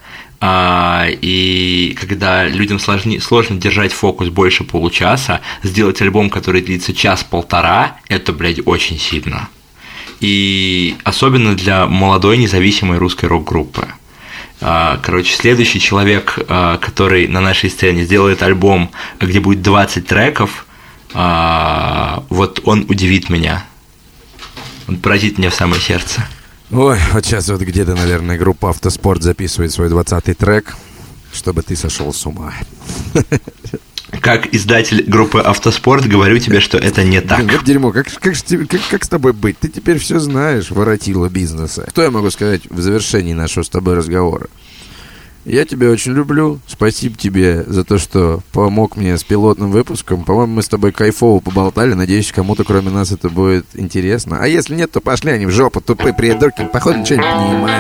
Speaker 2: и когда людям сложнее, сложно держать фокус больше получаса, сделать альбом, который длится час-полтора, это, блядь, очень сильно. И особенно для молодой независимой русской рок-группы. Короче, следующий человек, который на нашей сцене сделает альбом, где будет двадцать треков, вот он удивит меня. Он поразит меня в самое сердце.
Speaker 1: Ой, вот сейчас вот где-то, наверное, группа «Автоспорт» записывает свой двадцатый трек. чтобы ты сошел с ума.
Speaker 2: Как издатель группы «Автоспорт» говорю тебе, что это не так.
Speaker 1: Блин, вот дерьмо, как, как, как, как с тобой быть? Ты теперь все знаешь, воротила бизнеса. Что я могу сказать в завершении нашего с тобой разговора? Я тебя очень люблю. Спасибо тебе за то, что помог мне с пилотным выпуском. По-моему, мы с тобой кайфово поболтали. Надеюсь, кому-то кроме нас это будет интересно. А если нет, то пошли они в жопу, тупые придурки. Походу, ничего не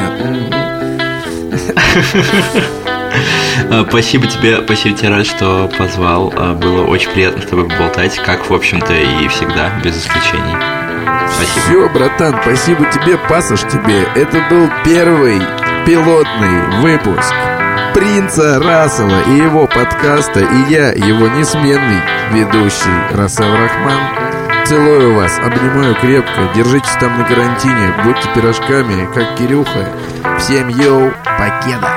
Speaker 1: понимают.
Speaker 2: Спасибо тебе, спасибо тебе, рад, что позвал. Было очень приятно с тобой поболтать, как, в общем-то, и всегда, без исключений. Спасибо.
Speaker 1: Все, братан, спасибо тебе, пассаж тебе. Это был первый пилотный выпуск Принца Рассела и его подкаста, и я, его несменный ведущий Рассел Рахман. Целую вас, обнимаю крепко, держитесь там на карантине, будьте пирожками, как Кирюха. Всем йоу, покеда.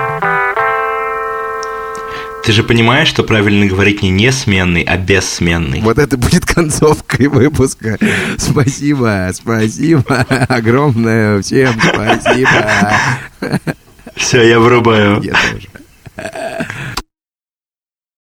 Speaker 2: Ты же понимаешь, что правильно говорить не несменный, а бессменный.
Speaker 1: Вот это будет концовкой выпуска. Спасибо, спасибо огромное всем, спасибо.
Speaker 2: Все, я врубаю.
Speaker 1: Я тоже.